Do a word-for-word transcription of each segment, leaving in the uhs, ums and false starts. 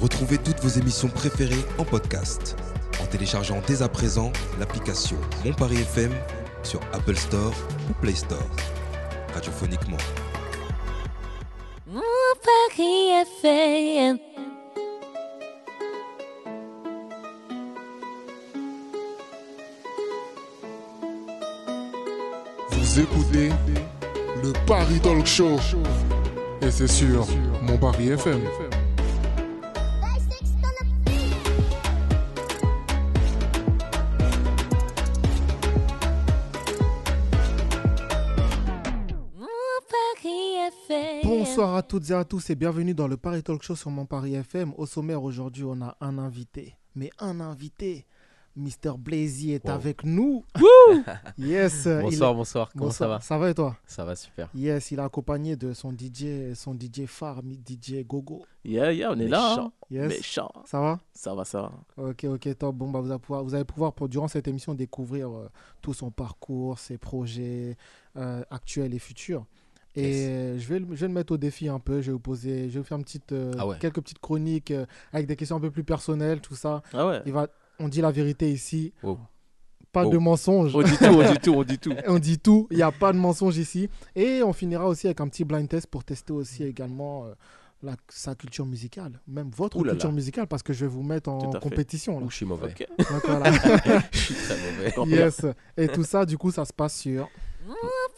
Retrouvez toutes vos émissions préférées en podcast en téléchargeant dès à présent l'application Mon Paris F M sur Apple Store ou Play Store. Radiophoniquement. Mon Paris F M. Vous écoutez le Paris Talk Show et c'est sur Mon Paris F M. Bonsoir à toutes et à tous et bienvenue dans le Paris Talk Show sur Mon Paris F M. Au sommaire aujourd'hui, on a un invité, mais un invité. Mister Blazy est wow. avec nous. Yes. Bonsoir, il... bonsoir. Comment bonsoir. ça va? Ça va et toi? Ça va super. Yes, il est accompagné de son D J, son D J phare, D J Gogo. Yeah, yeah, on est Méchant. là. Hein. Yes. Méchant. Ça va? Ça va, ça va. Ok, ok, top. Bon, bah, vous, allez pouvoir, vous allez pouvoir, pour, durant cette émission, découvrir euh, tout son parcours, ses projets euh, actuels et futurs. Et yes. je, vais, je vais le mettre au défi un peu. Je vais vous poser, je vais vous faire une petite, euh, ah ouais. quelques petites chroniques euh, avec des questions un peu plus personnelles, tout ça. Ah ouais. Il va, on dit la vérité ici. Wow. Pas oh. de mensonge. On dit tout, on dit tout, on dit tout. On dit tout. Il n'y a pas de mensonge ici. Et on finira aussi avec un petit blind test pour tester aussi également euh, la, sa culture musicale. Même votre Ouh là culture là. musicale parce que je vais vous mettre en compétition. Là. Ouh, je suis mauvais. Okay. Donc, voilà. Je suis très mauvais. Yes. Et tout ça, du coup, ça se passe sur... Mon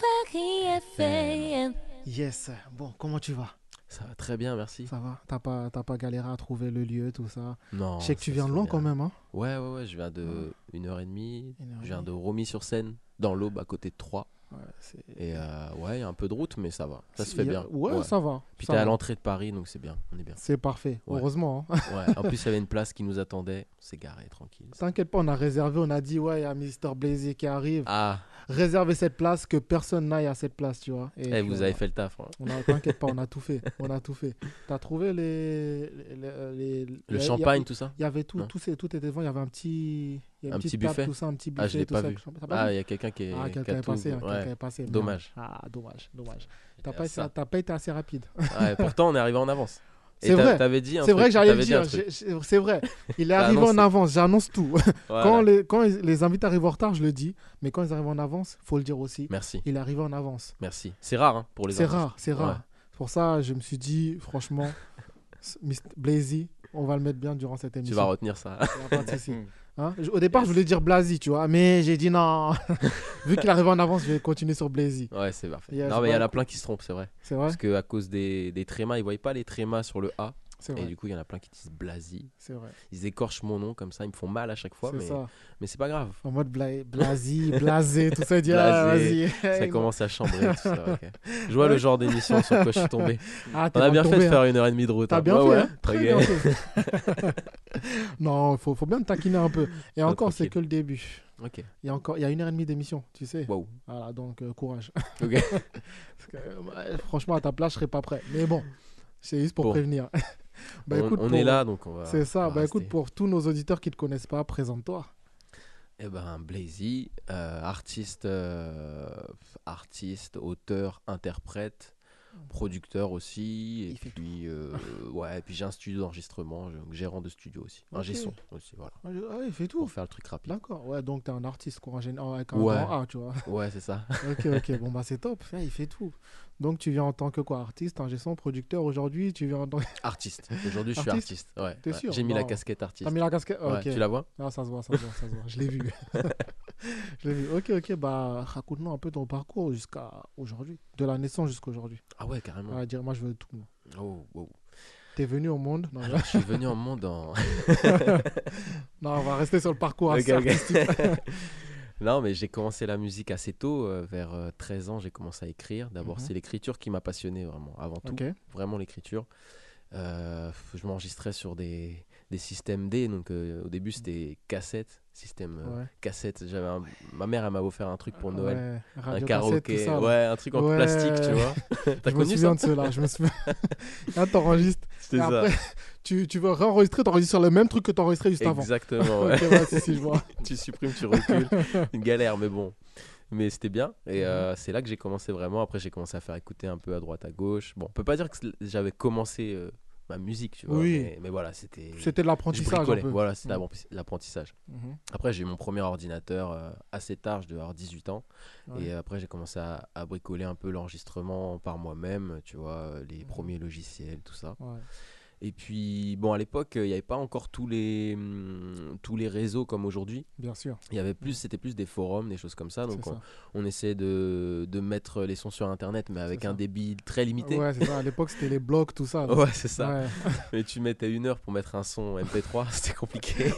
Paris F M. Yes. Bon, comment tu vas? Ça va très bien, merci. Ça va? T'as pas, t'as pas galéré à trouver le lieu, tout ça? Non. Je sais que tu viens de loin bien. quand même, hein? Ouais, ouais, ouais. Je viens de une heure et demie. Une heure et Je viens demie. de Romilly-sur-Seine, dans l'Aube, à côté de Troyes. Ouais, c'est... Et euh, ouais, il y a un peu de route, mais ça va. Ça se Il fait y a- bien. Ouais, ouais. ça va. Puis ça t'es va. à l'entrée de Paris, donc c'est bien. On est bien. C'est parfait. Ouais. Heureusement. Hein. Ouais. En plus, il y avait une place qui nous attendait. On s'est garé tranquille. T'inquiète pas, on a réservé. On a dit, ouais, il y a Mister Blazy qui arrive. Ah, Réservez cette place, que personne n'aille à cette place, tu vois. Et eh, puis, vous on avez a- fait le taf. Hein. On a, t'inquiète pas, on a tout fait. On a tout fait. T'as trouvé les, les, les- Le les- champagne, il tout ça? y, y avait tout, Non. tout, c'est- tout était devant. Il y avait un petit, il y a une Un petite petit table, buffet tout ça, un petit buffet. Ah, je l'ai tout pas ça, vu. avec champagne. T'as pas Ah, vu il y a quelqu'un qui est. Ah, qui quelqu'un a est tout- passé, hein, ouais. quelqu'un est passé. Merde. Dommage. Ah, dommage, dommage. T'as Et pas, à été, ça. t'as pas été assez rapide. Ouais, pourtant, on est arrivé en avance. Et C'est t'a- vrai. T'avais dit un C'est truc, vrai que j'allais le t'avais dit un dire. truc. j'ai- j'ai- C'est vrai. Il est T'as arrivé en annoncé. avance. J'annonce tout. Voilà. Quand, les, quand les les invités arrivent en retard, je le dis. Mais quand ils arrivent en avance, faut le dire aussi. Merci, Il est arrivé en avance. merci. C'est rare hein, pour les C'est artistes. rare, c'est Ouais. rare. C'est pour ça, je me suis dit, franchement, mister Blazy, on va le mettre bien durant cette Tu émission. vas retenir ça. Y a pas de souci. Hein, je- Au départ, je voulais dire Blazy, tu vois, mais j'ai dit non. Vu qu'il arrive en avance, je vais continuer sur Blazy. Ouais, c'est parfait. Yes, non, mais il y en bah, a plein qui se trompent, c'est vrai. C'est vrai? Parce qu'à cause des, des trémas, ils voyaient pas les trémas sur le A. C'est Et vrai. du coup, il y en a plein qui disent Blazy. C'est vrai. Ils écorchent mon nom comme ça, ils me font mal à chaque fois. C'est Mais, ça. mais c'est pas grave. En mode bla... Blazy, blasé, tout ça. Dit, ah, Blasé. vas-y. Ça Hey, commence à chambrer. Tout ça, ok. Je vois le genre d'émission sur quoi je suis tombé. Ah, t'es On a mal bien tombé, fait de hein. faire une heure et demie de route. T'as hein. bien Ouais, fait, ouais. hein. Très Ok. bien fait. Non, il faut, faut bien te taquiner un peu. Et Ah, encore, c'est tranquille. que le début. Ok. Il y a encore, il y a une heure et demie d'émission, tu sais. Wow. Voilà, donc euh, courage. Ok. Parce que, euh, ouais, franchement, à ta place, je serais pas prêt. Mais bon, c'est juste pour Bon. prévenir. Bah, on écoute, on pour- est là, donc on va. C'est ça. on va Bah écoute, rester. pour tous nos auditeurs qui ne te connaissent pas, présente-toi. Eh ben, Blazy, euh, artiste, euh, artiste, auteur, interprète, producteur aussi. Et Il fait puis, euh, ouais, et puis j'ai un studio d'enregistrement, j'ai- gérant de studio aussi. Un Ok. G-son aussi, voilà. Ah, je- ah, il fait tout. Pour faire le truc rapide. D'accord. Ouais, donc t'es un artiste quoi, en général, avec un Ouais. grand A, tu vois. Ouais, c'est ça. Ok, ok. Bon, bah c'est top. Ouais, il fait tout. Donc tu viens en tant que quoi, artiste, ingé son, producteur. Aujourd'hui, tu viens en tant... Artiste. Aujourd'hui, je suis Artiste artiste. Ouais. T'es ouais. sûr? J'ai mis la Non. casquette artiste. T'as mis la casquette. Ouais, Ok. tu la vois? Ah, ça se voit, ça se voit, ça se voit. Je l'ai vu. Je l'ai vu. Ok, ok. Bah, raconte-nous un peu ton parcours jusqu'à aujourd'hui, de la naissance jusqu'à aujourd'hui. Ah ouais, carrément. Ouais, dire, moi, je veux tout. moi. Oh, wow. T'es venu au monde. Non, Alors, je suis venu en monde en. non, on va rester sur le parcours Ok, assez ok. artistique. Non, mais j'ai commencé la musique assez tôt. euh, vers euh, treize ans, j'ai commencé à écrire. D'abord, Mhm. c'est l'écriture qui m'a passionné vraiment, avant tout. Ok. Vraiment l'écriture. Euh, je m'enregistrais sur des, des systèmes D. Donc, euh, au début, c'était cassette. Système euh, Ouais. cassette. J'avais un- Ma mère, elle m'a offert un truc pour Noël. Ouais, Un radio cassette, karaoké. tout ça, là. Ouais, un truc en Ouais. plastique, tu vois. T'as Je me connu souviens ça? de ceux-là, je me souviens. Là, t'enregistres. C'était Et ça. après, tu, tu veux réenregistrer, t'enregistres sur le même truc que t'enregistrais juste avant. Exactement, ouais. Ok, ouais, si, si, je vois. Tu supprimes, tu recules. Une galère, mais bon. Mais c'était bien. Et Mhm. euh, c'est là que j'ai commencé vraiment. Après, j'ai commencé à faire écouter un peu à droite, à gauche. Bon, on peut pas dire que c'est- j'avais commencé euh, ma musique, tu vois. Oui. Mais, mais voilà, c'était. C'était de Je l'apprentissage un bricolais. peu. Voilà, c'était Mm. l'appren- l'apprentissage. Mhm. Après, j'ai eu mon premier ordinateur euh, assez tard, je devais avoir dix-huit ans. Ouais. Et après, j'ai commencé à, à bricoler un peu l'enregistrement par moi-même, tu vois, euh, les Mhm. premiers logiciels, tout ça. Ouais. Et puis, bon, à l'époque, euh, il n'y avait pas encore tous les, hum, tous les réseaux comme aujourd'hui. Bien sûr. Il y avait plus, c'était plus des forums, des choses comme ça. Donc, C'est on, ça. on essayait de, de mettre les sons sur Internet, mais avec C'est un ça. débit très limité. Ouais, c'est ça. À l'époque, c'était les blogs, tout ça. là. Ouais, c'est ça. Ouais. Mais tu mettais une heure pour mettre un son M P trois, c'était compliqué.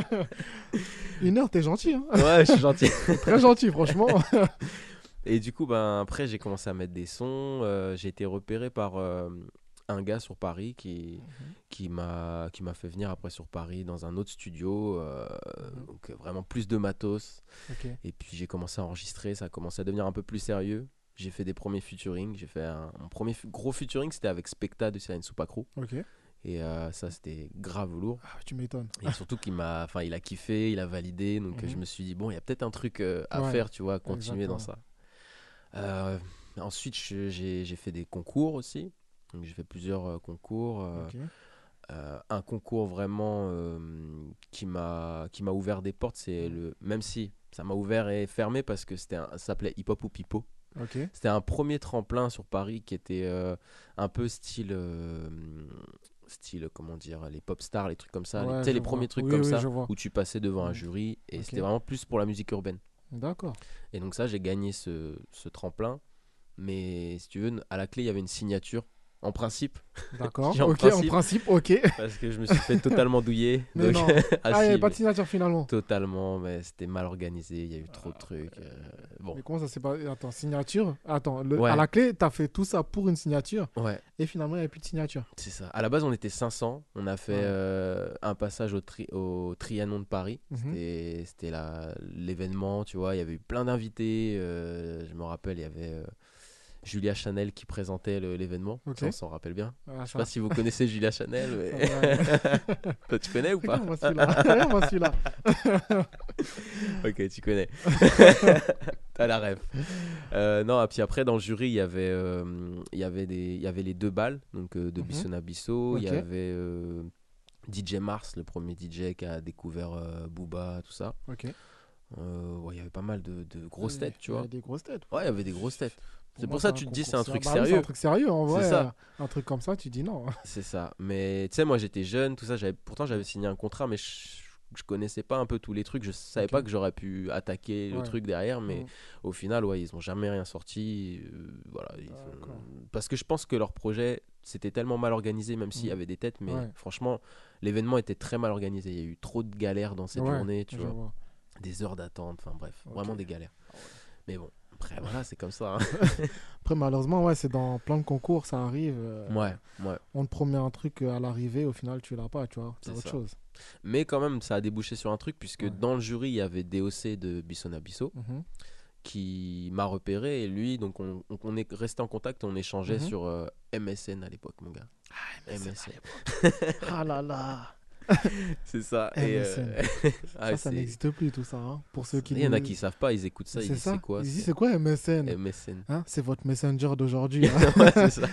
Une heure, t'es gentil. Hein. Ouais, je suis gentil. Très gentil, franchement. Et du coup, ben, après, j'ai commencé à mettre des sons. euh, j'ai été repéré par euh, un gars sur Paris qui, qui m'a qui m'a fait venir après sur Paris dans un autre studio. euh, Mhm. Donc, euh, vraiment plus de matos. Ok. Et puis, j'ai commencé à enregistrer. Ça a commencé à devenir un peu plus sérieux. J'ai fait des premiers featuring. J'ai fait un, mon premier fu- gros featuring, c'était avec Specta de Sirène Soupacrou. Ok. Et euh, ça, c'était grave lourd. Ah, tu m'étonnes. Et surtout qu'il m'a, enfin, il a kiffé, il a validé. Donc, Mhm. je me suis dit, bon, il y a peut-être un truc euh, à Ouais, faire, tu vois, à continuer dans exactement. ça. Euh, ensuite, je- j'ai j'ai fait des concours aussi. Donc, j'ai fait plusieurs euh, concours. euh, Ok. euh, un concours vraiment euh, qui m'a qui m'a ouvert des portes, c'est le même si ça m'a ouvert et fermé parce que c'était un- ça s'appelait Hip Hop ou Pipo. Ok. C'était un premier tremplin sur Paris qui était euh, un peu style euh, style comment dire les pop stars, les trucs comme ça, les, Ouais, tu sais, je les vois. premiers trucs Oui, comme oui, ça je vois. où tu passais devant un Mhm. jury et Ok. c'était vraiment plus pour la musique urbaine. D'accord. Et donc ça, j'ai gagné ce, ce tremplin. Mais si tu veux, à la clé, il y avait une signature, en principe, D'accord. J'ai en Ok, principe- en principe, ok. parce que je me suis fait totalement douiller. Mais donc- non. Ah, Ah, il n'y si, avait pas de mais signature finalement. totalement, mais c'était mal organisé, il y a eu trop de trucs. euh, Bon, Mais comment ça s'est passé? Attends, signature. Attends, le- Ouais. à la clé, t'as fait tout ça pour une signature ouais, et finalement, il n'y avait plus de signature. c'est ça. À la base, on était cinq cents. On a fait Ouais. euh, un passage au, tri- au Trianon de Paris. Mhm. C'était c'était la- l'événement, tu vois. Il y avait eu plein d'invités. euh, je me rappelle, il y avait euh, Julia Chanel qui présentait le- l'événement. Ok. Ça, on s'en rappelle bien. Ah, Je sais pas si vous connaissez Julia Chanel, mais Ouais. toi, tu connais ou pas? Regarde-moi celui-là. Regarde-moi celui-là. Ok, tu connais. T'as la rêve. Euh, non, et puis après, dans le jury, il y avait, euh, il y avait, des, il y avait les deux balles, donc euh, de Mhm. Bissona Bisso. Il y Ok. avait euh, D J Mars, le premier D J qui a découvert euh, Booba, tout ça. Ok. Euh, ouais, il y avait pas mal de, de grosses Ouais, têtes, tu il y vois. avait des grosses têtes. Ouais, il y avait des grosses têtes. C'est moi, pour ça un que tu te dis, concours c'est un ser- truc bah oui, C'est sérieux. un truc sérieux, en C'est vrai. ça. euh, Un truc comme ça, tu dis non. C'est ça. Mais tu sais, moi j'étais jeune, tout ça. J'avais, pourtant, j'avais signé un contrat, mais je, je connaissais pas un peu tous les trucs. Je savais Ok. pas que j'aurais pu attaquer le Ouais. truc derrière, mais Mm. au final, ouais, ils ont jamais rien sorti. euh, voilà. ils ont- D'accord. Parce que je pense que leur projet, c'était tellement mal organisé, même s'il y Mm. avait des têtes, mais Ouais. franchement, l'événement était très mal organisé. Il y a eu trop de galères dans cette Ouais, journée, tu je vois. vois. Des heures d'attente, enfin bref, Ok. vraiment des galères. Mais bon, après, voilà, c'est comme ça. hein. Après, malheureusement, ouais, c'est dans plein de concours, ça arrive. euh, Ouais, ouais. On te promet un truc euh, à l'arrivée, au final, tu l'as pas, tu vois. C'est C'est autre ça. chose. Mais quand même, ça a débouché sur un truc, puisque Ouais. dans le jury, il y avait D O C de Bissona Bisso Mhm. qui m'a repéré. Et lui, donc on, on- on est resté en contact, on échangeait Mhm. sur euh, M S N à l'époque, mon gars. M S N. Ah là là. C'est ça. M Et, S N. euh, ah, Ça, ça c'est- n'existe plus, tout ça. hein. Pour ceux qui Il y en a nous- qui savent pas, ils écoutent ça, ils C'est disent ça. c'est quoi Ils disent, c'est c'est quoi M S N? M S N. Hein, c'est votre messenger d'aujourd'hui. hein. Ouais, c'est ça.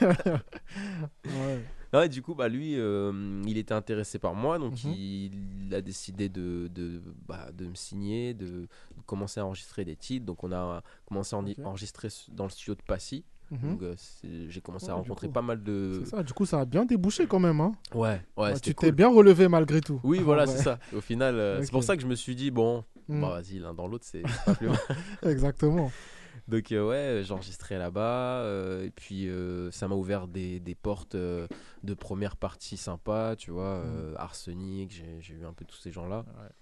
Ouais. Ouais, du coup, bah, lui, euh, il était intéressé par moi, donc Mhm. il, a décidé de, de, bah, de me signer, de, de commencer à enregistrer des titres. Donc on a commencé à en- Ok. enregistrer dans le studio de Passy. Mhm. Donc euh, c'est- j'ai commencé Ouais, à du rencontrer coup. pas mal de... C'est ça, du coup, ça a bien débouché quand même. Hein. Ouais, ouais, Ouais, c'était tu cool. t'es bien relevé malgré tout. Oui, En voilà, vrai. c'est ça. Au final, euh, c'est pour Ok. ça que je me suis dit, bon, Mm. bah vas-y, l'un dans l'autre, c'est c'est pas plus mal. Exactement. Donc euh, ouais, j'enregistrais là-bas, euh, et puis euh, ça m'a ouvert des, des portes euh, de première partie sympa, tu vois, euh, Arsenic, j'ai j'ai eu un peu tous ces gens-là.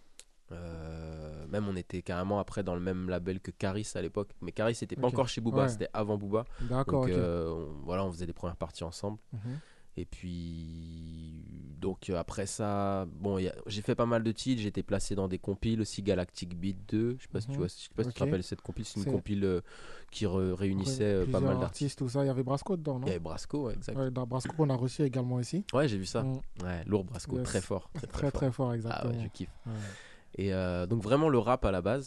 Euh, même on était carrément après dans le même label que Caris à l'époque, mais Caris c'était pas Ok. encore chez Booba, Ouais. c'était avant Booba. D'accord, Donc ok. euh, on- voilà, on faisait les premières parties ensemble. Mhm. Et puis, donc euh, après ça, bon, y a- j'ai fait pas mal de titres, j'ai été placé dans des compiles aussi, Galactic Beat deux, je sais pas si tu Mhm. vois, je sais pas si tu te Ok. rappelles cette compile, c'est une C'est- compile euh, qui re- réunissait euh, pas Plusieurs mal d'artistes. tout ça. Il y avait Brasco dedans, non? Il y avait Brasco, ouais, exact. Ouais, dans Brasco qu'on a reçu également ici. Ouais, j'ai vu ça. Mm. Ouais, lourd Brasco, Yes. très fort. Très, très, Très fort. très fort, Ah exactement. ouais, je kiffe. Ouais. Et euh, donc vraiment le rap à la base.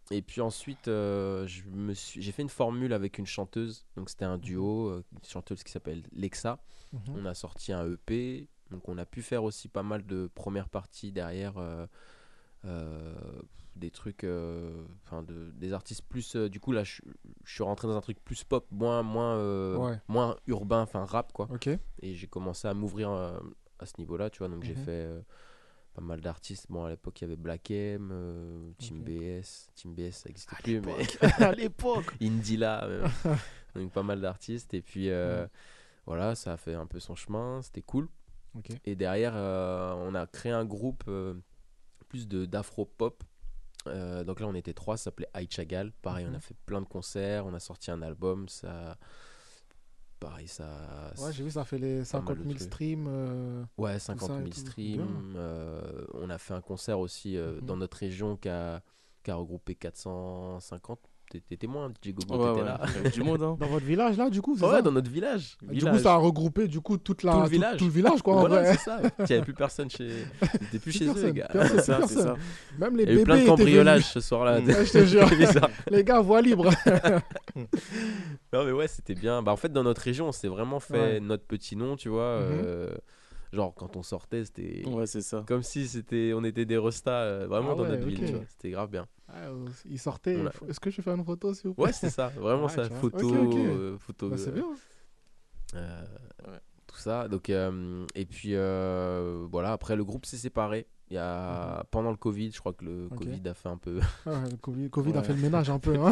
Et puis ensuite, euh, je me suis... j'ai fait une formule avec une chanteuse. Donc c'était un duo, euh, une chanteuse qui s'appelle Lexa. Mhm. On a sorti un E P. Donc on a pu faire aussi pas mal de premières parties derrière. Euh, euh, des trucs, euh, enfin de, des artistes plus. Euh, du coup là, je je suis rentré dans un truc plus pop, moins, moins, euh, Ouais. moins urbain, enfin rap quoi. Ok. Et j'ai commencé à m'ouvrir euh, à ce niveau-là, tu vois. Donc j'ai Mhm. fait euh, pas mal d'artistes. Bon, à l'époque, il y avait Black M, euh, Team Ok. B S. Team B S, ça n'existe plus, mais À l'époque. Indila, même. Donc pas mal d'artistes. Et puis euh, Ouais. voilà, ça a fait un peu son chemin. C'était cool. Ok. Et derrière, euh, on a créé un groupe euh, plus de d'afro-pop. Euh, donc là, on était trois, ça s'appelait Aïchagal. Pareil, on Mhm. a fait plein de concerts, on a sorti un album. Ça, pareil, ça. Ouais, j'ai vu, ça fait les pas mal cinquante de mille trucs. streams. euh, Ouais, ça cinquante et mille tout. streams. Bien. euh, on a fait un concert aussi euh, Mhm. dans notre région qui a, qui a regroupé quatre cent cinquante. T'étais témoin, D J Gogo, Ouais, t'étais ouais. là. Il y avait du monde, hein. Dans votre village, là, du coup, c'est Ouais, ça dans notre village. Du village. coup, ça a regroupé du coup, toute la, Tout le tout, village. tout le village, quoi, en Voilà, vrai. c'est ça. Il n'y avait plus personne chez. T'étais plus Plus chez eux, personne, les gars. personne, C'est ça, plus c'est personne. ça. Même les Il y a eu bébés plein de étaient cambriolages venus. ce soir-là. Mm. Ouais, je te jure. J'ai vu ça. Les gars, voix libre. Non mais ouais, c'était bien. Bah en fait dans notre région, on s'est vraiment fait Ouais. notre petit nom, tu vois. Mhm. euh, genre quand on sortait, c'était Ouais, c'est ça. comme si c'était on était des restas euh, vraiment Ah dans ouais, notre ville, ok. tu vois. C'était grave bien. Ah, euh, il sortait. On a- Est-ce que je fais une photo, s'il vous plaît Ouais, c'est ça, vraiment Ouais, ça, tu vois. photo Ok, ok. euh, photo Bah, c'est euh, bien. euh, Ouais. tout ça. Donc euh, et puis euh, voilà, après le groupe s'est séparé. Il y a pendant le Covid, je crois que le Ok. Covid a fait un peu Ah, le Covid, Covid a Ouais. fait le ménage un peu. Hein.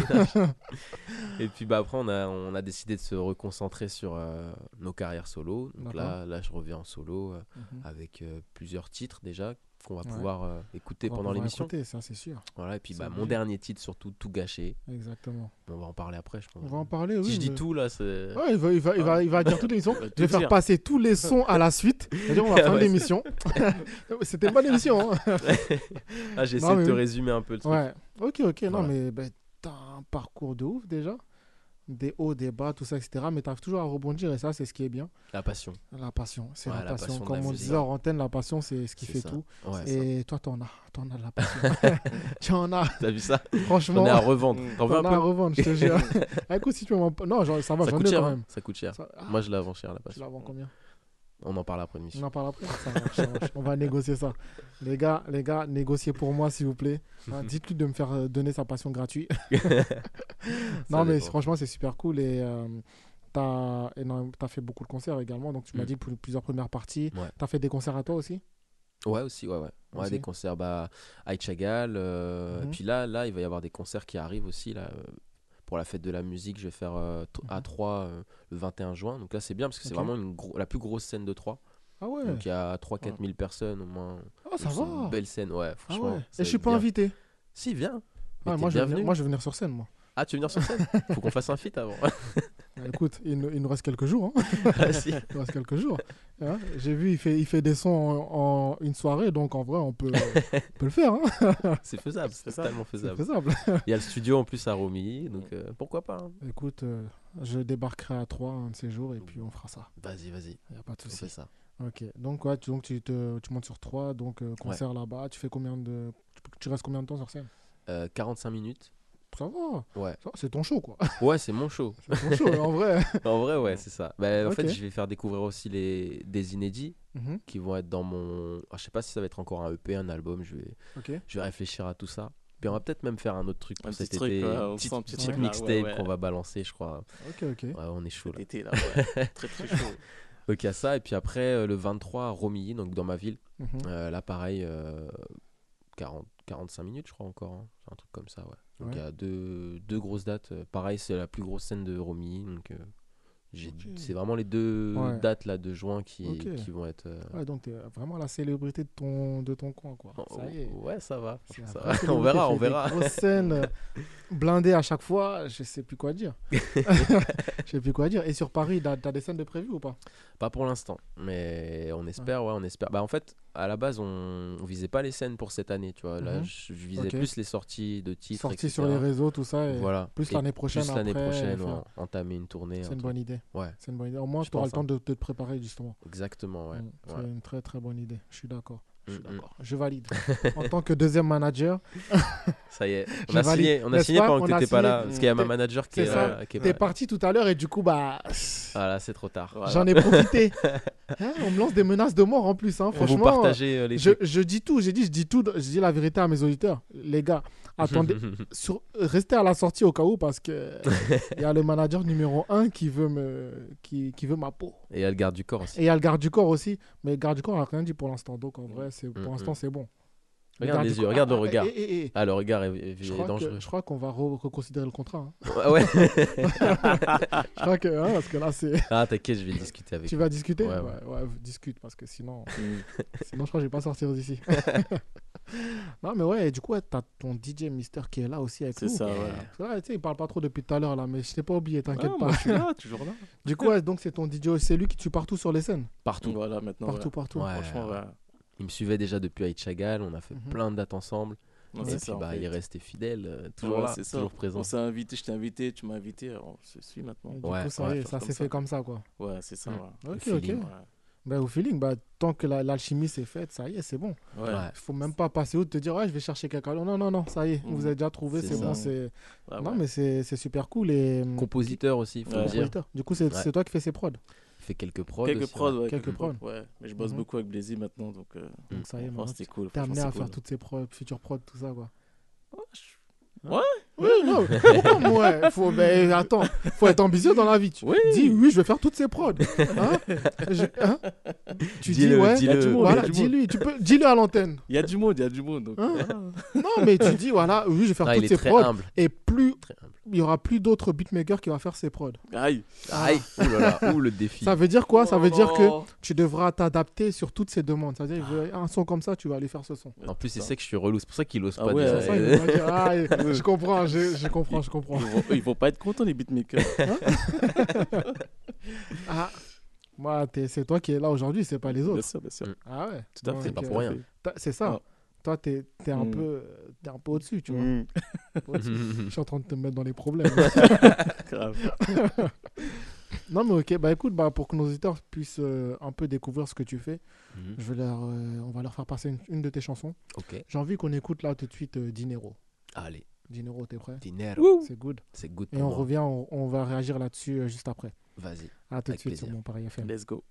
et puis bah après on a on a décidé de se reconcentrer sur euh, nos carrières solo. Donc D'accord. là là je reviens en solo euh, Mhm. avec euh, plusieurs titres déjà qu'on va Ouais. pouvoir euh, écouter On va pendant pouvoir l'émission. écouter, ça, c'est sûr. Voilà, et puis C'est bah, mon obligé. dernier titre, surtout, Tout gâché. Exactement. On va en parler après, je pense. On va en parler, oui. si je dis mais- tout, là, c'est. Ouais, il va, il va, il va, il va dire toute l'émission. va Je tout vais faire dire. passer tous les sons à la suite. C'est-à-dire, on va faire Ouais. l'émission. C'était une bonne émission. Hein. Ah, j'ai Non, essayé mais de te oui. résumer un peu le truc. Ouais. Ok, ok. Non, Voilà. mais ben, t'as un parcours de ouf déjà. Des hauts, des bas, tout ça, et cetera. Mais t'arrives toujours à rebondir et ça, c'est ce qui est bien. La passion. La passion, c'est Ouais, la, la passion. passion de Comme la on musique. disait en antenne, la passion, c'est ce qui C'est fait ça. tout. Ouais, ça. Et toi, t'en as. T'en as de la passion. tu en as. T'as vu ça? Franchement, On est à revendre. Mm. T'en veux t'en un as à peu? revendre, je te jure. Ah, écoute, si tu m'en... Non, genre, ça va, Ça j'en coûte ai cher. quand hein. même. Ça coûte cher. Ça- ah, Moi, je la vends cher, la tu passion. la vends combien? On en parle après On l'émission. en parle après. Ça marche, ça marche. On va négocier ça. Les gars, les gars, négociez pour moi, s'il vous plaît. Hein, dites-lui de me faire euh, donner sa passion gratuite. non, mais dépend. franchement, c'est super cool. Et euh, t'as énorme- t'as fait beaucoup de concerts également. Donc, tu m'as Mm. dit pour plusieurs premières parties. Ouais. T'as fait des concerts à toi aussi? Ouais, aussi, ouais, ouais. Ouais, Aussi. des concerts bah, à Aïchagal. euh, Mhm. Et puis là, là, il va y avoir des concerts qui arrivent aussi. Là, euh, pour la fête de la musique, je vais faire euh, t- à Mhm. Troyes euh, le vingt et un juin. Donc là, c'est bien parce que c'est Ok. vraiment une gro- la plus grosse scène de Troyes. Ah ouais. Donc il y a trois à quatre mille personnes au moins. Ah, ça Donc, c'est va. une belle scène, ouais, Ah franchement. ouais. ça Et va je suis être pas bien. invité. Si, viens. Mais Ouais, t'es moi, je vais venir, bienvenu. moi, je vais venir sur scène, moi. Ah, tu veux venir sur scène? Faut qu'on fasse un feat avant. Ah, écoute, il, nous- il nous reste quelques jours. Hein. Ah, si. Il nous reste quelques jours. Hein. J'ai vu, il fait, il fait des sons en, en une soirée, donc en vrai, on peut, on peut le faire. Hein. C'est faisable, c'est C'est ça. totalement C'est faisable. faisable. Il y a le studio en plus à Romilly, donc euh, pourquoi pas, hein. Écoute, euh, je débarquerai à Troyes un de ces jours et puis on fera ça. Vas-y, vas-y, Il n'y a pas de on fait souci. ça. Ok. Donc, ouais, tu, donc tu, te, tu montes sur Troyes, donc euh, concert là-bas. Tu fais combien de. Tu, tu restes combien de temps sur scène? Euh, quarante-cinq minutes. Ça va. Ouais. Ça va, c'est ton show, quoi. Ouais, c'est mon show. C'est ton show, en vrai. En vrai, ouais, c'est ça. Bah, en Ok. fait, je vais faire découvrir aussi les... des inédits Mhm. qui vont être dans mon. Ah, je sais pas si ça va être encore un E P, un album. Je vais, Ok. je vais réfléchir à tout ça. Puis on va peut-être même faire un autre truc pour Un petit cet truc, été. ouais, on Petit- sent un petit petit truc là, mixtape ouais, ouais. qu'on va balancer, je crois. Ok, ok. Ouais, on est chaud Cet là. été, là, ouais. Très, très chaud. Donc il y a ça. Et puis après, euh, le vingt-trois à Romilly, donc dans ma ville. Mhm. Euh, là, pareil, euh, quarante, quarante-cinq minutes, je crois encore. hein. C'est un truc comme ça, ouais. Donc il Ouais. y a deux, deux grosses dates. Euh, Pareil, c'est la plus grosse scène de Romilly. Donc euh, j'ai- Ok. c'est vraiment les deux Ouais. dates là de juin qui, Ok. qui vont être. euh, Ouais, donc, tu es vraiment la célébrité de ton, de ton coin, quoi. oh, Ça y est. ouais, ça va. C'est Ça un va. vrai On verra, on célébrité, verra. fait des grosses scènes euh, blindées à chaque fois, je sais plus quoi dire. Je sais plus quoi dire. Et sur Paris, t'as as des scènes de prévues ou pas? Pas pour l'instant, mais on espère, ouais, on espère. Bah en fait, à la base, on, on visait pas les scènes pour cette année, tu vois. Là, Mhm. je, je visais Ok. plus les sorties de titres, Sorties et cetera. sur les réseaux, tout ça. Et Voilà. Plus Et l'année prochaine. Plus l'année après, prochaine, faire- ouais, entamer une tournée. un C'est une truc. bonne idée. Ouais, C'est une bonne idée. Au moins, Je tu auras le pense, temps hein. de, de te préparer, justement. exactement, ouais. Mm. C'est ouais. une très très bonne idée. Je suis d'accord. Je suis Mm, mm. d'accord. Je valide. En tant que deuxième manager, Ça y est, on Je a valide. signé, on a N'est-ce signé pas pendant On que a t'étais pas signé. là. Parce qu'il y a ma T'es- manager qui c'est est ça. là. qui est t'es pas- parti tout à l'heure et du coup, bah, Voilà, c'est trop tard. Voilà. j'en ai profité. Hein, on me lance des menaces de mort en plus. Hein. On vous Franchement, partagez euh, les je, trucs. je dis tout. J'ai dit, je dis tout. Je dis la vérité à mes auditeurs. Les gars, attendez. sur- restez à la sortie au cas où parce que il y a le manager numéro un qui veut me, qui, qui veut ma peau. Et il y a le garde du corps aussi. Et il y a le garde du corps aussi. Mais le garde du corps n'a rien dit pour l'instant. Donc en vrai, c'est, pour Mm, l'instant, mm. c'est bon. Le Regarde garde les du yeux, corps- regarde le Ah, regard. eh, eh, eh. Ah, le regard est, est- Je est crois, dangereux. que, je crois qu'on va re- reconsidérer le contrat. hein. Ah ouais. Je crois que, hein, parce que là, c'est. Ah, t'inquiète, je vais discuter avec Tu lui. vas discuter Ouais, ouais, ouais. ouais, discute parce que sinon, Mm. sinon je crois que je vais pas sortir d'ici. Non, mais ouais, du coup, ouais, t'as ton D J Mister qui est là aussi avec C'est nous. ça, ouais. Parce que là, tu sais, il parle pas trop depuis tout à l'heure là, mais je t'ai pas oublié, t'inquiète Ouais, pas. moi, je suis là, toujours là. Du coup, ouais, donc c'est ton D J, c'est lui qui tue partout sur les scènes. Partout. Voilà, maintenant. Partout, ouais. partout. Ouais. Franchement, ouais. Il me suivait déjà depuis Aït Chagall. On a fait Mhm. plein de dates ensemble. Non, Et c'est puis, ça, en bah, fait. il est resté fidèle. euh, toujours Ouais, là, c'est ça. toujours présent. On s'est invité, je t'ai invité, tu m'as invité, on se suit maintenant. Et du Ouais, coup, ça ouais, y est, faire ça comme s'est ça. fait comme ça, quoi. Ouais, c'est ça, Mm. ouais. Ok, Le ok. feeling. Ouais. Bah, au feeling, bah, tant que la- l'alchimie s'est faite, ça y est, c'est bon. Ouais. Ouais. Il faut même pas passer où de te dire, ouais, je vais chercher quelqu'un. Non, non, non, ça y est, Mhm. vous avez déjà trouvé, C'est c'est ça. bon, c'est. Ouais, Non, ouais. mais c'est c'est super cool. Et. Compositeur aussi, faut Ouais. le dire. Compositeur. Du coup, c'est Ouais. c'est toi qui fais ses prods. Il fait quelques prods. Quelques aussi, prods, ouais. ouais. Quelques prods. Ouais, mais je bosse Mhm. beaucoup avec Blazy maintenant, donc euh, Donc ça y est, franchement, maintenant, c'était cool. t'es amené franchement, à c'est faire cool. toutes ces prods, futures prods, tout ça, quoi. Ouais, je- Oui, non. non, ouais, faut, ben, attends, faut être ambitieux dans la vie. Tu Oui. dis, oui, je vais faire toutes ces prods. Hein Je- hein tu dis, Dis-le, ouais, dis-le. Il y a du monde, voilà, il y a du monde. dis-lui, tu peux, dis-le à l'antenne. Il y a du monde, il y a du monde. Donc, Hein voilà. Non, mais tu dis, voilà, oui, je vais faire Ah, il toutes est ces très prods. humble. Et plus, Très humble. il y aura plus d'autres beatmakers qui vont faire ces prods. Aïe. Aïe, ouh là là, ouh le défi. Ça veut dire quoi? Ça veut dire que Oh. tu devras t'adapter sur toutes ces demandes. Ça veut dire, il veut un son comme ça, tu vas aller faire ce son. En plus, il Ça. sait que je suis relou. C'est pour ça qu'il ose Ah pas ouais, dire. C'est ça, il va dire, ah, je comprends, je, je comprends, je comprends. Ils vont, ils vont pas être contents, les beatmakers. Ah, moi, t'es- c'est toi qui es là aujourd'hui, c'est pas les Bien autres. sûr, bien sûr. Mm. Ah ouais. Tout à fait. C'est pas Donc, pour euh, rien. t'as- C'est ça. Ah. Toi, t'es es un Mm. peu, t'es un peu au-dessus, tu vois. Mm. Au-dessus. Je suis en train de te mettre dans les problèmes. Grave. Non, mais ok, bah écoute, bah, pour que nos auditeurs puissent euh, un peu découvrir ce que tu fais, Mhm. je vais leur, euh, on va leur faire passer une, une de tes chansons. Ok, J'ai envie qu'on écoute là tout de suite euh, Dinero. allez. Dinero, t'es prêt? Dinero. C'est good. C'est good Et pour on moi. revient, on, on va réagir là-dessus euh, juste après. Vas-y. À tout de Avec suite sur plaisir. mon Paris F M. Let's go.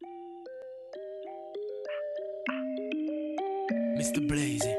mister Blazy.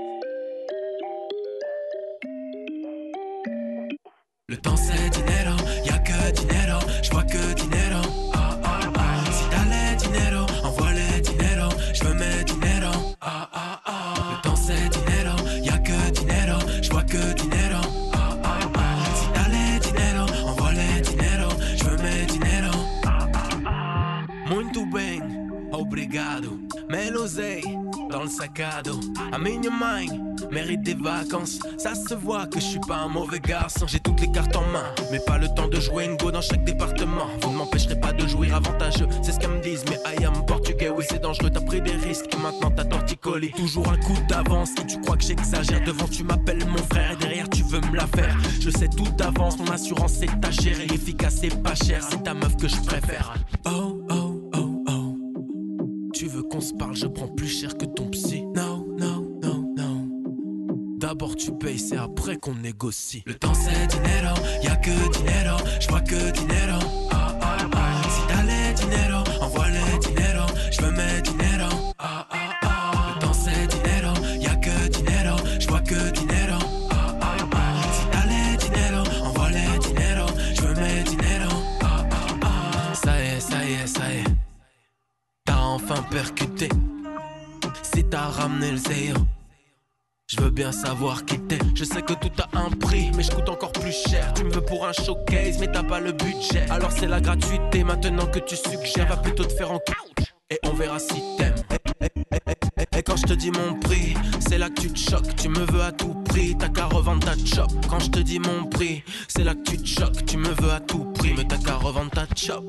Le temps c'est dinero, y'a que dinero, j'vois que dinero. Ah, ah, ah. Si t'as les dinero, envoie les dinero, j'veux mes dinero. Ah, ah, ah. Le temps c'est dinero, y'a que dinero, j'vois que dinero. Ah, ah, ah. Si t'as les dinero, envoie les dinero, j'veux mes dinero. Ah, ah, ah. Muito bem, obrigado. Mais l'oseille dans le sac à dos. I'm in your mind, mérite des vacances. Ça se voit que je suis pas un mauvais garçon. J'ai toutes les cartes en main, mais pas le temps de jouer une go dans chaque département. Vous ne m'empêcherez pas de jouir avantageux, c'est ce qu'elles me disent. Mais I am portugais, oui c'est dangereux. T'as pris des risques et maintenant t'as torticolé. Toujours un coup d'avance et tu crois que j'exagère. Devant tu m'appelles mon frère et derrière tu veux me la faire. Je sais tout d'avance, mon assurance est à gérer. Efficace et pas cher, c'est ta meuf que je préfère. Oh oh oh oh. Tu veux qu'on se parle, je prends plus cher que ton psy. Non, non, non, non. D'abord tu payes, c'est après qu'on négocie. Le temps c'est dinero, y'a que dinero, j'vois que dinero. Ah, ah, ah. Si t'as les dinero, envoie les dinero, j'veux mes dinero. Ah, ah, ah. Le temps c'est dinero, y'a que dinero, j'vois que dinero. Ah, ah, ah. Si t'as les dinero, envoie les dinero, j'veux mes dinero. Ah, ah, ah. Ça y est, ça y est, ça y est. T'as enfin percuté. Si t'as ramené le zéro, je veux bien savoir qui t'es. Je sais que tout a un prix, mais je coûte encore plus cher. Tu me veux pour un showcase, mais t'as pas le budget. Alors c'est la gratuité maintenant que tu suggères. Va plutôt te faire en couch et on verra si t'aimes. Et, et, et, et, et quand je te dis mon prix, c'est là que tu te choques. Tu me veux à tout prix, t'as qu'à revendre ta chop. Quand je te dis mon prix, c'est là que tu te choques. Tu me veux à tout prix, mais t'as qu'à revendre ta chop.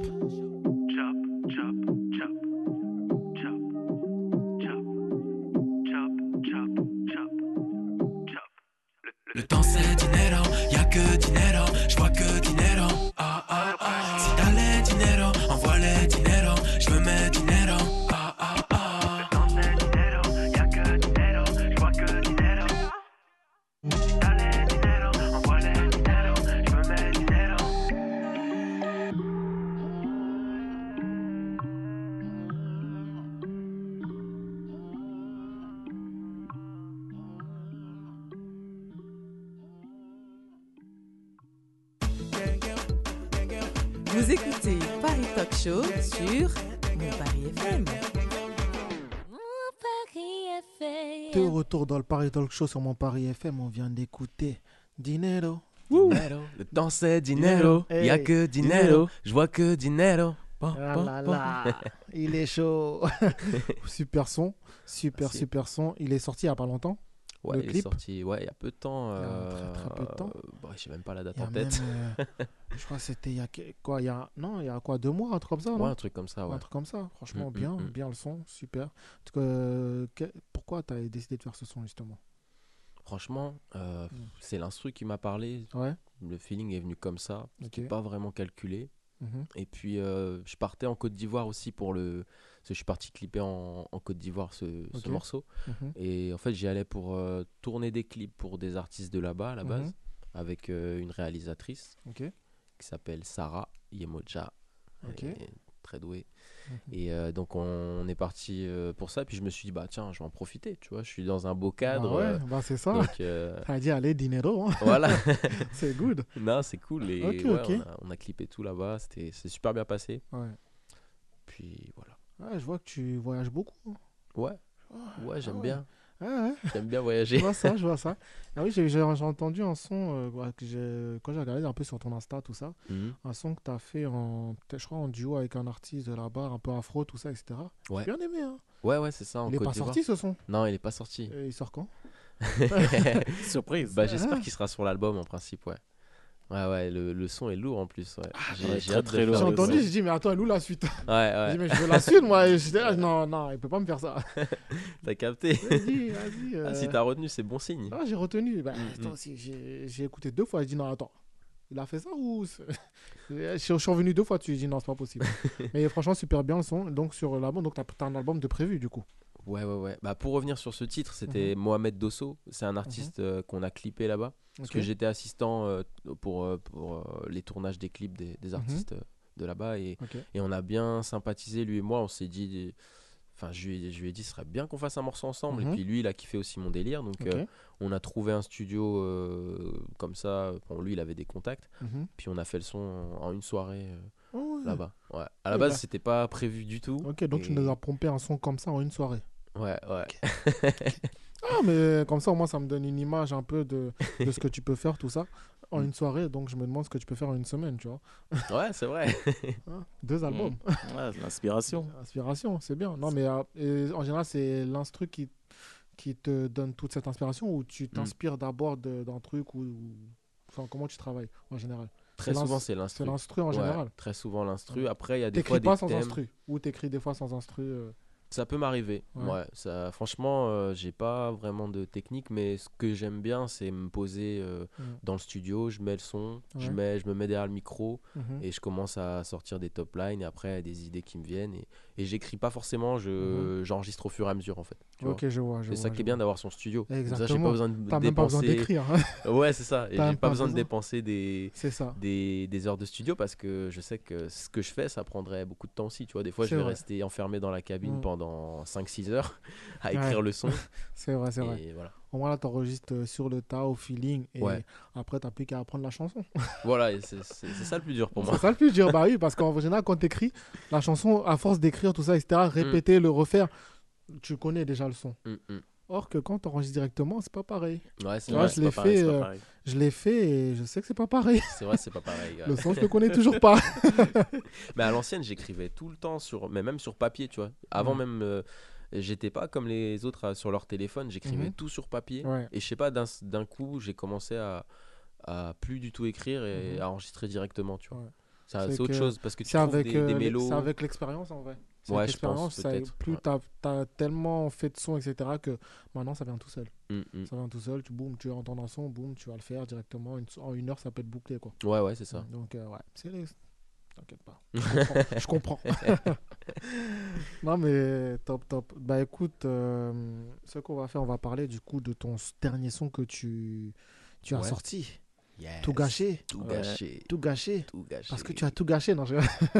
Le temps c'est dinero, y'a que dinero, j'vois que dinero. Ah, ah, ah. Si t'as les dinero, envoie les dinero, j'veux mes dinero. Ah, ah, ah. Le temps c'est dinero, Vous écoutez Paris Talk Show sur Mon Paris F M. De retour dans le Paris Talk Show sur Mon Paris F M, on vient d'écouter Dinero. Dinero. Le temps c'est dinero. Il Hey. y a que dinero. Je vois que dinero. Bon, Ah bon, là bon. là, il est chaud. Super son, super Merci. super son. Il est sorti il y a pas longtemps. Ouais, Le il est clip. sorti ouais, il y a peu de temps. Il y a euh, très, très peu de temps. euh, bon, je sais même pas la date Il y a en tête. même, euh, je crois que c'était il y a que- quoi, il y a non, il y a quoi deux mois, un truc comme ça, Ouais, non un truc comme ça, ouais. Un truc comme ça. Franchement, Mm, bien, mm, mm. bien le son, super. En tout cas, euh, que- pourquoi tu as décidé de faire ce son justement? Franchement, euh, Mm. c'est l'instru qui m'a parlé. Ouais. Le feeling est venu comme ça. C'était Ok. pas vraiment calculé. Mhm. Et puis, euh, je partais en Côte d'Ivoire aussi pour le. Parce que je suis parti clipper en, en Côte d'Ivoire ce, ce Ok. morceau. Mhm. Et en fait, j'y allais pour euh, tourner des clips pour des artistes de là-bas à la base, Mhm. avec euh, une réalisatrice Ok. qui s'appelle Sarah Yemoja. Ok. Elle est très douée. Mhm. Et euh, donc, on est parti euh, pour ça. Puis je me suis dit, bah tiens, je vais en profiter. Tu vois, je suis dans un beau cadre. Bah ouais, euh, bah c'est ça. donc, euh, T'as dit allez dinero, hein. voilà. C'est good. Non, c'est cool. Et Ok, ouais, ok. On, a, on a clippé tout là-bas. C'était c'est super bien passé. Ouais. Puis voilà. Ouais, je vois que tu voyages beaucoup, hein. Ouais, Ah, ouais, j'aime ah ouais. bien. Ah ouais. J'aime bien Je voyager. vois ça, je vois ça. Ah oui, j'ai j'ai- j'ai entendu un son euh, ouais, que j'ai quand j'ai regardé un peu sur ton Insta, tout ça. Mhm. Un son que tu as fait en, peut-être, je crois, en duo avec un artiste de là-bas, un peu afro, tout ça, et cetera. Ouais. J'ai bien aimé, hein. Ouais, ouais, c'est ça. En Il est Côte pas d'Ivoire. sorti ce son. Non, il est pas sorti. Et il sort quand? Surprise. Bah, j'espère qu'il sera sur l'album en principe, ouais. Ouais, ouais, le, le son est lourd en plus, ouais. J'ai ouais, j'ai très, hâte de très faire lourd. J'ai le le entendu, son. j'ai dit, mais attends, elle est où la suite? Ouais, J'ai ouais, dit, mais je veux la suite, moi. Et j'étais là, non, non, il peut pas me faire ça. t'as capté. Vas-y, vas-y. Ah, euh. si t'as retenu, c'est bon signe. Ah, j'ai retenu. Bah, Mm, attends, mm. si, j'ai j'ai écouté deux fois. J'ai dit non, attends. Il a fait ça ou c'est- je suis je suis revenu deux fois. Tu dis non, c'est pas possible. Mais franchement, super bien le son. Donc, sur l'album, donc t'as as un album de prévu du coup. Ouais, ouais, ouais. Bah, pour revenir sur ce titre, Mhm. c'était Mohamed Dosso. C'est un artiste euh, qu'on a clippé là-bas. Parce Ok. que j'étais assistant euh, pour, euh, pour euh, les tournages des clips des, Mhm. des artistes euh, de là-bas. Et, Ok. et on a bien sympathisé, lui et moi. On s'est dit. Enfin, je lui, ai- je lui ai dit, ce serait bien qu'on fasse un morceau ensemble. Mhm. Et puis lui, il a kiffé aussi mon délire. Donc, Ok. euh, on a trouvé un studio euh, comme ça. Bon, lui, il avait des contacts. Mhm. Puis on a fait le son en, en une soirée euh, Oh, ouais. là-bas. Ouais. À la Ouais, base, bah. c'était pas prévu du tout. Ok, donc tu Et- nous as pompé un son comme ça en une soirée. Ouais, ouais. Ah, mais comme ça, au moins, ça me donne une image un peu de, de ce que tu peux faire, tout ça, en Mm. une soirée. Donc, je me demande ce que tu peux faire en une semaine, tu vois. Ouais, c'est vrai. Hein, Deux albums. Ouais, c'est l'inspiration. Inspiration, c'est bien. Non, mais euh, et en général, c'est l'instru qui, qui te donne toute cette inspiration ou tu t'inspires d'abord de- d'un truc ou, ou- Enfin, comment tu travailles en général? Très C'est souvent, l'ins- c'est C'est l'instru. l'instru en Ouais, général. très souvent l'instru. Après, il y a des fois T'écris des pas sans thèmes. instru ou t'écris des fois sans instru. euh, Ça peut m'arriver. Ouais. Ouais. Ça, franchement, euh, j'ai pas vraiment de technique, mais ce que j'aime bien, c'est me poser euh, Mm. dans le studio, je mets le son, je, Ouais. mets, je me mets derrière le micro mhm. et je commence à sortir des top lines et après des idées qui me viennent. Et, et j'écris pas forcément, je, j'enregistre au fur et à mesure en fait. tu vois. Ok, je vois. je C'est vois, ça je qui est bien vois. d'avoir son studio. Comme ça, j'ai Exactement. pas besoin de T'as même pas besoin dépenser. d'écrire. hein. Ouais, c'est ça. Et T'as j'ai même pas pas besoin de besoin. dépenser des, C'est ça. des, des heures de studio parce que je sais que ce que je fais, ça prendrait beaucoup de temps aussi. Tu vois, des fois, C'est je vais vrai. rester enfermé dans la cabine Mm. pendant cinq six heures à Ouais. écrire le son. C'est vrai, c'est vrai. Et voilà. Au moins là, t'enregistres euh, sur le tas, au feeling. Et Ouais. après, t'as plus qu'à apprendre la chanson. Voilà, et c'est c'est- c'est ça le plus dur pour moi. C'est ça le plus dur. Bah oui, parce qu'en général, quand t'écris la chanson, à force d'écrire tout ça, et cetera, répéter, le refaire, tu connais déjà le son. Mm, mm. Or que quand t'enregistres directement, c'est pas pareil. Ouais, c'est Tu vois, vrai, je c'est l'ai pas pareil, fait, c'est pas euh, pareil. Je l'ai fait et je sais que c'est pas pareil. c'est vrai, c'est pas pareil. ouais. Le son, je le connais toujours pas. Mais à l'ancienne, j'écrivais tout le temps, sur, mais même sur papier, tu vois. Avant Ouais. même, euh, j'étais pas comme les autres euh, sur leur téléphone, j'écrivais Mhm. tout sur papier. Ouais. Et je sais pas, d'un d'un coup, j'ai commencé à, à plus du tout écrire et Mhm. à enregistrer directement, tu vois. Ouais. Ça, C'est C'est autre que chose parce que tu C'est trouves avec, des, euh, des l'ex- mélos. c'est avec l'expérience en vrai. C'est Ouais, avec je pense, l'expérience, ça- peut-être, plus ouais. t'as as tellement fait de son, et cetera, que maintenant ça vient tout seul. Mm, mm. Ça vient tout seul, tu, boum, tu entends un son, boum, tu vas le faire directement. Une- en une heure, ça peut être bouclé. Quoi. Ouais, ouais, c'est ça. Donc, euh, ouais, c'est les. T'inquiète pas. Je comprends. Je comprends. Non, mais top, top. Bah écoute, euh, ce qu'on va faire, on va parler du coup de ton s- dernier son que tu, tu as Ouais. sorti. Yes. Tout gâché. Tout Ouais. gâché. Tout gâché. Tout gâché. Parce que tu as tout gâché. Non, je...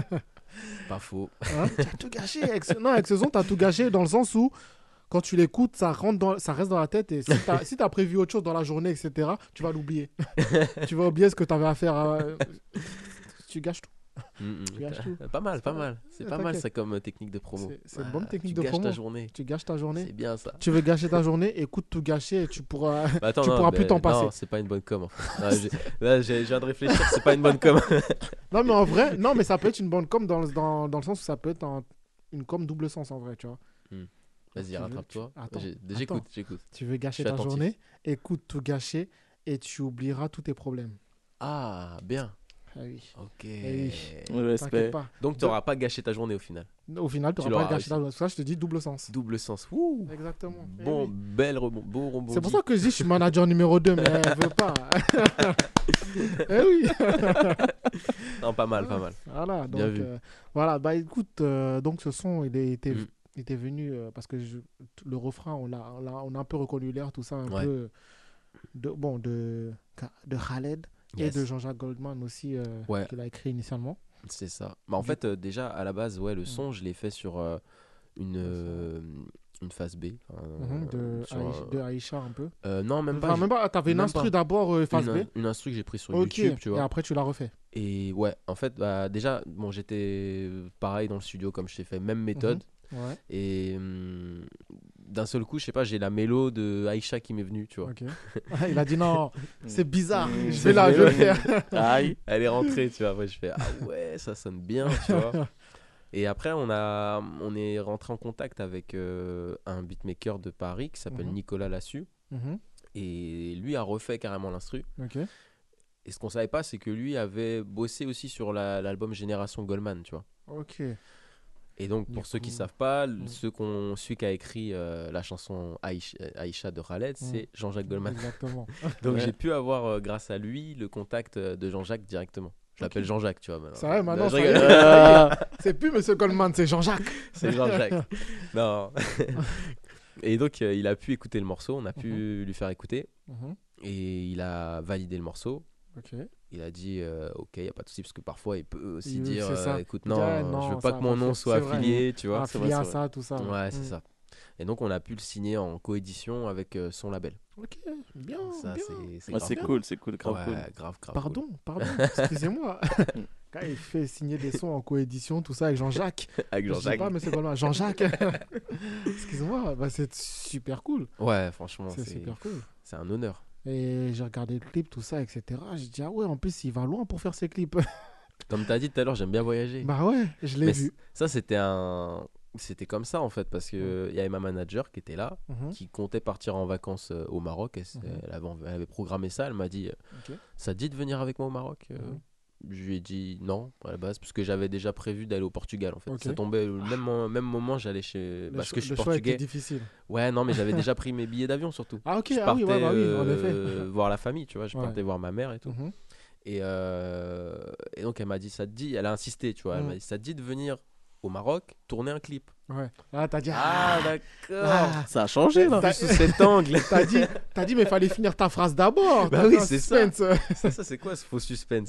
Pas faux. Hein, tu as tout gâché. Avec ce... Non, avec ce son, tu as tout gâché dans le sens où, quand tu l'écoutes, ça, rentre dans... ça reste dans la tête. Et si tu as si t'as prévu autre chose dans la journée, et cetera, tu vas l'oublier. Tu vas oublier ce que tu avais à faire. euh, Tu gâches tout. Mm, Tu gâches tout. mm. Pas mal, pas mal. C'est Ouais, pas mal t'inquiète. ça comme euh, technique de promo. C'est- c'est une Ah, bonne technique tu de gâches promo. ta journée. Tu gâches ta journée. C'est bien ça. Tu veux gâcher ta journée, écoute tout gâcher et tu pourras. Bah, attends, tu non, pourras plus mais t'en passer. Non, c'est pas une bonne com en fait. Non, j'ai- Là, j'ai- je viens de réfléchir, c'est pas une bonne com. Non, mais en vrai, non, mais ça peut être une bonne com dans, le- dans, dans le sens où ça peut être un- une com double sens en vrai, tu vois. Vas-y, Tu veux- rattrape-toi. tu- attends, J'ai- attends. J'écoute, j'écoute. Tu veux gâcher Je suis ta attentif. journée, écoute tout gâcher et tu oublieras tous tes problèmes. Ah, bien. Ah oui. Ok. Eh oui. Le respect. T'inquiète pas. Donc, tu n'auras pas gâché ta journée au final. Au final, tu Tu n'auras pas l'auras gâché ta journée. C'est pour ça que je te dis double sens. Double sens. Ouh. Exactement. Eh Bon, oui. belle rebond, beau rebond. C'est pour ça que je dis je suis manager numéro deux, mais elle veut pas. Eh oui. Non, pas mal, pas mal. Voilà, donc Bien vu. euh, voilà, bah écoute, euh, donc ce son, il était, Mm. il était venu euh, parce que je- le refrain, on l'a, on l'a- on a un peu reconnu l'air, tout ça, un Ouais. peu de, bon, de, de Khaled Yes. et de Jean-Jacques Goldman aussi, euh, Ouais. qu'il a écrit initialement. C'est ça. Bah, en Du- fait, euh, déjà, à la base, ouais, le Mm. son, je l'ai fait sur euh, une, euh, une phase B. enfin, Mhm, de, sur, Aïcha, euh, de Aïcha un peu. euh, non, même pas. Enfin, j'ai- même pas, t'avais une même instru pas. d'abord euh, phase une, B. une instru que j'ai pris sur Ok, YouTube, tu et vois. après tu l'as refait. Et ouais, en fait, bah, déjà, bon, j'étais euh, pareil dans le studio comme je t'ai fait, même méthode. Ouais, Et hum, d'un seul coup, je sais pas, j'ai la mélo de Aïcha qui m'est venue, tu vois. ok. Il a dit non, c'est bizarre, Mm. je C'est vais là, je vais le vrai. faire. Aïe. Elle est rentrée, tu vois. Après, je fais ah ouais, ça sonne bien, tu vois. Et après, on, a, on est rentré en contact avec euh, un beatmaker de Paris qui s'appelle Mhm. Nicolas Lassu. Mhm, Et lui a refait carrément l'instru. ok. Et ce qu'on savait pas, c'est que lui avait bossé aussi sur la- l'album Génération Goldman, tu vois. Ok. Et donc, Du pour ceux qui coup- savent pas, Mm. ceux qu'on, celui qui a écrit euh, la chanson Aïcha, Aïcha de Khaled, Mm. c'est Jean-Jacques Goldman. Exactement. Donc, Ouais. j'ai pu avoir, euh, grâce à lui, le contact euh, de Jean-Jacques directement. Je l'appelle Jean-Jacques, tu vois. Maintenant. Ça va, maintenant, Non, ça je y rigole. est. Ah. C'est plus Monsieur Goldman, c'est Jean-Jacques. C'est Jean-Jacques. Non. Et donc, euh, il a pu écouter le morceau, on a pu Mhm. lui faire écouter. Mhm, Et il a validé le morceau. ok. Il a dit euh, ok, il n'y a pas de souci, parce que parfois il peut aussi Oui, dire c'est ça. euh, écoute, Il dit, non, ah, je non, veux pas ça que mon va nom faire- soit c'est vrai. affilié, tu vois. Affilié à ça, tout ça. Ouais, c'est Mm. ça. Et donc, on a pu le signer en coédition avec euh, son label. Ok, bien, Ça, bien. c'est c'est Ah, grave c'est cool. cool, c'est cool, grave Ouais, cool. grave, grave. Pardon, pardon, excusez-moi. Quand il fait signer des sons en coédition, tout ça avec Jean-Jacques. cool. Avec Je dis Jean-Jacques. pas Monsieur Goldman, Jean-Jacques. Excusez-moi, bah, c'est super cool. Ouais, franchement, C'est c'est super cool. c'est un honneur. Et j'ai regardé le clip, tout ça, et cetera. J'ai dit, ah ouais, en plus, il va loin pour faire ses clips. Comme tu as dit tout à l'heure, j'aime bien voyager. Bah ouais, je l'ai Mais vu. Ça, c'était un. C'était comme ça en fait, parce qu'il il y avait ma manager qui était là, Mhm. qui comptait partir en vacances euh, au Maroc. Elle, s- Mhm. elle avait, env- elle avait programmé ça. Elle m'a dit euh, Ok. ça te dit de venir avec moi au Maroc Euh, Mhm. Je lui ai dit non à la base, parce que j'avais déjà prévu d'aller au Portugal en fait. Ok. Ça tombait au même, mo- même moment, j'allais chez. Le, Parce cho- que je suis le choix était portugais. difficile. Ouais, non, mais j'avais déjà pris mes billets d'avion surtout. Ah ok, Je ah partais oui, ouais, bah oui, en effet. euh, voir la famille, tu vois. Je Ouais. partais voir ma mère et tout. Mhm. Et, euh, et donc elle m'a dit ça te dit, elle a insisté, tu vois. Elle Mm. m'a dit ça te dit de venir au Maroc tourner un clip. Ouais. Là, t'as dit, Ah, ah, d'accord. ah. Ça a changé là. T'as- Sous cet angle. T'as dit, t'as dit, mais fallait finir ta phrase d'abord. Bah T'as oui, fait un c'est ça. suspense. ça, ça c'est quoi ce faux suspense?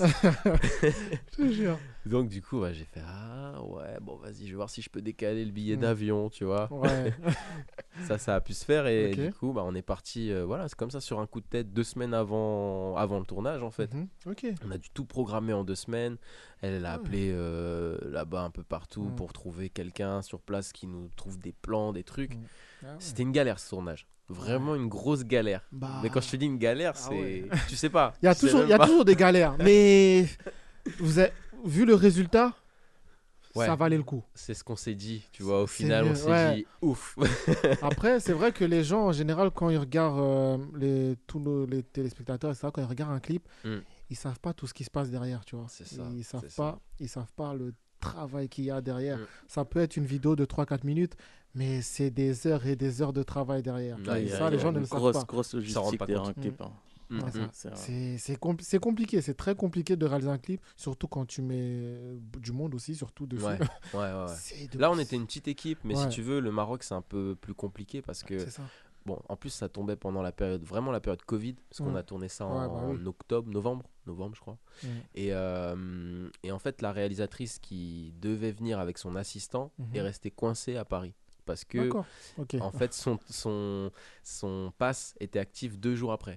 Je te jure. Donc du coup, ouais, j'ai fait ah ouais, bon vas-y, je vais voir si je peux décaler le billet Mm. d'avion, tu vois. Ouais. Ça, ça a pu se faire et Ok. du coup, bah, on est parti, euh, voilà, c'est comme ça sur un coup de tête, deux semaines avant, avant le tournage en fait. Mhm. Ok. On a dû tout programmer en deux semaines. Elle, elle a Ah. appelé euh, là-bas un peu partout Mm. pour trouver quelqu'un sur place qui nous trouve des plans, des trucs. Mm. Ah ouais. C'était une galère ce tournage. Vraiment une grosse galère. Bah, Mais quand je te dis une galère, Ah c'est. ouais. Tu sais pas. Il y a Tu sais toujours, même il y a pas. toujours des galères. Mais vous avez vu le résultat, Ouais. ça valait le coup. C'est ce qu'on s'est dit, tu vois. Au C'est final, on mieux, s'est ouais. dit ouf. Après, c'est vrai que les gens, en général, quand ils regardent euh, les, tous nos, les téléspectateurs, et cetera, quand ils regardent un clip, Mm. ils savent pas tout ce qui se passe derrière, tu vois. C'est ça, Ils savent c'est pas, ils savent pas le travail qu'il y a derrière. Mm. Ça peut être une vidéo de trois quatre minutes, mais c'est des heures et des heures de travail derrière. Ouais, et il y a- ça, il les y a gens ne une le savent grosse, pas. grosse s'en rendent logistique pas derrière compte. un clip. hein. Mm, Ouais, mm. ça. C'est vrai. C'est c'est compli- c'est compliqué, c'est très compliqué de réaliser un clip, surtout quand tu mets euh, du monde aussi, surtout dessus. Ouais, ouais, ouais, ouais. C'est de- Là, on était une petite équipe, mais si Ouais. tu veux, le Maroc, c'est un peu plus compliqué parce que, C'est ça. bon, en plus, ça tombait pendant la période, vraiment la période Covid, parce qu'on Mm. a tourné ça Ouais, en, bah oui. octobre, novembre, novembre, je crois. Mm. Et, euh, et en fait, la réalisatrice qui devait venir avec son assistant Mhm. est restée coincée à Paris. Parce que, D'accord. Ok. en fait, son, son, son pass était actif deux jours après.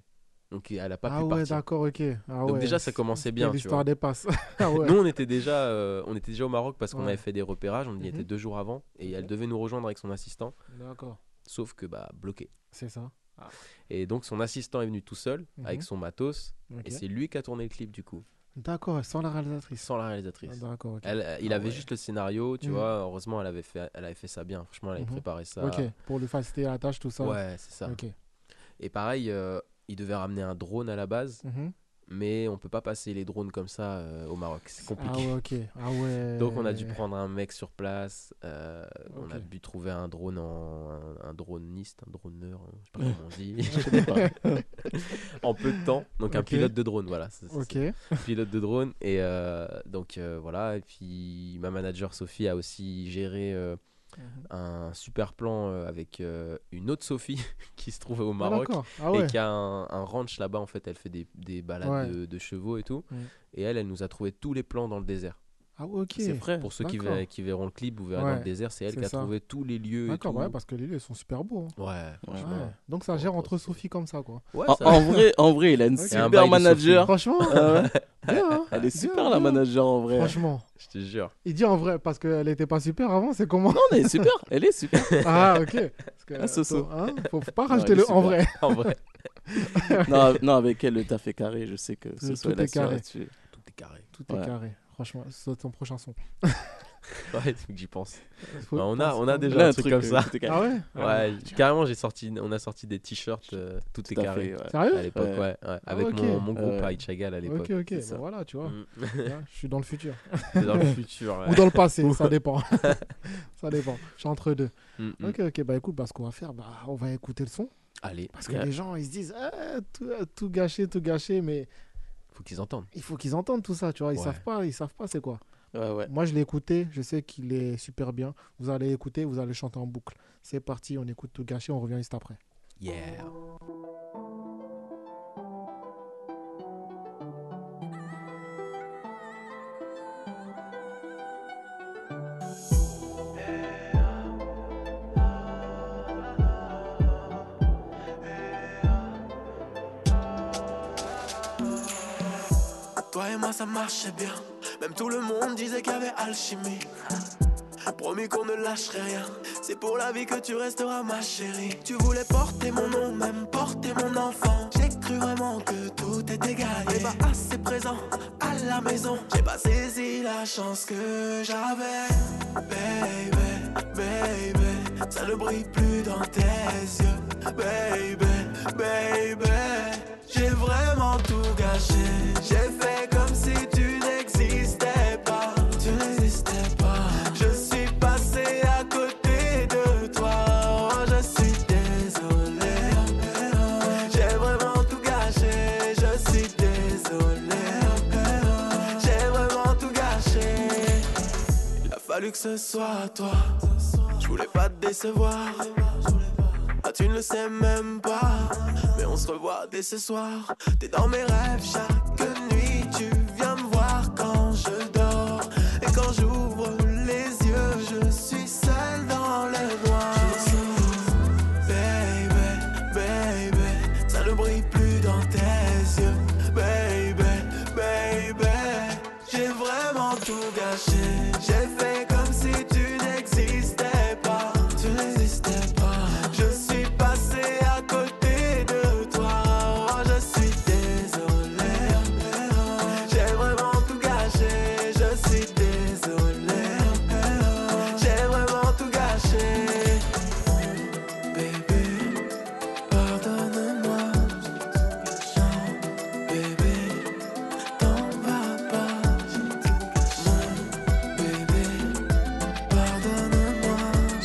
Donc elle a pas Ah pu ouais, partir. d'accord, ok. Ah Donc ouais. déjà ça commençait bien. C'était Tu vois. l'histoire des passes. Ah ouais. Nous on était déjà, euh, on était déjà au Maroc parce qu'on Ouais. avait fait des repérages. On y Mhm. était deux jours avant et elle devait nous rejoindre avec son assistant. D'accord, Sauf que bah bloqué. c'est ça. Et donc son assistant est venu tout seul Mhm. avec son matos Ok. et c'est lui qui a tourné le clip du coup, D'accord, sans la réalisatrice. sans la Ah, réalisatrice. d'accord, ok. Elle, euh, il Ah avait ouais. juste le scénario, tu Mhm. vois. Heureusement, elle avait fait, elle avait fait ça bien. Franchement, elle avait Mhm. préparé ça. Ok, pour lui faciliter la tâche, tout ça. Ouais, c'est ça. Ok. Et pareil, euh, il devait ramener un drone à la base, Mhm. mais on peut pas passer les drones comme ça euh, au Maroc. C'est Ah compliqué. ouais, ok. Ah ouais. Donc on a dû prendre un mec sur place. euh, On a Ok. dû trouver un drone en un, un droniste, un droneur, hein, je sais pas comment on dit. Je connais pas. En peu de temps. Donc un Ok. pilote de drone, voilà. c'est- c'est- Ok. pilote de drone et euh, donc euh, voilà. Et puis ma manager Sophie a aussi géré euh, un super plan euh, avec euh, une autre Sophie qui se trouve au Ah Maroc d'accord. Ah et ouais. qui a un, un ranch là-bas. En fait, elle fait des, des balades Ouais. de, de chevaux et tout. Mm. Et elle, elle nous a trouvé tous les plans dans le désert. Ah ouais, ok. C'est vrai. Pour ceux qui, D'accord. ver- qui verront le clip, vous verrez Ouais, dans le désert, c'est elle c'est qui a ça. trouvé tous les lieux et tout. D'accord, ouais, parce que les lieux ils sont super beaux. hein. Ouais, Ouais. franchement. Ouais. Donc ça Oh, gère trop entre stylé. Sophie comme ça, quoi. Ouais, En, ça- en vrai, en vrai, il a une Ok. Et un super bail de manager. Franchement, Ah ouais. bien, hein. Elle est Bien, super bien. la manager en vrai. Franchement. je te jure. Il dit en vrai parce qu'elle était pas super avant, c'est comment? Non, elle est super. Elle est super. Ah ok. Parce que, Ah, Soso. toi, hein, faut, faut pas Non, rajouter elle est le en super. vrai. En vrai, non, non, avec elle, le taf est carré. Je sais que ce Tout soit est la sœur carré. là-dessus. tout est carré. Tout est Ouais. carré. Franchement, c'est ton prochain son. Ouais, faut que j'y pense. Faut Bah, on a- penser- on a Il déjà y a un truc comme euh, ça. tout est carré. Ah ouais. Ouais, Ah, carrément, j'ai sorti, on a sorti des t-shirts, euh, tout, est Tout à carré. fait, ouais. Sérieux? À l'époque, Ouais. ouais, ouais, avec ok. mon, mon groupe Ouais. High Chagal à l'époque. Ok, ok. C'est ça. Bah voilà, tu vois. Mm. Là, je suis dans le futur. C'est dans le futur. ouais. Ou dans le passé, ça dépend. Ça dépend. Je suis entre deux. Mm, mm. Ok, ok. Bah écoute, bah, ce qu'on va faire, bah, on va écouter le son. Allez, Parce que Yeah. les gens, ils se disent, Eh, tout, tout gâché, tout gâché, mais faut qu'ils entendent. il faut qu'ils entendent tout ça, tu vois. Ils Ouais. savent pas, ils savent pas c'est quoi. Ouais, ouais. Moi, je l'ai écouté, je sais qu'il est super bien. Vous allez écouter, vous allez chanter en boucle. C'est parti, on écoute tout gâché, on revient juste après. Yeah. Toi et moi ça marchait bien. Même tout le monde disait qu'il y avait alchimie. Promis qu'on ne lâcherait rien. C'est pour la vie que tu resteras ma chérie. Tu voulais porter mon nom, même porter mon enfant. J'ai cru vraiment que tout était gagné. Mais pas assez présent à la maison. J'ai pas saisi la chance que j'avais. Baby, baby, ça ne brille plus dans tes yeux. Baby, baby, j'ai vraiment tout gâché. J'ai fait comme si tu n'existais pas. Tu n'existais pas. Je suis passé à côté de toi. Oh, je suis désolé. J'ai vraiment tout gâché. Je suis désolé. J'ai vraiment tout gâché. Il a fallu que ce soit toi. Je voulais pas te décevoir. Ah, tu ne le sais même pas. Mais on se revoit dès ce soir. T'es dans mes rêves chaque nuit. Tu viens me voir quand je dors. Et quand j'ouvre les yeux, je suis seul dans le noir. Baby, baby, ça ne brille plus dans tes yeux. Baby, baby, j'ai vraiment tout gâché. J'ai fait comme si tu n'existais pas. Tu n'existais pas. Je suis passé à côté de toi. Oh, je suis désolé. J'ai vraiment tout gâché. Je suis désolé. J'ai vraiment tout gâché. Bébé, pardonne-moi. Non, bébé, t'en vas pas. Non, bébé, pardonne-moi.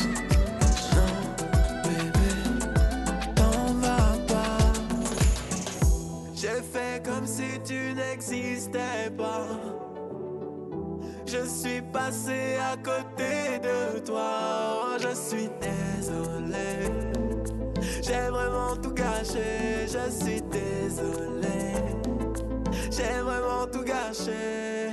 Non, bébé, t'en vas pas. J'ai fait comme si tu n'existais pas. Je suis passé à côté de toi. Oh, je suis désolé. J'ai vraiment tout gâché. Je suis désolé. J'ai vraiment tout gâché.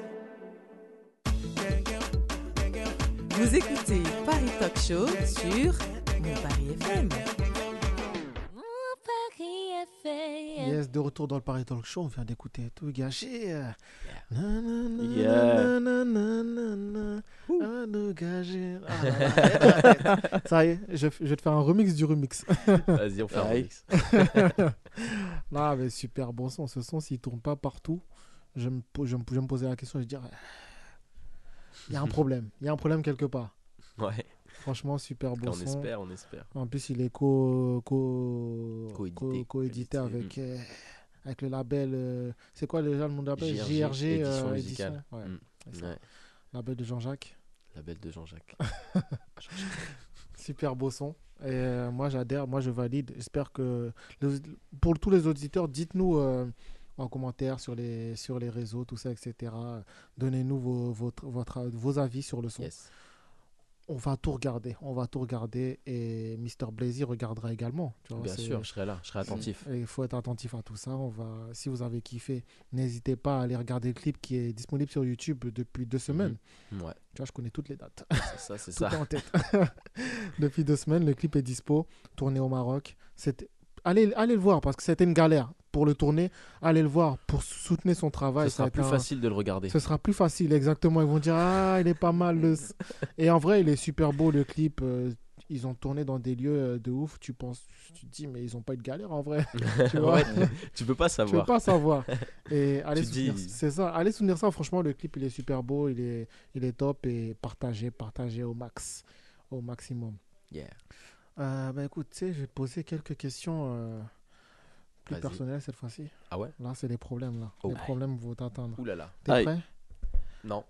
Vous écoutez Paris Talk Show sur Mon Paris F M. Mon Paris F M. yes, de retour dans le Paris Talk Show, on vient d'écouter Tout gâché. Yeah. Yeah. Tout gâché. Ah, là, là, arrête, arrête. Ça y est, je, je vais te faire un remix du remix. Vas-y, on fait un Aïe. remix. Non, mais super bon son. Ce son, s'il tourne pas partout, je me, po- je me, je me posais la question, je me dire, il y a un problème. Il y a un problème quelque part. Ouais, Franchement, super beau on son. espère, on espère. En plus, il est co, co, Co-édité. co- co-édité Co-édité. avec, euh, avec le label. euh, c'est quoi déjà le nom de label J R G, J R G édition euh, musicale. édition. Ouais, Mm. c'est ça. Ouais, Label de Jean-Jacques. label de Jean-Jacques. Super beau son. Et euh, moi, j'adhère. Moi, je valide. J'espère que. le- pour tous les auditeurs, dites-nous euh, en commentaire sur les, sur les réseaux, tout ça, et cetera. Donnez-nous vos, votre, votre, vos avis sur le son. Yes. On va tout regarder. On va tout regarder. Et Mister Blazy regardera également. Tu vois, Bien c'est- sûr, je serai là, je serai attentif. Et il faut être attentif à tout ça. On va, si vous avez kiffé, n'hésitez pas à aller regarder le clip qui est disponible sur YouTube depuis deux semaines. Ouais, Tu vois, je connais toutes les dates. c'est ça, c'est Tout ça. est en tête. Depuis deux semaines, le clip est dispo, tourné au Maroc. C'était... Allez, allez le voir parce que c'était une galère pour le tourner. Allez le voir pour soutenir son travail. Ce Ça a sera été plus un- facile de le regarder. Ce sera plus facile, exactement. Ils vont dire, ah, il est pas mal. Le... Et en vrai, il est super beau, le clip. euh, Ils ont tourné dans des lieux euh, de ouf. Tu penses, tu te dis, mais ils ont pas eu de galère en vrai. Tu vois, Ouais, tu peux pas tu veux savoir. pas savoir. Et allez Tu soutenir, dis- c'est ça. Allez soutenir ça. Franchement, le clip, il est super beau. Il est, il est top. Et partagez, partagez au max, au maximum. Yeah. Euh, bah écoute, tu sais, je vais te poser quelques questions euh, plus Vas-y. personnelles cette fois-ci. Ah ouais? Là, c'est les problèmes là. Oh. Les problèmes vont t'atteindre. Ouh là là. T'es Aïe. prêt? Non,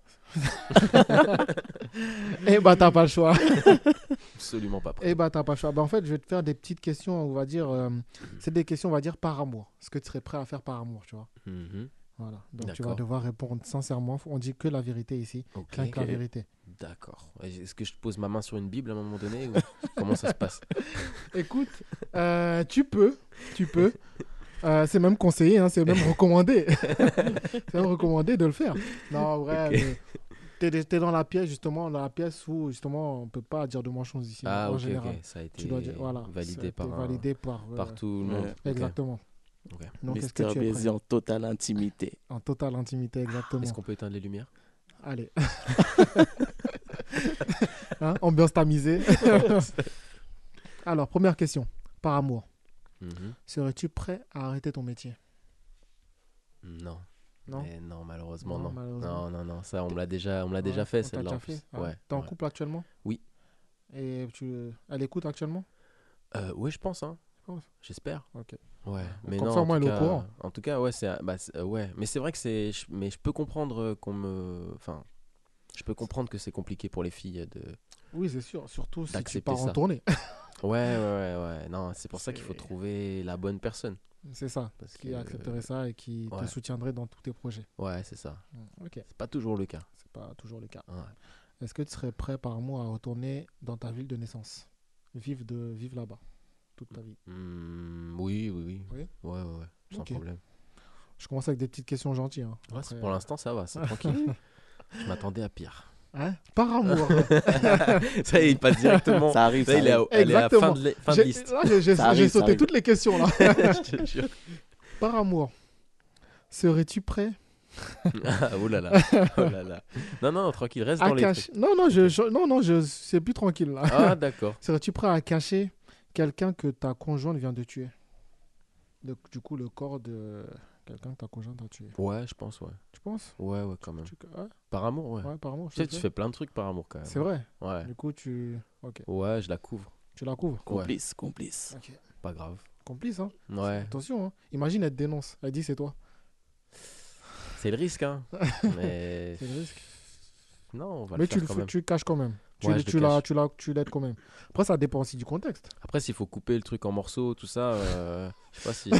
Eh bah t'as pas le choix. absolument pas prêt. Eh bah t'as pas le choix. Bah en fait, je vais te faire des petites questions, on va dire. euh, c'est des questions, on va dire, par amour. Ce que tu serais prêt à faire par amour, tu vois. Mhm. Voilà. Donc tu vas D'accord. devoir répondre sincèrement. On dit que la vérité ici. Ok. Rien que la vérité. D'accord. Est-ce que je te pose ma main sur une Bible à un moment donné ou comment ça se passe? Écoute, euh, tu peux, tu peux. Euh, c'est même conseillé, hein, c'est même recommandé. C'est même recommandé de le faire. Non, en vrai, Ok. mais t'es, t'es dans la pièce, justement, dans la pièce où, justement, on peut pas dire de mensonges ici, Ah en ok, général. ok. Ça a été Tu dois dire, voilà, ça a validé été par, un- validé par, euh, par tout le monde. Ouais. Ok. Exactement. Ok. Donc, est-ce que Mister tu es Blazy prêt? en totale intimité. En totale intimité, exactement. Est-ce qu'on peut éteindre les lumières? Allez. Hein, ambiance tamisée. Alors, première question. Par amour, Mhm. serais-tu prêt à arrêter ton métier? Non. Non. Eh non, malheureusement Non, non. malheureusement. Non, non, non. Ça, on me l'a déjà, on me l'a Ouais, déjà on fait t'a celle-là. déjà en plus. fait Ah, Ouais. T'es en ouais. couple actuellement? Oui. Et tu... elle écoute actuellement? Euh, ouais, je pense. Hein. Tu penses? J'espère. Ok. Ouais. Mais Comme non. ça, au en moins, tout elle est au cas- courant. En tout cas, ouais, c'est, bah, c'est- euh, ouais. Mais c'est vrai que c'est, je- mais je peux comprendre euh, qu'on me, enfin, je peux comprendre que c'est compliqué pour les filles de. Oui, c'est sûr. Surtout si tu D'accepter pars en ça. tournée. Ouais, ouais, ouais, ouais. Non, c'est pour ça qu'il faut C'est- trouver la bonne personne. C'est ça. Parce Qui que- accepterait ça et qui te ouais. soutiendrait dans tous tes projets. Ouais, c'est ça. Ok. C'est pas toujours le cas. C'est pas toujours le cas. Ouais. Est-ce que tu serais prêt par amour à retourner dans ta ville de naissance? Vivre, de... Vivre là-bas toute ta vie. Hmm, oui, oui, oui. Oui Ouais, ouais, ouais. Sans Ok. problème. Je commence avec des petites questions gentilles. Hein. Ouais, c'est- Après, pour l'instant, ça va, c'est tranquille. Je m'attendais à pire. hein Par amour. Ça y est, il passe directement. Ça arrive, Ça, ça il est à, arrive. elle est à fin Exactement. de, li- fin de J'ai- liste. là, j'ai j'ai- Ça arrive, j'ai ça sauté arrive. toutes les questions là. Je te jure. Par amour, serais-tu prêt Ah, oh là là. Oh là là. Non, non, tranquille, reste à dans les cacher trucs. Non, non, je, je- non, non, je c'est plus tranquille là. Ah, d'accord. Serais-tu prêt à cacher quelqu'un que ta conjointe vient de tuer? Le- du coup, le corps de quelqu'un que ta conjointe a tué. Ouais, je pense, ouais. Tu penses? Ouais, ouais, quand même. Tu- ouais, Par amour, ouais. ouais, par amour. Tu sais, je tu sais. fais plein de trucs par amour quand même. C'est vrai. Ouais. Du coup, tu. Ok. Ouais, je la couvre. Tu la couvres. Ouais, Complice, complice. Ok. pas grave. Complice, hein. Ouais. Attention, hein. Imagine, elle te dénonce. Elle dit c'est toi. C'est le risque, hein. Mais. C'est le risque. Non, on va Mais le tu faire le quand fais- même. tu caches quand même. Tu, Ouais, le- je le tu, la, cache. tu, la, tu l'aides quand même. Après, ça dépend aussi du contexte. Après, s'il faut couper le truc en morceaux, tout ça, euh, je sais pas si.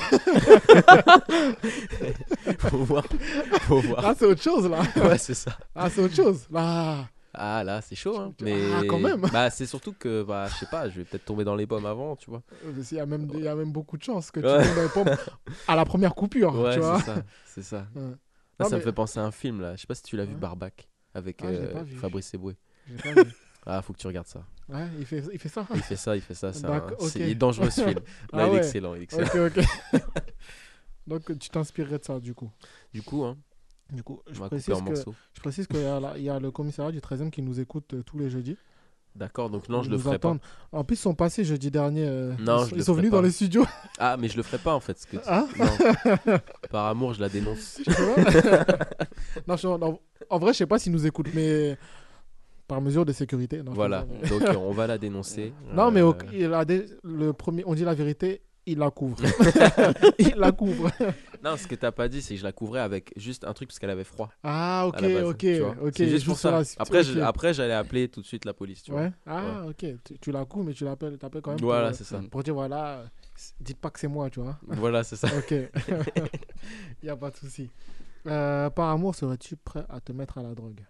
Faut voir. Faut voir. Ah, c'est autre chose là. Ouais, c'est ça. Ah, c'est autre chose. Là. Ah là, c'est chaud, hein. Tu- Mais Ah, quand même. Bah, c'est surtout que, bah, je sais pas, je vais peut-être tomber dans les pommes avant, tu vois. Euh, Il y, a même, il y a même beaucoup de chances que tu Ouais. tombes dans les pommes à la première coupure. Ouais, tu vois. c'est ça, c'est ça. Ouais. Là, Non, ça mais- me fait penser à un film là. Je sais pas si tu l'as vu, Ouais. Barbac, avec Ah, je l'ai euh, pas vu. Fabrice Eboué. J'ai pas vu. Ah, faut que tu regardes ça. Ouais, il fait, il fait ça. Il fait ça, il fait ça. C'est un- D'accord, c'est- ok. Il est dangereux ce film. Là, Ah il est ouais. excellent, il est excellent. Ok, ok. Donc, tu t'inspirerais de ça, du coup. Du coup, hein, Du coup, on je va couper précise en que, morceaux. je précise qu'il y, a la- il y a le commissariat du treizième qui nous écoute euh, tous les jeudis. D'accord, donc non, Ils je le nous ferai attendent. En plus, ils sont passés jeudi dernier. euh, Non, ils, je sont- le ils sont ferai venus pas. dans les studios. pas. Ah, mais je le ferai pas en fait. Ce que tu... Ah non. Par amour, je la dénonce. Tu vois non, je- non, en vrai, je sais pas s'ils nous écoutent, mais par mesure de sécurité. Non, je Voilà, plaisante. donc euh, on va la dénoncer. Non, mais au- Euh, il a des- le premier, on dit la vérité, il la couvre. il la couvre. Non, ce que t'as pas dit, c'est que je la couvrais avec juste un truc parce qu'elle avait froid. Ah, à ok, la base, ok, tu vois. ok. C'est juste pour sur ça. la- Après, ok. je- après, j'allais appeler tout de suite la police, tu vois. Ouais. Ah, ok. Tu, tu la couvres, mais tu l'appelles, t'appelles quand même. Voilà, pour, c'est ça. pour dire voilà, euh, dites pas que c'est moi, tu vois. Voilà, c'est ça. Ok. Il n'y a pas de souci. Euh, par amour, serais-tu prêt à te mettre à la drogue?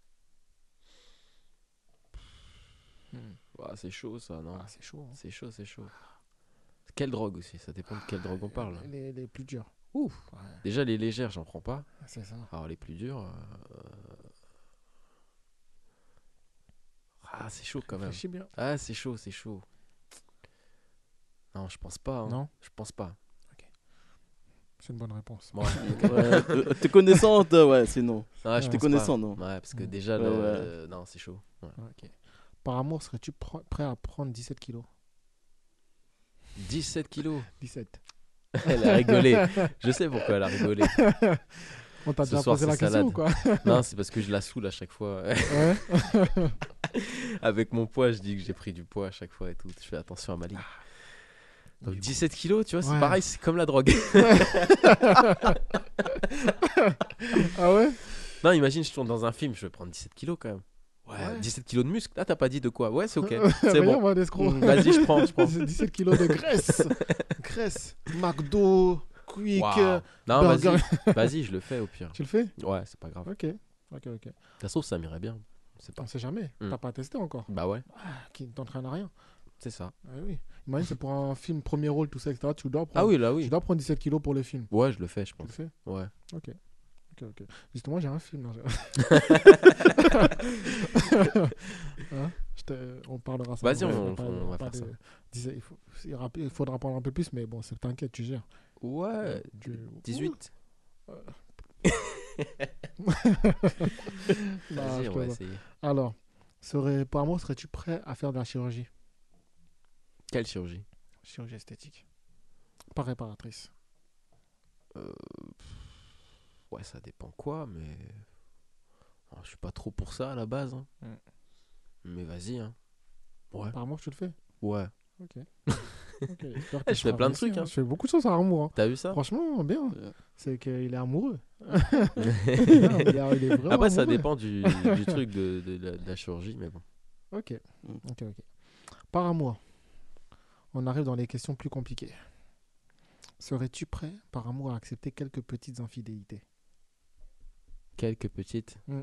Ouah, c'est chaud ça, non? Ah, c'est chaud. hein. C'est chaud, c'est chaud. Quelle drogue aussi? Ça dépend de quelle drogue on parle. Les, les plus durs. Ouf. Ouais, Déjà, les légères, j'en prends pas. c'est ça. Alors, les plus durs. euh, Ah, c'est chaud quand même. Réfléchis bien. Ah, c'est chaud, c'est chaud. Non, je pense pas. hein. Non, Je pense pas. c'est une bonne réponse. Bon, Ouais, euh, T'es connaissante, ouais, c'est non. ouais, je Ouais. pense T'es pas. connaissant, non. Ouais, parce que Ouais. déjà, Ouais, le- ouais. euh, non, c'est chaud. Ouais. Ok. Par amour, serais-tu pr- prêt à prendre dix-sept kilos? dix-sept kilos. dix-sept. Elle a rigolé. Je sais pourquoi elle a rigolé. On t'a Ce déjà soir, posé c'est la question salade. ou quoi? Non, c'est parce que je la saoule à chaque fois. Ouais. Avec mon poids, je dis que j'ai pris du poids à chaque fois et tout. Je fais attention à ma ligne. Donc Du coup- dix-sept kilos, tu vois, c'est Ouais. pareil, c'est comme la drogue. Ah ouais? Non, imagine, je tourne dans un film, je vais prendre dix-sept kilos quand même. Ouais, Ouais. dix-sept kilos de muscle. Ah, t'as pas dit de quoi? Ouais, c'est ok. Regarde, C'est bon. moi, l'escroc. Mm, Vas-y, je prends, je prends. dix-sept kilos de graisse. Graisse. McDo, Quick. Waouh. euh, Non, burger. vas-y. Vas-y, je le fais au pire. Tu le fais? Ouais, c'est pas grave. Ok. Ok, ok. Ça se trouve, ça m'irait bien. C'est pas. On sait jamais. Mm. T'as pas testé encore. Bah ouais, Qui ne t'entraîne à rien. c'est ça. Ah oui. Imagine, c'est pour un film premier rôle, tout ça, et cetera. Tu dois Ah prendre, oui, là, tu oui. dois prendre dix-sept kilos pour le film. Ouais, je le fais, je Tu le pense. fais? Ouais. Ok. Ok, ok. Justement, j'ai un film. là. Hein Je te- On parlera ça. Vas-y, après, on- pas- on va pas faire de- ça. dix- Il, faut- il ra- il faudra prendre un peu plus, mais bon, c'est- t'inquiète, tu gères. Ouais, Tu- dix-huit. Non, Vas-y, je on va plaisante. essayer. Alors, serais, par amour, serais-tu prêt à faire de la chirurgie? Quelle chirurgie? Chirurgie esthétique. Pas réparatrice. Ouais, ça dépend quoi, mais. Oh, je suis pas trop pour ça à la base. hein. Mm. Mais vas-y, hein. Ouais. Par amour, tu le fais? Ouais. Ok. Ok, j'espère Eh, que je tu fais plein de feras trucs, aussi, hein. Je fais beaucoup de choses par amour. hein. T'as vu ça? Franchement, bien. Ouais. C'est qu'il est amoureux. Non, il, est, il est vraiment Après, ça amoureux. dépend du, du truc de, de la, de la chirurgie, mais bon. Ok. Mm. Ok, ok. Par amour, on arrive dans les questions plus compliquées. Serais-tu prêt, par amour, à accepter quelques petites infidélités? Quelques petites. Mm.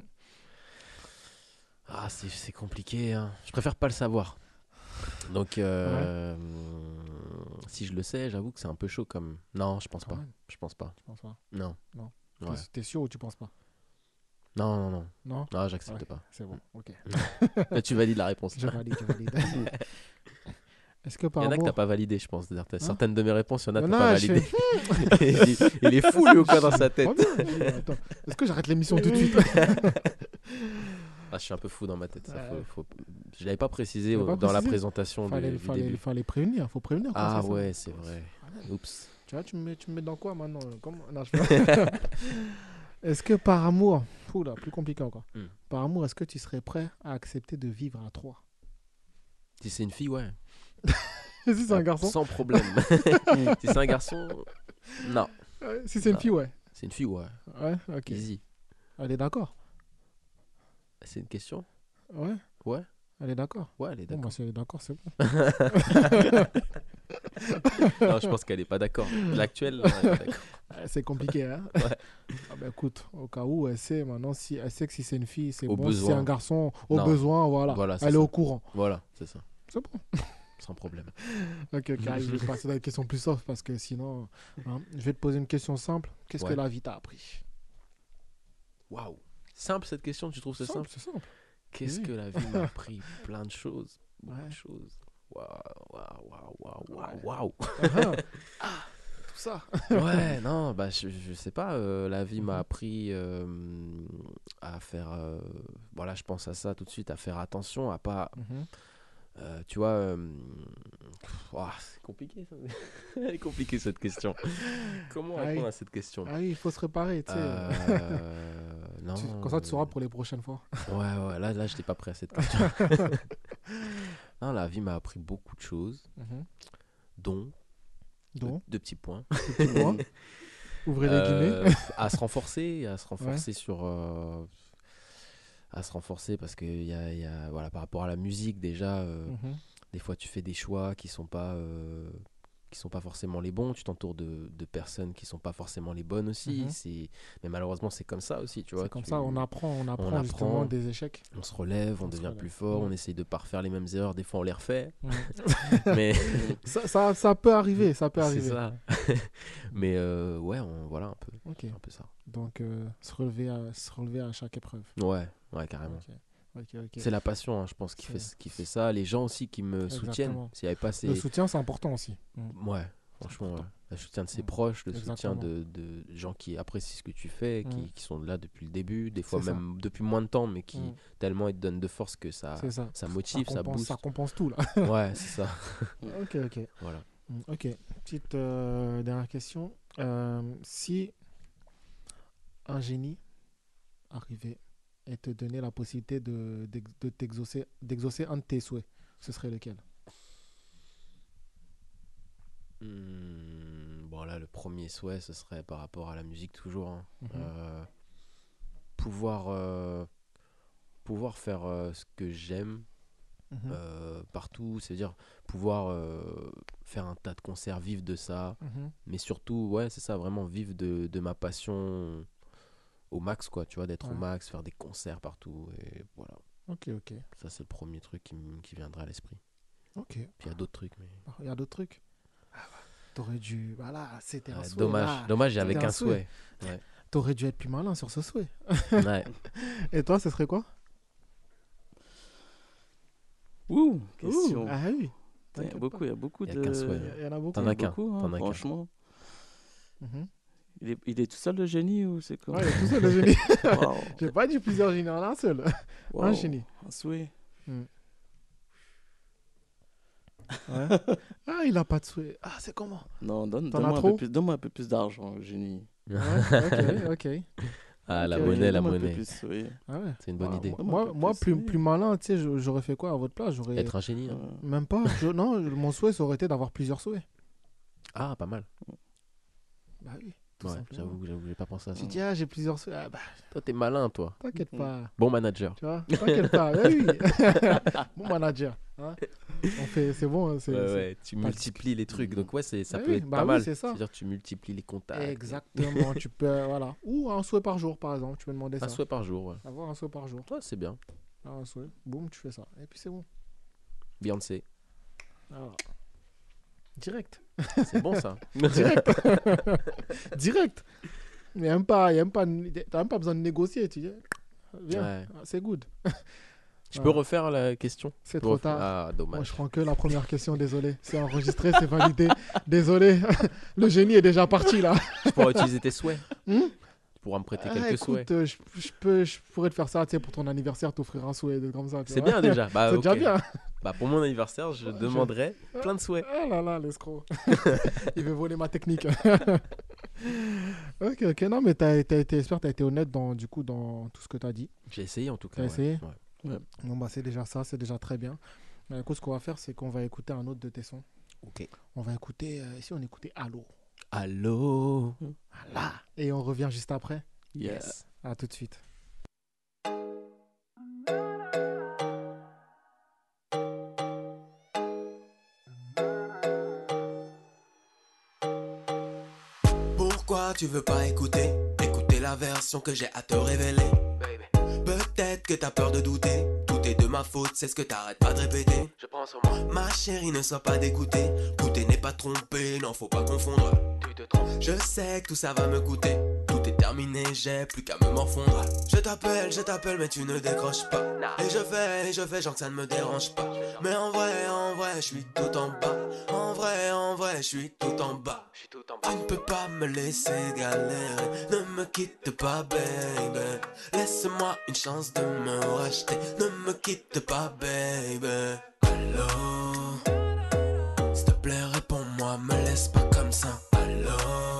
Ah, c'est c'est compliqué, hein. Je préfère pas le savoir. Donc, euh, si je le sais, j'avoue que c'est un peu chaud comme. Non, je pense Quand pas. même, Je pense pas. je pense pas. Non. Non. Ouais. T'es- T'es sûr ou tu penses pas? Non, non, non. Non? Non, j'accepte Ouais. pas. C'est bon, ok. Là, tu valides la réponse. Je valide, je valide. Est-ce que Il par y en a que amour... t'as pas validé, je pense. D'ailleurs, t'as- Hein certaines de mes réponses, il y en a que Non, t'as pas je validé. il, il est fou, lui, ou quoi, dans sa tête? Oh, bien. Attends, est-ce que j'arrête l'émission tout de suite? Ah, je suis un peu fou dans ma tête. Ça, Ouais. faut, faut... Je l'avais pas précisé Tu l'avais au- pas dans la précisé présentation fallait, du, du fallait, début. fallait prévenir, faut prévenir. quand Ah c'est ça. ouais, c'est vrai. Oups. Tu vois, tu me mets, tu me mets dans quoi maintenant? Comment... Non, je peux pas. Est-ce que par amour, oula, plus compliqué encore. Hmm. Par amour, est-ce que tu serais prêt à accepter de vivre à trois? Si c'est une fille, ouais. Si c'est un Ah, garçon? Sans problème. Si c'est un garçon, non. Ouais, si c'est une Non. fille, ouais. C'est une fille, ouais. Ouais, ok. Easy. Elle est d'accord? C'est une question? Ouais. Ouais. Elle est d'accord? Ouais, elle est Bon, d'accord. bah, si elle est d'accord, c'est bon. Non, je pense qu'elle est pas d'accord. L'actuelle, non, elle est pas d'accord. Ouais, c'est compliqué, hein? Ouais. Ah bah écoute, au cas où, elle sait maintenant, si elle sait que si c'est une fille, c'est Au bon. Si c'est besoin. un garçon, au Non. besoin, voilà. Voilà, c'est elle est ça. au courant. Voilà, c'est ça. C'est bon. Sans problème. Ok, ok, allez, je vais passer à la question plus soft parce que sinon, hein, je vais te poser une question simple. Qu'est-ce que Ouais. la vie t'a appris? Waouh. Simple cette question, tu trouves c'est simple? C'est simple. Qu'est-ce Oui. que la vie m'a appris? Plein de choses. Beaucoup Ouais. de choses. Waouh, waouh, waouh, waouh, waouh, waouh. Ah, tout ça. Ouais, non, bah, je, je sais pas. euh, la vie m'a appris euh, à faire. euh, voilà, je pense à ça tout de suite, à faire attention, à pas. Mhm. euh, tu vois. euh, pff, ouah, c'est compliqué, ça. Elle est compliquée, cette question. Comment Ah oui. répondre à cette question? Ah oui, il faut se réparer, tu sais. Euh, non. Tu- Comme ça, tu sauras pour les prochaines fois. Ouais, ouais, là, là je n'étais pas prêt à cette question. Non, la vie m'a appris beaucoup de choses, Mhm. dont Donc, deux petits points. petit point. Ouvrez les Euh, guillemets. à se renforcer, à se renforcer sur. euh, à se renforcer parce que y a, y a, voilà, par rapport à la musique, déjà, euh, Mhm. des fois tu fais des choix qui sont pas. euh, qui sont pas forcément les bons, tu t'entoures de, de personnes qui sont pas forcément les bonnes aussi, Mhm. c'est mais malheureusement c'est comme ça aussi, tu vois. C'est comme tu- ça, on apprend, on apprend apprend. justement des échecs. on se relève, on, On se devient relève. plus fort, Mhm. on essaye de pas refaire les mêmes erreurs, des fois on les refait, Mhm. mais ça, ça, ça peut arriver, ça peut c'est arriver. ça. Mais euh, ouais, on, voilà un peu, Ok. un peu ça. Donc, euh, se, relever à, se relever à chaque épreuve. Ouais, ouais, carrément. Ok, ok, ok. C'est la passion, hein, je pense, qui C'est- fait, qui fait ça. Les gens aussi qui me Exactement. soutiennent. S'il n'y avait pas ces... Le soutien, c'est important aussi. Mhm. Ouais, franchement, ouais. important. Le soutien de ses Mm. proches, le Exactement. soutien de, de gens qui apprécient ce que tu fais, qui, Mm. qui sont là depuis le début, des fois C'est ça. même depuis moins de temps, mais qui Mm. tellement ils te donnent de force que ça, C'est ça. ça motive, ça, compense, booste. ça compense tout, là. Ouais, c'est ça. Ok, ok. Voilà. Mm, Ok. Petite euh, dernière question. Euh, si un génie arrivait et te donnait la possibilité de, d'ex- de t'exaucer, d'exaucer un de tes souhaits, ce serait lequel? Hmm, bon, là, le premier souhait, ce serait par rapport à la musique, toujours. hein. Mhm. Euh, pouvoir, euh, pouvoir faire euh, ce que j'aime Mhm. euh, partout, c'est-à-dire pouvoir euh, faire un tas de concerts, vivre de ça, Mhm. mais surtout, ouais, c'est ça, vraiment vivre de, de ma passion au max, quoi, tu vois, d'être au Ouais. max, faire des concerts partout, et voilà. Ok, ok. Ça, c'est le premier truc qui, me- qui viendra à l'esprit. Ok. Puis il y a d'autres trucs, mais... Il y a d'autres trucs. T'aurais dû. Voilà, c'était un Ouais, souhait. dommage, là. dommage, C'était avec un un souhait. souhait. Ouais. T'aurais dû être plus malin sur ce souhait. Ouais. Et toi, ce serait quoi? Ouh, Ouh, question. ah oui. Il y a T'inquiète beaucoup, pas. il y a beaucoup Il y de. a qu'un souhait. Il y en a beaucoup. T'en as qu'un. beaucoup, hein, T'en as qu'un. franchement. Mhm. Il est, il est tout seul le génie ou c'est quoi? Ouais, il est tout seul, le génie. Wow. J'ai pas dit plusieurs génies, en un seul. Wow. Un génie. Un souhait. Ouais. Ah, il a pas de souhait. Ah, c'est comment? Non, donne, T'en as donne-moi un trop peu plus, donne-moi un peu plus d'argent, génie. Ouais, ok, ok. Ah, la Ok, monnaie, la donne-moi un peu monnaie. plus, oui. Ah ouais. C'est une bonne Bah, idée. Moi, Donne-moi un moi, peu moi, plus, plus, oui. plus malin, tu sais, je- j'aurais fait quoi à votre place? J'aurais. Être un génie. hein. Euh, Même pas. je- Non, mon souhait, ça aurait été d'avoir plusieurs souhaits. Ah, pas mal. Bah oui. Tout Ouais, simplement. j'avoue, j'avoue, j'ai pas pensé à ça. Tu dis, ah, j'ai plusieurs souhaits. Ah, bah, Toi, t'es malin, toi. t'inquiète pas. Bon manager. Tu vois, t'inquiète pas. Ah oui. Bon manager. Hein. On fait, c'est bon. C'est, Ouais, c'est- ouais, tu pas- multiplies les trucs. Donc, ouais, c'est, ça Ouais, peut oui, être bah pas oui, mal. c'est ça. C'est-à-dire, tu multiplies les contacts. Exactement. Tu peux, voilà. Ou un souhait par jour, par exemple. Tu peux demander ça. Un souhait par jour, ouais. Avoir un souhait par jour. Toi, c'est bien. Ah, un souhait. Boum, tu fais ça. Et puis c'est bon. Beyoncé. Voilà. Direct. C'est bon, ça. Direct. Direct. Il n'y a même pas, il y a même pas, t'as même pas besoin de négocier. Tu dis, viens, Ouais. c'est good. Je peux refaire la question? C'est Je peux trop refaire- tard. Ah, Moi, dommage. je prends que la première question, désolé. C'est enregistré, c'est validé. Désolé. Le génie est déjà parti là. Je pourrais utiliser tes souhaits. Hmm Tu pourras me prêter Ah, quelques écoute, souhaits. euh, je, je peux, je pourrais te faire ça, tu sais, pour ton anniversaire, t'offrir un souhait, des trucs comme ça. tu C'est vois. bien déjà. Bah, C'est ok. déjà bien. Bah, pour mon anniversaire, je demanderai plein de souhaits. Ah là là, l'escroc. Il veut voler ma technique. Ok, ok. Non, mais t'as, t'as été, j'espère que t'as été honnête dans, du coup, dans tout ce que t'as dit. J'ai essayé en tout cas. T'as ouais. essayé Ouais. Bon, bah, c'est déjà ça, c'est déjà très bien. Mais écoute, ce qu'on va faire, c'est qu'on va écouter un autre de tes sons. Ok. On va écouter, euh, ici, on écoutait Allo. Allô. Voilà. Et on revient juste après. Yes. À tout de suite. Pourquoi tu veux pas écouter? Écouter la version que j'ai à te révéler. Peut-être que t'as peur de douter. Tout est de ma faute, c'est ce que t'arrêtes pas de répéter. Je prends sur moi. Ma chérie, ne sois pas dégoûtée. Goûter n'est pas tromper, non faut pas confondre. Tu te trompes. Je sais que tout ça va me coûter. Tout tout est terminé, j'ai plus qu'à me morfondre. Je t'appelle, je t'appelle, mais tu ne décroches pas. Et je fais, et je fais genre que ça ne me dérange pas. Mais en vrai, en vrai, je suis tout en bas. En vrai, en vrai, je suis tout en bas. Tu ne peux pas me laisser galérer. Ne me quitte pas, baby. Laisse-moi une chance de me racheter. Ne me quitte pas, baby. Allô, s'il te plaît, réponds-moi, me laisse pas comme ça. Allô,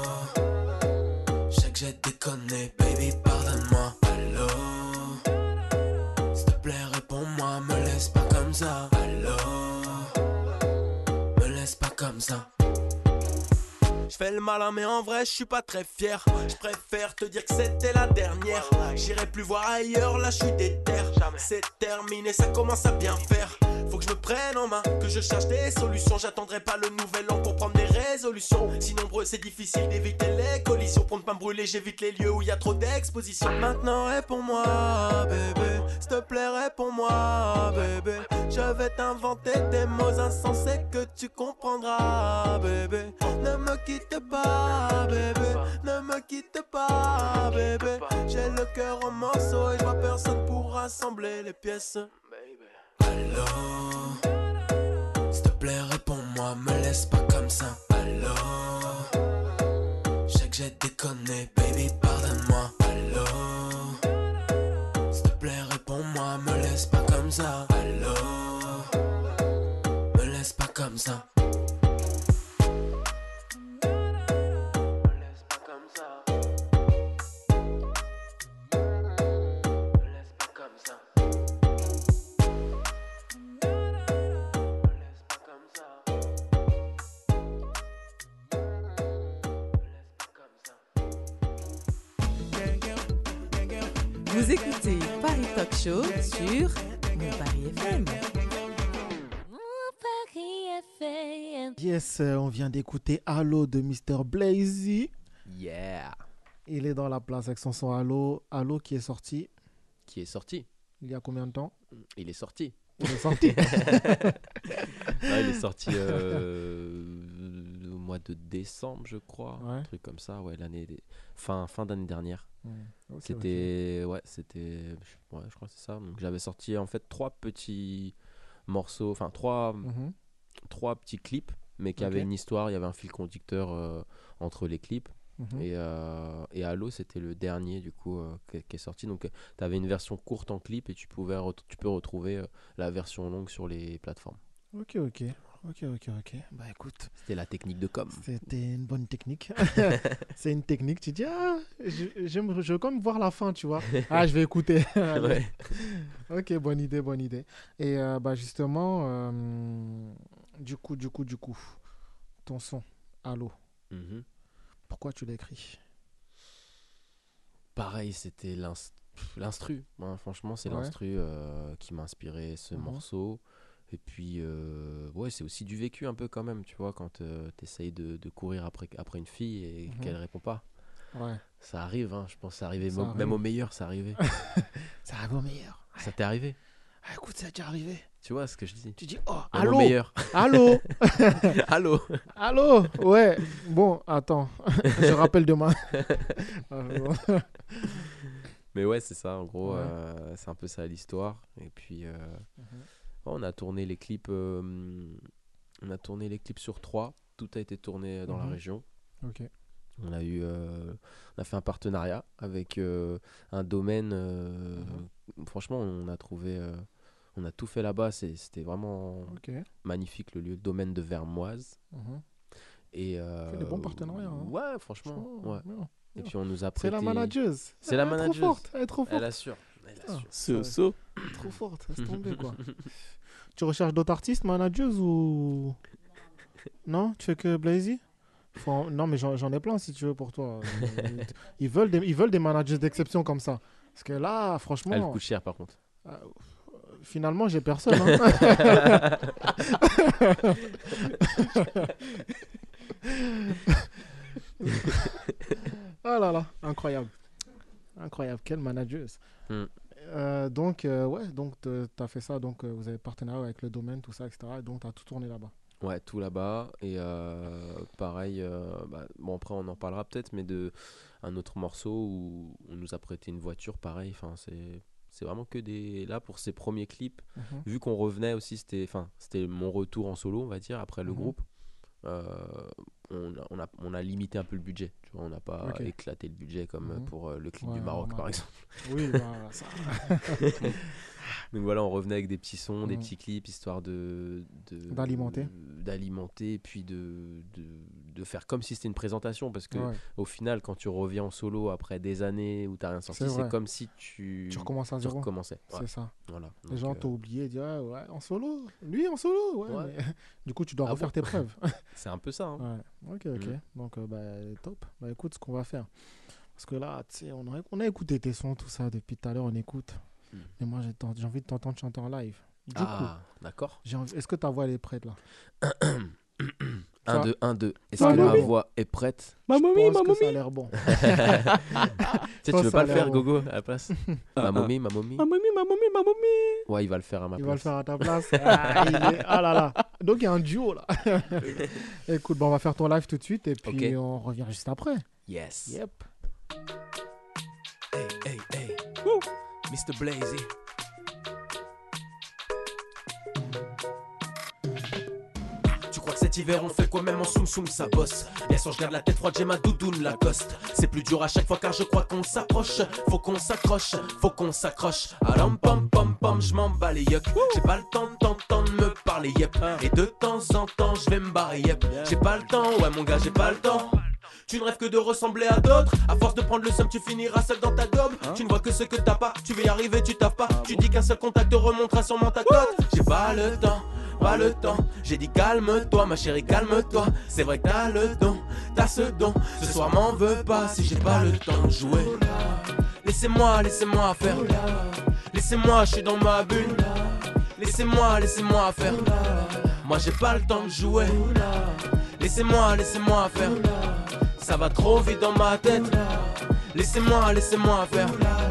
je sais que j'ai déconné, baby, pardonne-moi. Allô, s'il te plaît, réponds-moi, me laisse pas comme ça. Allô, me laisse pas comme ça. Je fais le malin mais en vrai je suis pas très fier. Je préfère te dire que c'était la dernière. J'irai plus voir ailleurs, là je suis déter. C'est terminé, ça commence à bien faire. Faut que je me prenne en main, que je cherche des solutions. J'attendrai pas le nouvel an pour prendre des résolutions. Si nombreux c'est difficile d'éviter les collisions. Pour ne pas me brûler j'évite les lieux où il y a trop d'exposition. Maintenant réponds-moi bébé, s'il te plaît réponds-moi bébé. Je vais t'inventer des mots insensés que tu comprendras bébé. Ne me quitte pas bébé, ne me quitte pas bébé. J'ai le cœur en morceaux et je vois personne pour rassembler les pièces. Allô, s'il te plaît réponds-moi, me laisse pas comme ça. Allô, je sais que j'ai déconné, baby pardonne-moi. Allô, s'il te plaît réponds-moi, me laisse pas comme ça. Allô, me laisse pas comme ça. Vous écoutez Paris Talk Show sur Mon Paris F M. Yes, euh, on vient d'écouter Allo de mister Blazy. Yeah. Il est dans la place avec son son Allo. Allo qui est sorti. Qui est sorti. Il y a combien de temps? Il est sorti. Il est sorti. Non, il est sorti euh, au mois de décembre, je crois. Ouais. Un truc comme ça, ouais, l'année fin, fin d'année dernière. Mmh. Okay, c'était, okay. ouais, c'était, ouais, je crois que c'est ça. Donc j'avais sorti en fait trois petits morceaux, enfin trois, mmh. trois petits clips, mais qui okay. avaient une histoire. Il y avait un fil conducteur euh, entre les clips. Mmh. Et, euh, et Allo, c'était le dernier du coup euh, qui, qui est sorti. Donc tu avais une version courte en clip et tu, pouvais re- tu peux retrouver euh, la version longue sur les plateformes. Ok, ok. Ok, ok, ok. Bah écoute. C'était la technique de com. C'était une bonne technique. C'est une technique. Tu dis, ah, je, je, je veux quand même voir la fin, tu vois. Ah, je vais écouter. Ouais. Ok, bonne idée, bonne idée. Et euh, bah justement, euh, du coup, du coup, du coup, ton son, Allo. Mm-hmm. Pourquoi tu l'as écrit? Pareil, c'était l'inst- l'instru. Hein, franchement, c'est ouais. l'instru euh, qui m'a inspiré ce mm-hmm. morceau. Et puis, euh, ouais, c'est aussi du vécu un peu quand même, tu vois, quand euh, tu essayes de, de courir après, après une fille et mmh. qu'elle répond pas. Ouais. Ça arrive, hein, je pense que ça arrivait, ça mo- arrive. Même au meilleur, ça arrivait. Ça arrive au meilleur. Ça t'est arrivé? Ah, écoute, ça t'est arrivé. Tu vois ce que je dis? Tu dis, oh, même allô? Au meilleur. Allô? Allô? Allô? Ouais, bon, attends, je rappelle demain. Mais ouais, c'est ça, en gros, ouais. euh, c'est un peu ça l'histoire. Et puis... Euh, mmh. On a tourné les clips, euh, on a tourné les clips sur trois. Tout a été tourné dans mmh. la région. Ok. On a eu, euh, on a fait un partenariat avec euh, un domaine. Euh, mmh. Franchement, on a trouvé, euh, on a tout fait là-bas. C'est, c'était vraiment okay. magnifique le lieu, domaine de Vermoise. Mmh. Et euh, fait des bons partenariats. Hein. Ouais, franchement. Ouais. Bien, Et bien. puis on nous a prêté. C'est la manageuse. C'est la manageuse. Elle est trop forte. Elle est trop forte. Elle assure. Ah, so, so. Trop forte, laisse tomber quoi. Tu recherches d'autres artistes, managers ou non? Tu fais que Blazy? Faut... Non mais j'en, j'en ai plein si tu veux pour toi. Ils veulent des, ils veulent des managers d'exception comme ça. Parce que là, franchement. Elle coûte cher par contre. Euh, finalement, j'ai personne. Hein. Oh là là, incroyable. Incroyable, quelle manageuse. Mm. Euh, donc, euh, ouais, donc tu as fait ça, donc euh, vous avez partenariat avec le domaine, tout ça, et cetera. Et donc, tu as tout tourné là-bas. Ouais, tout là-bas. Et euh, pareil, euh, bah, bon, après, on en parlera peut-être, mais de, un autre morceau où on nous a prêté une voiture, pareil. Enfin, c'est, c'est vraiment que des. Là, pour ces premiers clips, Mhm. vu qu'on revenait aussi, c'était, enfin, c'était mon retour en solo, on va dire, après le Mhm. groupe. euh, on, a, on, a, on a limité un peu le budget. Tu vois, on n'a pas Ok. éclaté le budget comme euh, Mhm. pour euh, le clip Ouais, du Maroc, ouais, par ouais. exemple. Oui, bah, ça. Donc voilà, on revenait avec des petits sons, des Mhm. petits clips, histoire de, de D'alimenter. d'alimenter, et puis de, de, de faire comme si c'était une présentation, parce que Ouais. au final, quand tu reviens en solo après des années où t'as rien sorti, C'est c'est vrai. comme si tu, Tu recommences à tu zéro. recommençais. Ouais, C'est ça. voilà. Les Donc, gens euh, t'ont oublié, disent ouais, ouais, en solo. Lui, en solo. Ouais, Ouais. mais du coup, tu dois Ah refaire bon tes preuves. c'est un peu ça. Hein. Ouais. Ok, ok. Mhm. Donc, euh, bah, top. Bah, écoute ce qu'on va faire. Parce que là, tu sais, on a, on a écouté tes sons, tout ça, depuis tout à l'heure, on écoute. Mhm. Et moi, j'ai t'en- j'ai envie de t'entendre chanter en live. Du coup, Ah, d'accord. j'ai envie- est-ce que ta voix elle est prête là? un, Ça- deux, un, deux. Est-ce ça a que l'air ma bon. voix est prête? Ma Je momie, pense ma que momie. ça a l'air bon. Tu sais, Ça, tu veux ça pas a le l'air faire, bon. Gogo, à la place? Ma momie, ma momie. Ma momie, ma momie, ma momie. Ouais, il va le faire à ma Il place. va le faire à ta place. Ah, il est- ah là là. Donc il y a un duo là. Écoute, bon, on va faire ton live tout de suite et puis Ok. on revient juste après. Yes. Yep. Hey, hey, hey. Woo. mister Blazy. Tu crois que cet hiver on fait quoi même en soum soum ça bosse. Bien sûr je garde la tête froide, j'ai ma doudoune Lacoste. C'est plus dur à chaque fois car je crois qu'on s'approche. Faut qu'on s'accroche, faut qu'on s'accroche. Alam pom pom pom, je m'en bats les yuck. J'ai pas le temps de t'entendre me parler yep. Et de temps en temps je vais me barrer yep. J'ai pas le temps, ouais mon gars j'ai pas le temps. Tu ne rêves que de ressembler à d'autres. À force de prendre le somme, tu finiras seul dans ta gobe. Tu ne vois que ce que t'as pas. Tu veux y arriver, tu taffes pas. Tu dis qu'un seul contact te remontera sûrement ta cote. J'ai pas le temps, pas le temps. J'ai dit calme-toi, ma chérie, calme-toi. C'est vrai que t'as le don, t'as ce don. Ce soir m'en veux pas si j'ai pas le temps de jouer. Laissez-moi, laissez-moi faire. Laissez-moi, je suis dans ma bulle. Laissez-moi, laissez-moi faire. Moi j'ai pas le temps de jouer. Laissez-moi, laissez-moi faire. Ça va trop vite dans ma tête. Laissez-moi, laissez-moi faire.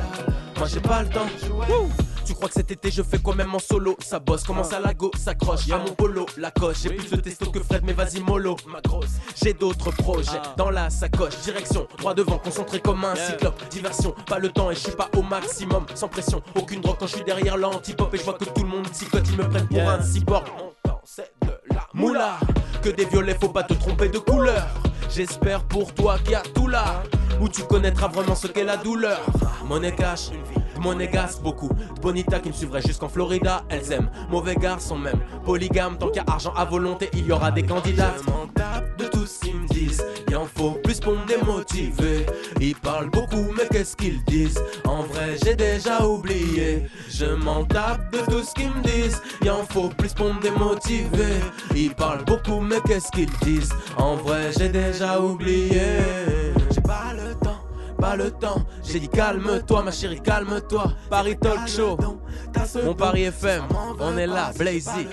Moi j'ai pas le temps. Wouh. Tu crois que cet été je fais quoi même en solo? Ça bosse, commence à la go, s'accroche à mon polo, la coche. J'ai plus de testo que Fred, mais vas-y mollo, ma grosse. J'ai d'autres projets dans la sacoche. Direction, droit devant, concentré comme un cyclope. Diversion, pas le temps et je suis pas au maximum. Sans pression, aucune drogue quand je suis derrière l'anti-pop. Et je vois que tout le monde psychote, ils me prennent pour un cyborg. Mon temps c'est de la moula. Que des violets, faut pas te tromper de couleur. J'espère pour toi qu'il y a tout là où tu connaîtras vraiment ce qu'est la douleur. Monnaie cash, monnaie gas, beaucoup de bonitas qui me suivraient jusqu'en Florida. Elles aiment mauvais garçons même polygame. Tant qu'il y a argent à volonté, il y aura des candidats. Je m'en tape de tout ce qu'ils me disent. Il en faut plus pour me démotiver. Ils parlent beaucoup mais qu'est-ce qu'ils disent? En vrai j'ai déjà oublié. Je m'en tape de tout ce qu'ils me disent. Il en faut plus pour me démotiver. Ils parlent beaucoup mais qu'est-ce qu'ils disent? En vrai j'ai déjà oublié. J'ai pas le temps, pas le temps. J'ai dit calme-toi ma chérie, calme-toi. Paris Talk Show, mon Paris F M, on est là, Blazy.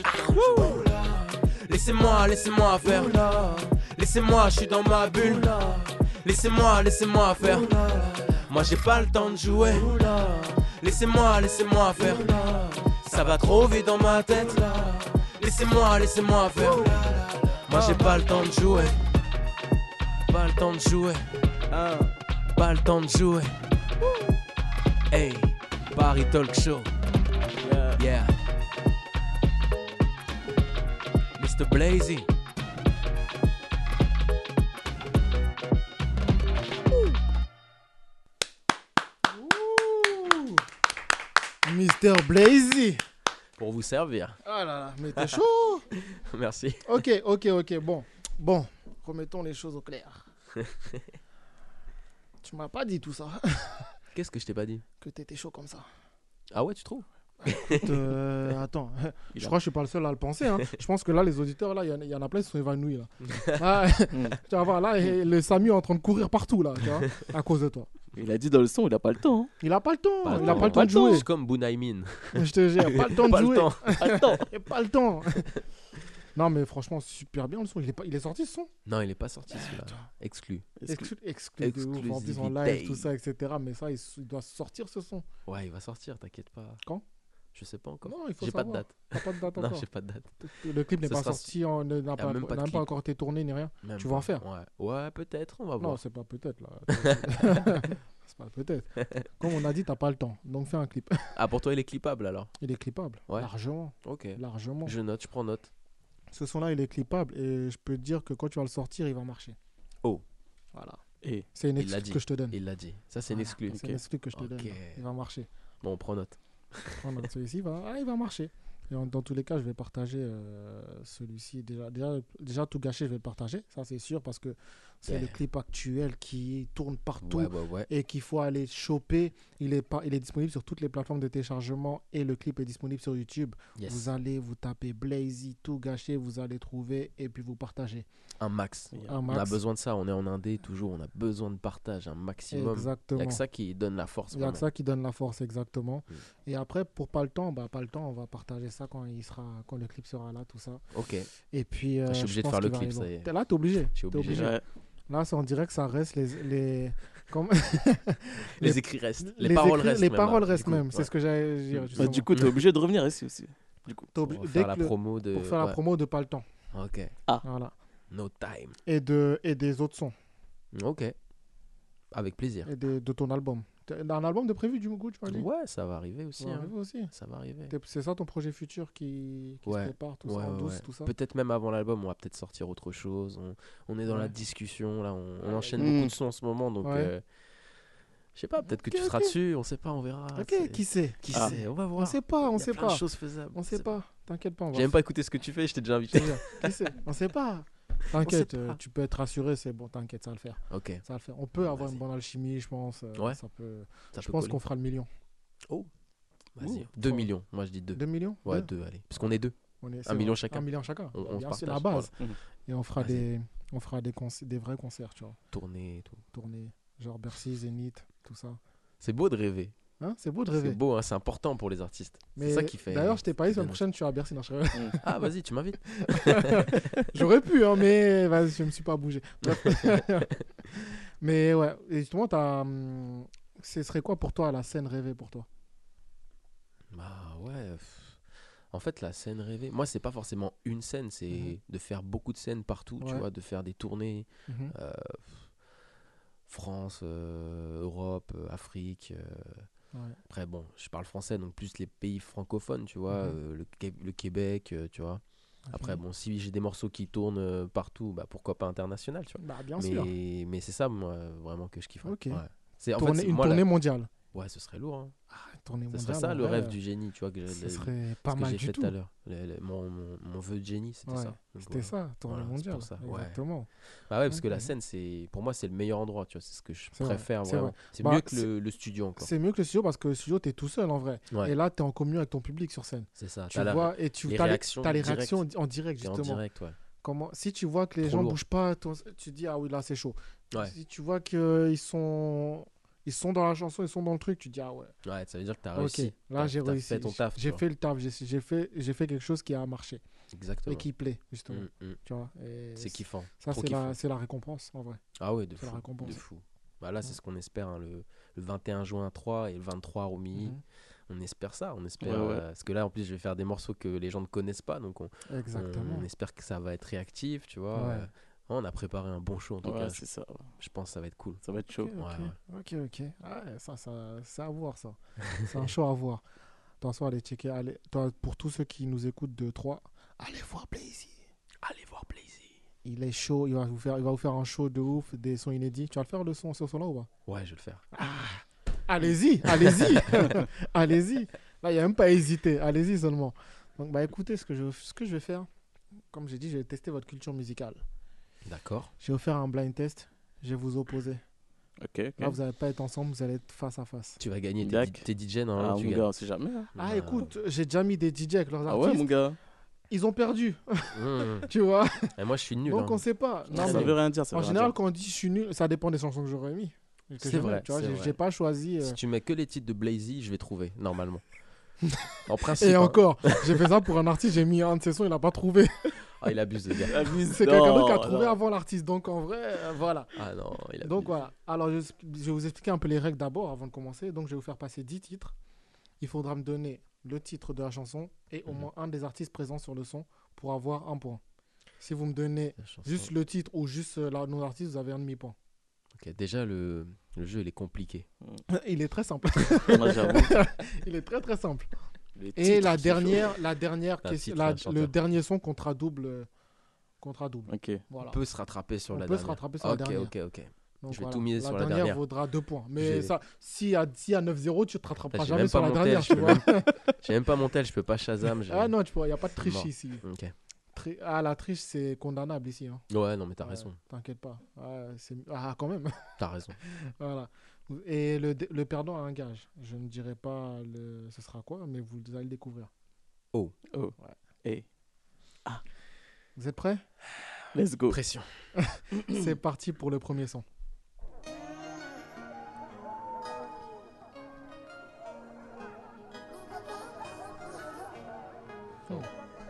Laissez-moi, laissez-moi faire. Laissez-moi, je suis dans ma bulle. Laissez-moi, laissez-moi faire. Moi j'ai pas le temps de jouer. Laissez-moi, laissez-moi faire. Ça va trop vite dans ma tête. Laissez-moi, laissez-moi faire. Moi j'ai pas le temps de jouer. Pas le temps de jouer. Pas le temps de jouer. Hey, Paris Talk Show. Yeah. mister Blazy. mister Blazy. Pour vous servir. Ah là là, mais t'es chaud. Merci. Ok, ok, ok. Bon, bon, remettons les choses au clair. Tu m'as pas dit tout ça, Qu'est-ce que je t'ai pas dit? que t'étais chaud comme ça. Ah ouais, tu trouves? Écoute, euh, attends, je crois que je suis pas le seul à le penser. Hein. Je pense que là, les auditeurs, là, il y en a- il y, en a plein qui sont évanouis là. Ah, tu vas voir, là, et le Samy est en train de courir partout là, tu vois, à cause de toi. Il a dit dans le son, il a pas le temps. hein. Il a pas le temps, Pas le il a temps. pas le temps de jouer. C'est comme Bunaimin. Je te jure, pas le temps de Pas le jouer. temps. Pas le temps. Il a pas le temps. Non, mais franchement, super bien le son. Il est, pas... il est sorti ce son. Non, il est pas sorti celui-là. Exclu. Exclu, exclu de ouf, en plus en live, tout ça, et cetera. Mais ça, il, s- il doit sortir ce son. Ouais, il va sortir, t'inquiète pas. Quand? Je sais pas encore. Non, il faut J'ai pas de savoir. date. T'as pas de date Non, encore. j'ai pas de date. Le clip n'est Ce pas sera sorti, on n'a y a pas, même pas de n'a même pas clip. encore été tourné ni rien. Même Tu pas. vas en faire. Ouais, ouais peut-être, on va Non, voir. c'est pas peut-être là. C'est pas peut-être. Comme on a dit, t'as pas le temps. Donc fais un clip. Ah, pour toi, il est clippable alors? Il est clippable. Ouais. Largement. Ok. Largement. Je note, je prends note. Ce son-là, il est clippable. Et je peux te dire que quand tu vas le sortir, il va marcher. Oh. Voilà. Et C'est une Il l'a exclu dit. que je te donne. Il l'a dit. Ça, c'est une Voilà. exclue. C'est une exclu que je te donne. Ok. Il va marcher. Bon, on prend note. Oh non, celui-ci, il va... Ah, il va marcher. Et en- dans tous les cas, je vais partager euh, celui-ci. Déjà, déjà, déjà, tout gâché, je vais le partager. Ça, c'est sûr, parce que c'est Yeah. le clip actuel qui tourne partout Ouais, ouais, ouais. et qu'il faut aller choper. Il est, pas... il est disponible sur toutes les plateformes de téléchargement et le clip est disponible sur YouTube. Yes. Vous allez, vous tapez Blazy, tout gâché, vous allez trouver et puis vous partagez. Un max. Un On a max. besoin de ça. On est en indé toujours. On a besoin de partage, un maximum. Il Exactement. n'y a que ça qui donne la force. Il n'y a que vraiment. ça qui donne la force, exactement. Mm. Et après, pour pas le temps, bah, pas le temps, on va partager ça quand, il sera, quand le clip sera là, tout ça. Ok. Et puis, euh, Je suis obligé de pense faire le qu'il va clip, aller ça loin. y est. T'es là, t'es obligé. Je suis T'es obligé. ouais. Là, c'est on dirait que ça reste les. Les, comme- Les écrits restent. Les, les paroles écrits- restent. Les même, paroles là, du restent coup. même. C'est Ouais. ce que j'allais dire. Bah, justement. du coup, t'es obligé de revenir ici aussi. Du coup. T'es obli- Pour dès faire que la le- promo de. pour faire la ouais. promo de Pas le temps. Ok. Voilà. No time. Et, de, et des autres sons. Ok. Avec plaisir. Et de, de ton album. T'as un album de prévu, du coup, tu m'as dit? Ouais, ça va arriver aussi. Ça va hein. arriver aussi. Ça va arriver. T'es- C'est ça ton projet futur qui, qui Ouais. se prépare, tout Ouais, ça, en ouais, douce, ouais. tout ça? Peut-être même avant l'album, on va peut-être sortir autre chose. On, on est dans la Ouais. discussion, là, on, on Ouais. enchaîne Mm. beaucoup de sons en ce moment, donc Ouais. euh, je sais pas, peut-être que Ok, tu seras ok. dessus, on sait pas, on verra. Ok, c'est- qui sait? qui Ah. sait, on va On voir. sait pas, on Il y a sait plein pas. de choses faisables. On sait pas. T'inquiète pas. on va J'ai même pas écouté ce que tu fais, je t'ai déjà invité. Je te jure. Qui sait? On sait pas. T'inquiète, sait pas. euh, tu peux être rassuré, c'est bon, t'inquiète, ça va le faire. Ok, Ça va le faire. On peut avoir Vas-y. une bonne alchimie, je pense. euh, Ouais. Ça peut... ça Je peut pense coller. qu'on fera le million. Vas-y, Ouh, deux faut- millions, moi je dis deux. deux millions? Ouais, Deux. deux, allez. Parce qu'on est deux. On est, c'est Un million vrai. chacun. Un million chacun. On- on Bien se sûr, la partage, base. voilà. Et on fera, Vas-y. des, on fera des, conc- des vrais concerts, tu vois. Tourner et tout. Tourner, genre Bercy, Zénith, tout ça. C'est beau de rêver. Hein, c'est beau de C'est rêver. beau, hein, c'est important pour les artistes. C'est Mais ça qui fait. D'ailleurs, je t'ai pas dit, qui semaine donne- prochaine, tu vas à Bercy. Non, je... Ah, vas-y, tu m'invites. J'aurais pu, hein, mais vas-y, je me suis pas bougé. Bref. Mais ouais, et justement, t'as, hum, ce serait quoi pour toi la scène rêvée pour toi? Bah ouais. pff. En fait, la scène rêvée, moi, c'est pas forcément une scène, c'est Mhm. de faire beaucoup de scènes partout, tu Ouais. vois, de faire des tournées, Mhm. euh, pff, France, euh, Europe, euh, Afrique. euh, Ouais. Après, bon, je parle français, donc plus les pays francophones, tu vois, Mhm. euh, le, Qué- le Québec, euh, tu vois. Ok. Après, bon, si j'ai des morceaux qui tournent euh, partout, bah pourquoi pas international, tu vois. Bah, bien sûr. mais, mais c'est ça, moi, vraiment, que je kiffe. Ok. Ouais. C'est, en fait, Tournée- c'est- une moi, la- tournée mondiale. Ouais, ce serait lourd. Hein. Ah, une tournée Ce mondiale. serait ça en le vrai, rêve euh, du génie, tu vois. Que, Ce le- serait pas ce que mal j'ai du fait tout. tout à l'heure. Le- le- mon, mon, mon vœu de génie, c'était Ouais, ça. Donc, C'était voilà. ça, tournée Voilà, c'est mondiale. pour ça, ouais. Exactement. Bah ouais, parce que Ok. la scène, c'est pour moi, c'est le meilleur endroit, tu vois. C'est ce que je C'est vrai, préfère c'est vraiment. vrai. C'est Bah, mieux que c'est- le, le studio encore. C'est mieux que le studio parce que le studio, t'es tout seul en vrai. Ouais, Et là, t'es en commun avec ton public sur scène. c'est ça. Tu T'as la- vois, et tu les as les, réactions t'as les directes. réactions en direct, t'es en justement. direct, ouais. Comment, si tu vois que les Trop gens lourd. bougent pas, ton- tu te dis, ah oui, là, c'est chaud. Ouais. Si tu vois qu'ils sont, ils sont dans la chanson, ils sont dans le truc, tu te dis, ah ouais. Ouais, ça veut dire que t'as Ok, réussi. là T'as- j'ai t'as réussi. fait ton taf. tu J'ai vois. fait le taf, j'ai j'ai fait, j'ai fait quelque chose qui a marché Exactement. et qui plaît, justement. Mm, mm. Tu vois, et C'est kiffant. ça, Trop c'est la, kiffant. c'est la récompense, en vrai. Ah ouais, de c'est la fou. récompense. De fou. Bah là, c'est Ouais. ce qu'on espère, hein, le, le vingt et un juin à trois et le vingt-trois à Romilly. Mhm. On espère ça, on espère. Ouais, ouais. euh, parce que là, en plus, je vais faire des morceaux que les gens ne connaissent pas, donc on, Exactement. on espère que ça va être réactif, tu vois. Ouais. Euh, on a préparé un bon show, en tout Ouais, cas. c'est ça. Je pense que ça va être cool. Ça va être chaud. Ok, Ouais, ok, ok. Ah ouais, ça, ça, c'est à voir, ça. C'est un show à voir. Attention, allez checker. Allez, toi, pour tous ceux qui nous écoutent de trois, allez voir Blazy. Allez voir Blazy. Il est chaud, il va vous faire, il va vous faire un show de ouf, des sons inédits. Tu vas le faire le son, ce son-là ou pas? Ouais, je vais le faire. Allez-y, allez-y, allez-y. Là, il n'y a même pas à hésiter. Allez-y seulement. Donc, bah écoutez, ce que je, ce que je vais faire, comme j'ai dit, je vais tester votre culture musicale. D'accord. Je vais vous faire un blind test. Je vais vous opposer. Ok, ok. Là, vous n'allez pas être ensemble, vous allez être face à face. Tu vas gagner tes, Dac. di- tes D J, Ah, normalement, tu mon gagnes. gars, on sait jamais. hein. Ah, écoute, j'ai déjà mis des D J avec leurs Ah artistes. ouais, mon gars. Ils ont perdu, Mmh. tu vois. Et moi, je suis nul. Donc, hein. on sait pas. Non, Ça mais veut rien dire. ça en veut rien général, dire. quand on dit je suis nul, ça dépend des chansons que j'aurais mis. Que C'est j'aimais, vrai, Tu vois, c'est j'ai vrai. j'ai pas choisi. euh, Si tu mets que les titres de Blazy, je vais trouver, normalement. En principe. Et hein. encore, j'ai fait ça pour un artiste, j'ai mis un de ses sons, il a pas trouvé. Ah, il abuse, le gars. Abuse. C'est quelqu'un d'autre qui a Non, trouvé non. avant l'artiste. Donc en vrai, euh, voilà. Ah non, il abuse. Donc voilà. Alors je, je vais vous expliquer un peu les règles d'abord avant de commencer. Donc je vais vous faire passer dix titres. Il faudra me donner le titre de la chanson et au moins un des artistes présents sur le son pour avoir un point. Si vous me donnez juste le titre ou juste le nom d'artiste, vous avez un demi-point. Ok, déjà, le, le jeu, il est compliqué. Il est très simple. Moi, j'avoue. Il est très très simple. Les Et titres, la c'est dernière, la dernière Un question, titre, la- un chanteur. le dernier son contrat double, euh, contrat double. chaud. Ok. Voilà. On peut se rattraper sur On la peut dernière. se rattraper sur la Ok, dernière. ok, ok. Donc je vais tout miser la sur la dernière. dernière. vaudra deux points. Mais J'ai- ça, si à, si à neuf zéro, tu te rattraperas J'ai jamais même sur pas la mon dernière. tel, Tu je peux vois. même- J'ai même pas mon tel, je peux pas Shazam. j'ai- Ah non, tu vois, il n'y a pas de triche Bon. ici. Ok. Tri- Ah, la triche, c'est condamnable ici. Hein. Ouais, non, mais t'as Ouais, raison. T'inquiète pas. Ah, c'est- ah, quand même. T'as raison. Voilà. Et le, dé- le perdant a un gage. Je ne dirai pas le... ce sera quoi, mais vous allez le découvrir. Oh. Ouais. Et Vous êtes prêts? let's go. Pression. C'est parti pour le premier son. Oh.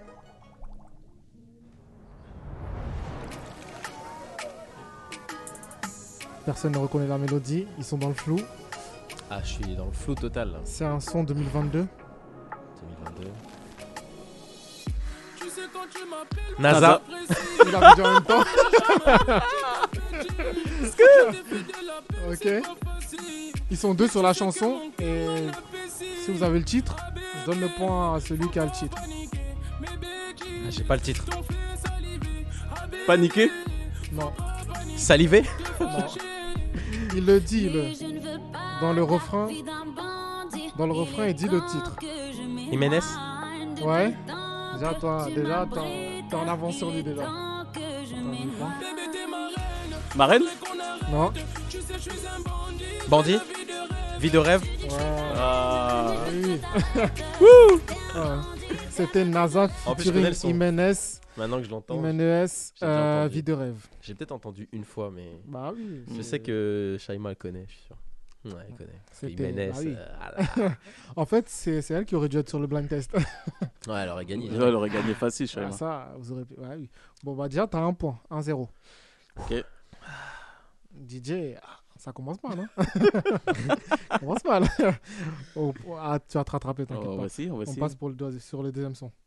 Personne ne reconnaît la mélodie, ils sont dans le flou. Ah, je suis dans le flou total. Là. C'est un son deux mille vingt-deux. deux mille vingt-deux. Tu sais quand tu m'appelles, NASA. Il a dit en même temps. Ok. Ils sont deux sur la chanson et si vous avez le titre, je donne le point à celui qui a le titre. Ah, j'ai pas le titre. Paniqué. Non, Salivé. non. Il le dit le... dans le refrain. Dans le refrain, il dit le titre. Jiménez. Ouais. Déjà, toi, déjà, t'es t'es en avance sur lui déjà. Attends, je crois. Ma reine. Non. Bandit. Vie de rêve. Ouais. Ah. Oui. Ouais. C'était NASA En plus, je connais featuring le son. Jiménez. Maintenant que je l'entends, Jiménez, j'ai déjà euh, entendu. Vie de rêve. j'ai peut-être entendu une fois, mais Bah oui. je c'est- sais que Shaima le connaît, je suis sûr. Ouais, il connaît. Parce que C'était- Jiménez. bah oui. euh, ah là. En fait, c'est c'est elle qui aurait dû être sur le blind test. Ouais, elle aurait gagné. Ouais, elle aurait gagné facile, je Ah, ça, vous aurez pu. Ouais, oui. Bon, bah déjà, t'as un point. un zéro. Ok. D J, ah, ça commence mal, hein. Ça commence mal. Oh, ah, tu vas te rattraper, t'inquiète On pas. va essayer, on va On essayer. passe pour le deux- sur le deuxième son.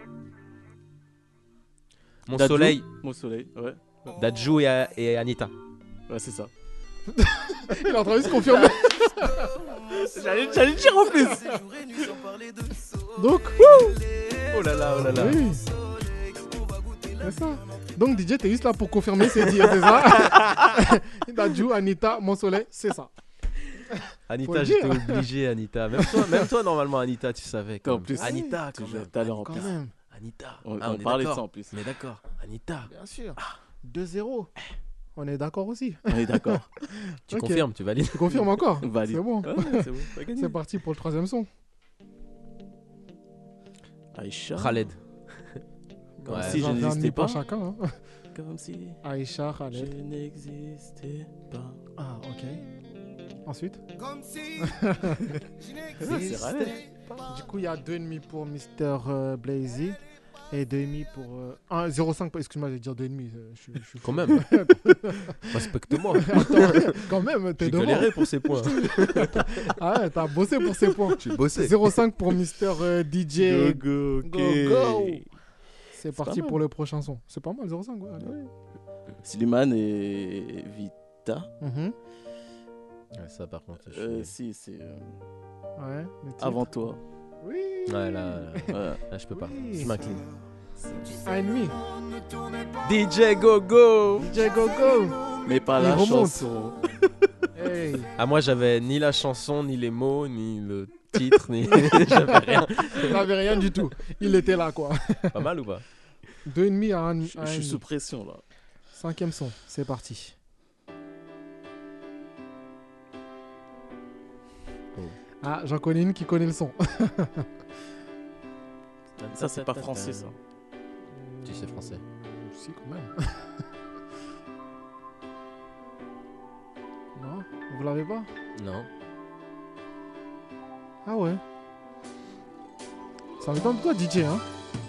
Mon Dadju. soleil, Mon soleil, ouais. Dadju et, et Anita. Ouais, c'est ça. Il est en train de se confirmer. J'allais j'allais le dire en plus. Donc, Oh là là, oh là là. oui. C'est ça. Donc, D J, t'es juste là pour confirmer, c'est dire, c'est ça. Dadju, Anita, Mon Soleil, c'est ça. Faut Anita, le j'étais dire. obligé, Anita. Même toi, même toi, normalement, Anita, tu savais. Quand En même. plus, Anita, quand toujours même. tout à l'heure en Quand plus. même, Anita. On, Ah, on est parlait de d'accord. ça en plus. On est d'accord. Anita. bien sûr. deux zéro. On est d'accord aussi. On est d'accord. Tu Ok. confirmes, tu valides. Tu confirmes encore? Valide. C'est bon. Ouais, c'est bon, t'as gagné. C'est parti pour le troisième son. Aïcha. Khaled. Bah, Ouais. Si vous je avez un n'existais demi-point pas. chacun. Hein. Comme si Aïcha, je Khaled. n'existais pas. Ah, ok. Ensuite, C'est Khaled. du coup, il y a deux virgule cinq pour mister euh, Blazy et deux virgule cinq pour. Euh, un, zéro virgule cinq, excuse-moi, j'ai dit deux virgule cinq. euh, Je, suis- je suis Quand fou. même. Respecte-moi. Attends, quand même, t'es J'ai devant. galéré pour ces points. Ah ouais, t'as bossé pour ces points. J'ai bossé. zéro virgule cinq pour mister euh, D J. Go, Go, go. C'est pas parti mal. pour le prochain son. C'est pas mal, zéro virgule cinq, ouais. allez. Slimane et Vita. Mhm. Ouais, ça, par contre. je Euh, suis- si, c'est euh, Ouais, le titre. avant toi. Oui. Ouais, là, là, Ouais. là, je peux pas. Oui. Je m'incline. Un et demi. D J Go Go. D J Go Go. Mais pas Il la remonte. chanson. Hey. Ah, moi, j'avais ni la chanson, ni les mots, ni le titre, ni. J'avais rien. Il n'avait rien du tout. Il était là, quoi. Pas mal ou pas? Deux et demi à un. Je, à un je et suis demi. sous pression là. Cinquième son, c'est parti. Oh. Ah, j'en connais une qui connaît le son. Ça, c'est pas français ça. Tu sais français. Si, quand même. Non, vous l'avez pas? Non. Ah ouais. Ça m'étonne de toi, D J, hein?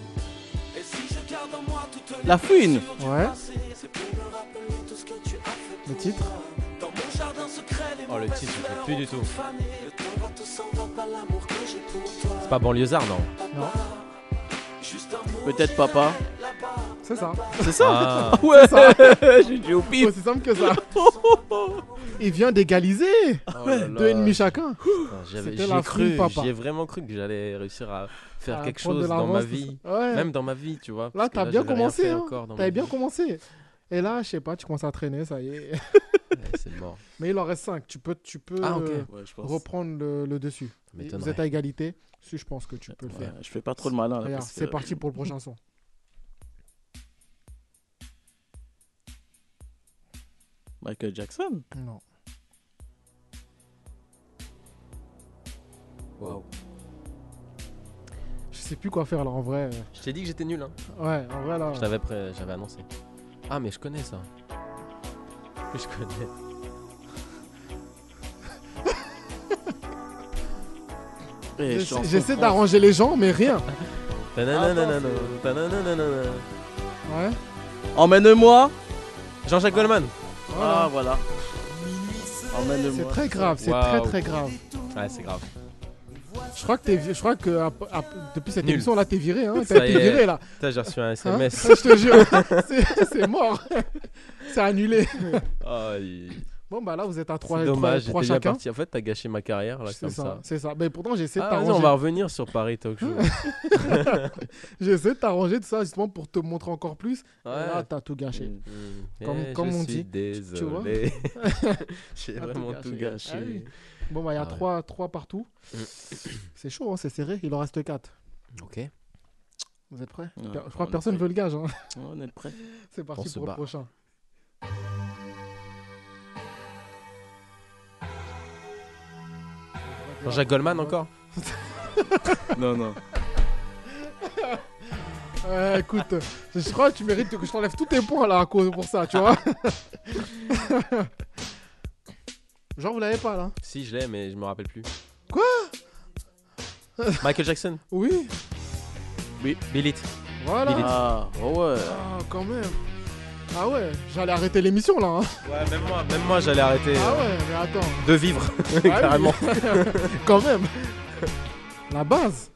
La fouine. Ouais. Le titre? Oh, le titre, je sais plus du tout. C'est pas banlieusard, non? Non, Peut-être papa. c'est ça. C'est ça? Ah. Ouais, ça. j'ai dit au C'est pif. aussi simple que ça. Il vient d'égaliser. Oh là là. Deux ennemis chacun. Putain, j'avais- C'était J'y la ai cru, frime, papa. j'y ai vraiment cru que j'allais réussir à faire À quelque prendre de chose dans ma l'avance, vie. tout ça. Ouais. Même dans ma vie, tu vois. Là, parce que t'as bien j'avais rien commencé. fait Hein. encore dans ma T'avais bien vie. commencé. Et là, je sais pas, tu commences à traîner, ça y est. Ouais, c'est mort. Mais il en reste cinq. Tu peux, tu peux Ah, ok. euh, Ouais, je pense. reprendre le, le dessus. Ça Et Vous m'étonnerait. êtes à égalité. Si je pense que tu peux le Ouais, faire. je fais pas trop le malin là. Regarde, parce c'est que- parti pour le prochain son. Michael Jackson. Non. Wow. Je sais plus quoi faire là en vrai. Je t'ai dit que j'étais nul, hein. Ouais, en vrai là. Je t'avais pré- j'avais annoncé. Ah, mais je connais ça. Je connais. Et J'essa- chanson J'essaie France. d'arranger les gens, mais rien. Tanananana, tanananana. Ouais. Emmène-moi. Jean-Jacques Goldman. Voilà. Ah voilà. Emmène-moi. C'est très grave, c'est Waouh. très très grave. Ouais, c'est grave. Je crois que, t'es vi- je crois que ap- ap- depuis cette Nul. émission là, t'es viré. Hein. Ça T'as y été est. viré là. Putain, j'ai reçu un S Hein. M S. Je te jure, c'est- c'est mort. C'est annulé. Oh, il- Bon bah là vous êtes à trois c'est dommage, trois j'étais bien chacun. parti. En fait, t'as gâché ma carrière là, C'est comme ça, ça. c'est ça. Mais pourtant j'essaie de Ah, vas-y, on t'arranger. va revenir sur Paris Talk Show. J'essaie de t'arranger tout ça justement pour te montrer encore plus. Et Ouais. là t'as tout gâché. Mm. Comme- Eh, comme je on suis dit, tu vois. Désolé. J'ai T'as tout vraiment gâché. tout gâché. Ah oui. Bon bah il y a Ah ouais. trois, trois partout. Mm. C'est chaud, hein, c'est serré. Il en reste quatre. Ok. Vous êtes prêts? Ouais, Per- Je on crois que est personne prêt. veut le gage. Hein. On est prêt. C'est parti On se pour le bat. prochain. Jean-Jacques Goldman encore? Non, non. Ouais, écoute, je je crois que tu mérites que je t'enlève tous tes points là à cause pour ça, tu vois. Genre vous l'avez pas là? Si, je l'ai, mais je me rappelle plus. Quoi? Michael Jackson? Oui. Oui. Bill It. Voilà. Bill It. Ah, oh ouais. Ah, quand même. Ah ouais, j'allais arrêter l'émission là. Hein. Ouais, même moi, même moi j'allais arrêter Ah euh, ouais, mais attends. de vivre, Ah oui. carrément. Quand même. La base.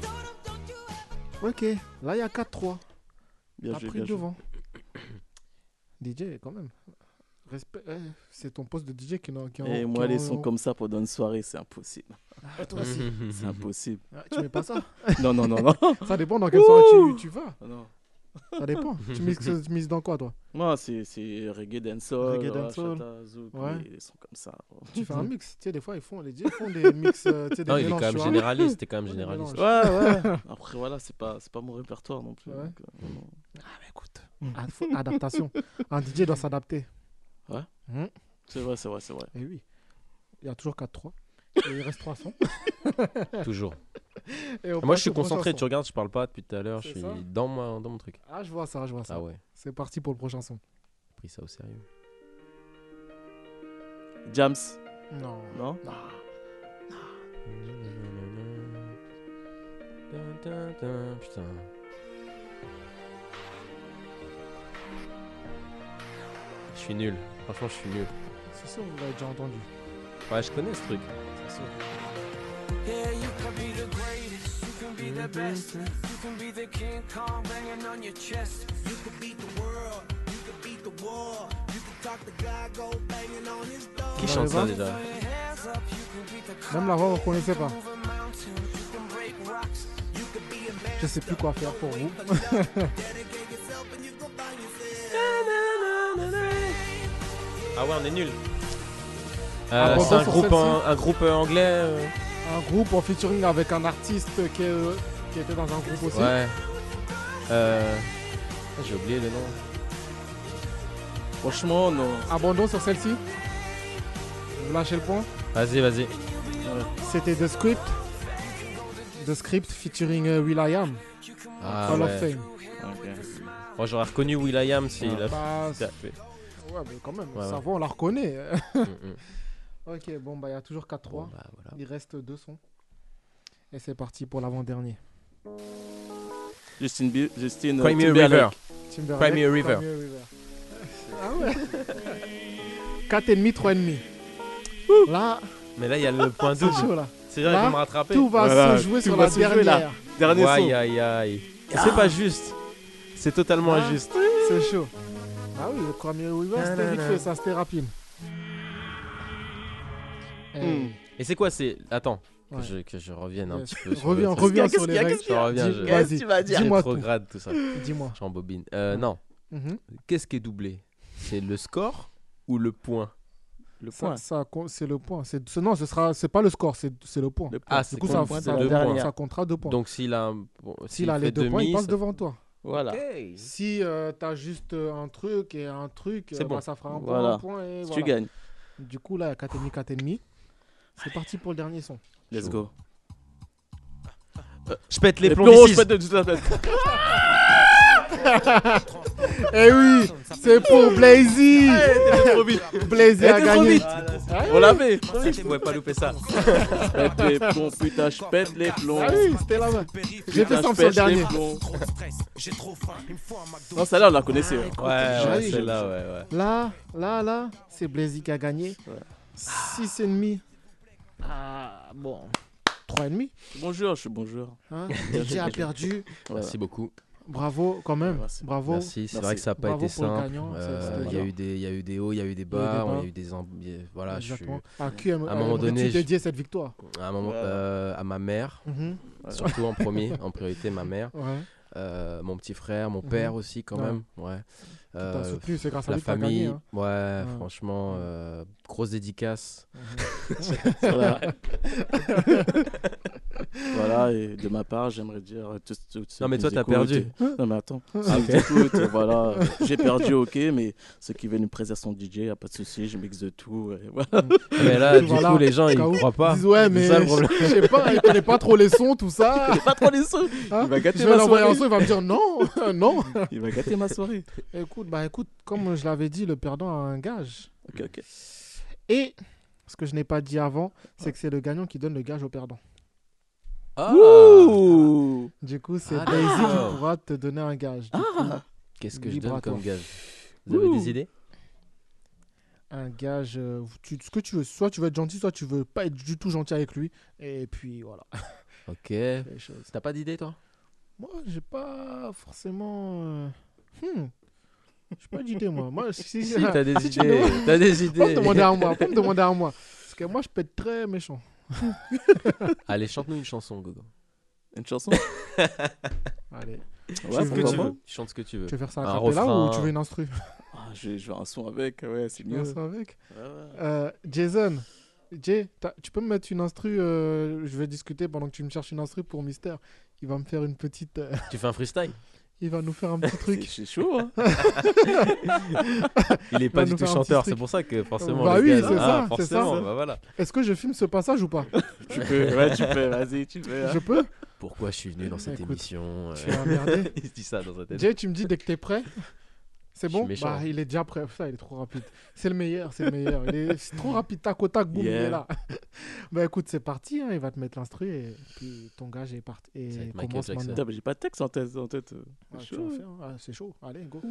Ok, là il y a quatre trois. Bien T'as joué, pris bien joué. devant. D J, quand même. Respect. eh, c'est ton poste de D J qui n'en. qui en- Et qui moi, en- les sons comme ça pendant une soirée, c'est impossible. Ah, toi aussi. C'est impossible. Ah, tu mets pas ça. Non, non, non, non. Ça dépend dans quelle soirée tu, tu vas. Non. Ça dépend. tu, mixes, tu mixes dans quoi toi? Moi, c'est c'est reggae dancehall, Reggae ouais, dancehall. chata, zouk, Ouais. les, les sons comme ça. Tu fais un mix. Tu sais, des fois ils font, les D J font des mix. euh, tu sais, des Non, il est mélanges, quand même tu vois. généraliste, t'es quand même Ouais, des généraliste. mélanges. Ouais, ouais. Après, voilà, c'est pas, c'est pas mon répertoire non plus. Ouais. donc, euh, non. Ah, mais écoute, ad- faut- adaptation. Un D J doit s'adapter. Ouais. Mhm. C'est vrai, c'est vrai, c'est vrai. Et oui. Il y a toujours quatre trois. Et il reste trois sons. Toujours. Et on Moi, passe je suis au prochain concentré, son. tu regardes, je parle pas depuis tout à l'heure, je C'est suis ça dans, ma, dans mon truc. Ah, je vois ça, je vois ça. Ah ouais, C'est parti pour le prochain son. j'ai pris ça au sérieux. Jams, Non. non? Putain. Je suis nul. Franchement, je suis nul. C'est sûr, vous l'avez déjà entendu. Ouais, je connais ce truc. C'est sûr. Yeah, you can be the greatest, you can be the best, you can be the King Kong banging on your chest. You can beat the world, you can beat the war, you can talk the guy, go banging on his door. Qui chante ça déjà? Même la voix, vous ne reconnaissez pas. Je sais plus quoi faire pour vous. Ah ouais, on est nul. Ah, Euh, bon, c'est un sur groupe, celle-ci. en- un groupe euh, anglais. euh, Un groupe en featuring avec un artiste qui, est- qui était dans un groupe aussi. Ouais. Euh... ah, J'ai oublié le nom. Franchement, non. Abandon sur celle-ci. Vous lâchez le point. Vas-y, vas-y. C'était The Script. The Script featuring euh, Will.i.am. Ah, Hall ouais. of Fame. Ok. Moi, j'aurais reconnu Will.i.am s'il a Bah, fait. ouais, mais quand même, Ouais, sa ouais. voix, on la reconnaît. Mm, mm. Ok, bon, bah, il y a toujours quatre trois. Bon, bah, voilà. Il reste deux sons. Et c'est parti pour l'avant-dernier. Justin, Bie- Justin euh, Cry Me a Timberlake. River. Timberlake, Cry Me a River. Cry Me a River. Ah ouais. quatre et demi, trois et demi. Là, Mais là, il y a le point c'est double. chaud là. C'est vrai, Là, il va me rattraper. tout va Voilà, se jouer tout sur va la se jouer, dernière. là. Dernier son. Aïe, aïe, aïe. C'est pas juste. C'est totalement Ah, injuste. C'est chaud. Ah oui, le premier Weaver, c'était vite fait, ça c'était rapide. Eh, Hmm. Et c'est quoi, c'est. Attends, que, Ouais. je, que je revienne un Yes. petit peu sur Reviens, le truc. reviens Qu'est-ce sur qu'il les y a, règles. qu'est-ce qu'il y Je reviens, Dis- je, Vas-y, tu vas dire je dis-moi tout. rétrograde tout ça. Dis-moi. J'embobine. Euh, Ouais. non, Mhm. qu'est-ce qui est doublé? C'est le score ou le point? Le Ça, point. ça compte- c'est le point. C'est, ce- non, ce sera, c'est pas le score, c'est, c'est le point. Le point. Ah, Du c'est coup, quoi ça, le point ça, de ça- dernière. ça comptera deux points. Donc s'il a, un- bon, S'il a les fait deux points, il demi, passe ça- devant toi. Voilà. Ok. Si euh, t'as juste euh, un truc et un truc, C'est euh, bon. bah, ça fera un Voilà. point, un point et Si voilà. tu gagnes, Du coup, là, quatre virgule cinq, quatre virgule cinq. C'est parti pour le dernier son. let's Chaud. go. Je pète les, Les plombs plombs, d'ici. je pète de toute la tête. Eh oui, c'est pour Blazy. Trop vite. Blazy Eh, a t'es trop gagné. vite. On l'avait. Je pouvais pas louper ça. Je pète les plombs, putain, je pète les plombs. Ah oui, c'était la main. J'ai fait Putain, simple je sur le pète les dernier. plombs. Non, celle-là, on la connaissait. hein. Ouais, ouais, j'ai- celle-là, ouais, ouais. Là, là, là, c'est Blazy qui a gagné. Ouais. six et demi. Ah, bon. trois et demi. Bonjour, je suis bonjour. Hein. D J a perdu. Voilà. Merci beaucoup. Bravo quand même. Merci. Bravo. Merci. C'est Merci. vrai que ça n'a pas Bravo été pour le simple. gagnant, c'est- Euh, c'était Il y a dur. eu des, il y a eu des hauts, il y a eu des Il y a eu bas. des Il y a bas. eu des, amb- voilà, je suis Exactement. À qui aime- à un moment aimerais-tu donné, je- dédier cette victoire? à un moment, Voilà. euh, à ma mère, Mhm. surtout en premier, en priorité ma mère, Ouais. euh, mon petit frère, mon Mhm. père aussi quand Ouais. même, ouais. T'as Euh, soutenu, c'est grâce à la lui que t'as famille, gagné. Hein. ouais, Ouais. franchement, euh, grosse dédicace. Voilà. Voilà, et de ma part, j'aimerais dire à tous, tous ceux Non, mais qui toi, nous t'as écoutent- perdu. Non, mais attends. Ceux qui nous écoutent, voilà, euh, j'ai perdu, ok, mais ceux qui veulent nous présenter son D J, y a pas de souci, je mixe de tout. Et voilà. Mais là, du Voilà. coup, les gens, ils Cas où, croient pas. Ils disent, ouais, C'est mais ça le problème. je sais pas, il connaît pas trop les sons, tout ça. Pas trop les sons. Hein, Il va je gâter vais ma l'envoyer un soirée. son, il va me dire non, non. Il va gâter ma soirée. Écoute, bah écoute, comme je l'avais dit, le perdant a un gage. Ok, ok. Et ce que je n'ai pas dit avant, c'est que c'est le gagnant qui donne le gage au perdant. Ah, Ouh. Du coup, c'est Ah, Blazy d'accord. qui pourra te donner un gage. Du coup, Ah. qu'est-ce que je Libre donne à toi. comme gage? Vous avez Ouh. des idées? un gage, euh, tu, ce que tu veux. Soit tu veux être gentil, soit tu veux pas être du tout gentil avec lui. Et puis voilà. Ok. Les choses. T'as pas d'idée, toi? Moi, j'ai pas forcément. euh, Hmm. J'ai pas d'idée, moi. Moi, si, si, Si, t'as des si tu idées. me- T'as des Faut me idées. demander à moi. Faut me demander à moi. Parce que moi, je peux être très méchant. Allez, chante-nous une chanson, Gogo. Une chanson. Allez. Ouais, Ce que pourquoi tu pas. veux. Tu chantes ce que tu veux. Tu veux faire ça Un à cappella ou refrain. tu veux une instru? Ah, je vais jouer un son avec, ouais, c'est Tu veux mieux. un son avec Ouais, ouais. Euh, Jason, Jay, t'as- tu peux me mettre une instru euh, Je vais discuter pendant que tu me cherches une instru pour Mister. Il va me faire une petite. euh, Tu fais un freestyle? il va nous faire un petit C'est truc. c'est chaud, hein. Il est va pas nous du tout faire un petit chanteur, truc. c'est pour ça que forcément. Bah le oui, gars, c'est ah, ça, c'est forcément, ça. bah voilà. Est-ce que je filme ce passage ou pas? Tu peux, ouais, tu peux, vas-y, tu peux. hein. Je peux? Pourquoi je suis venu dans cette Écoute, émission euh, Tu vas emmerder. Il se dit ça dans sa tête. Jay, tu me dis dès que t'es prêt. C'est Je suis bon? méchant. Bah, il est déjà prêt. Ça, il est trop rapide. C'est le meilleur, c'est le meilleur. Il est c'est trop rapide, tac au tac, boum, il Yeah. est là. Bah écoute, c'est parti. Hein, il va te mettre l'instru et puis ton gage est parti. Et Ça va être Michael commence Jackson. maintenant. Putain, mais j'ai pas de texte en tête. En tête. euh, Ah, c'est tu chaud. vas faire. Ah, c'est chaud. Allez, go.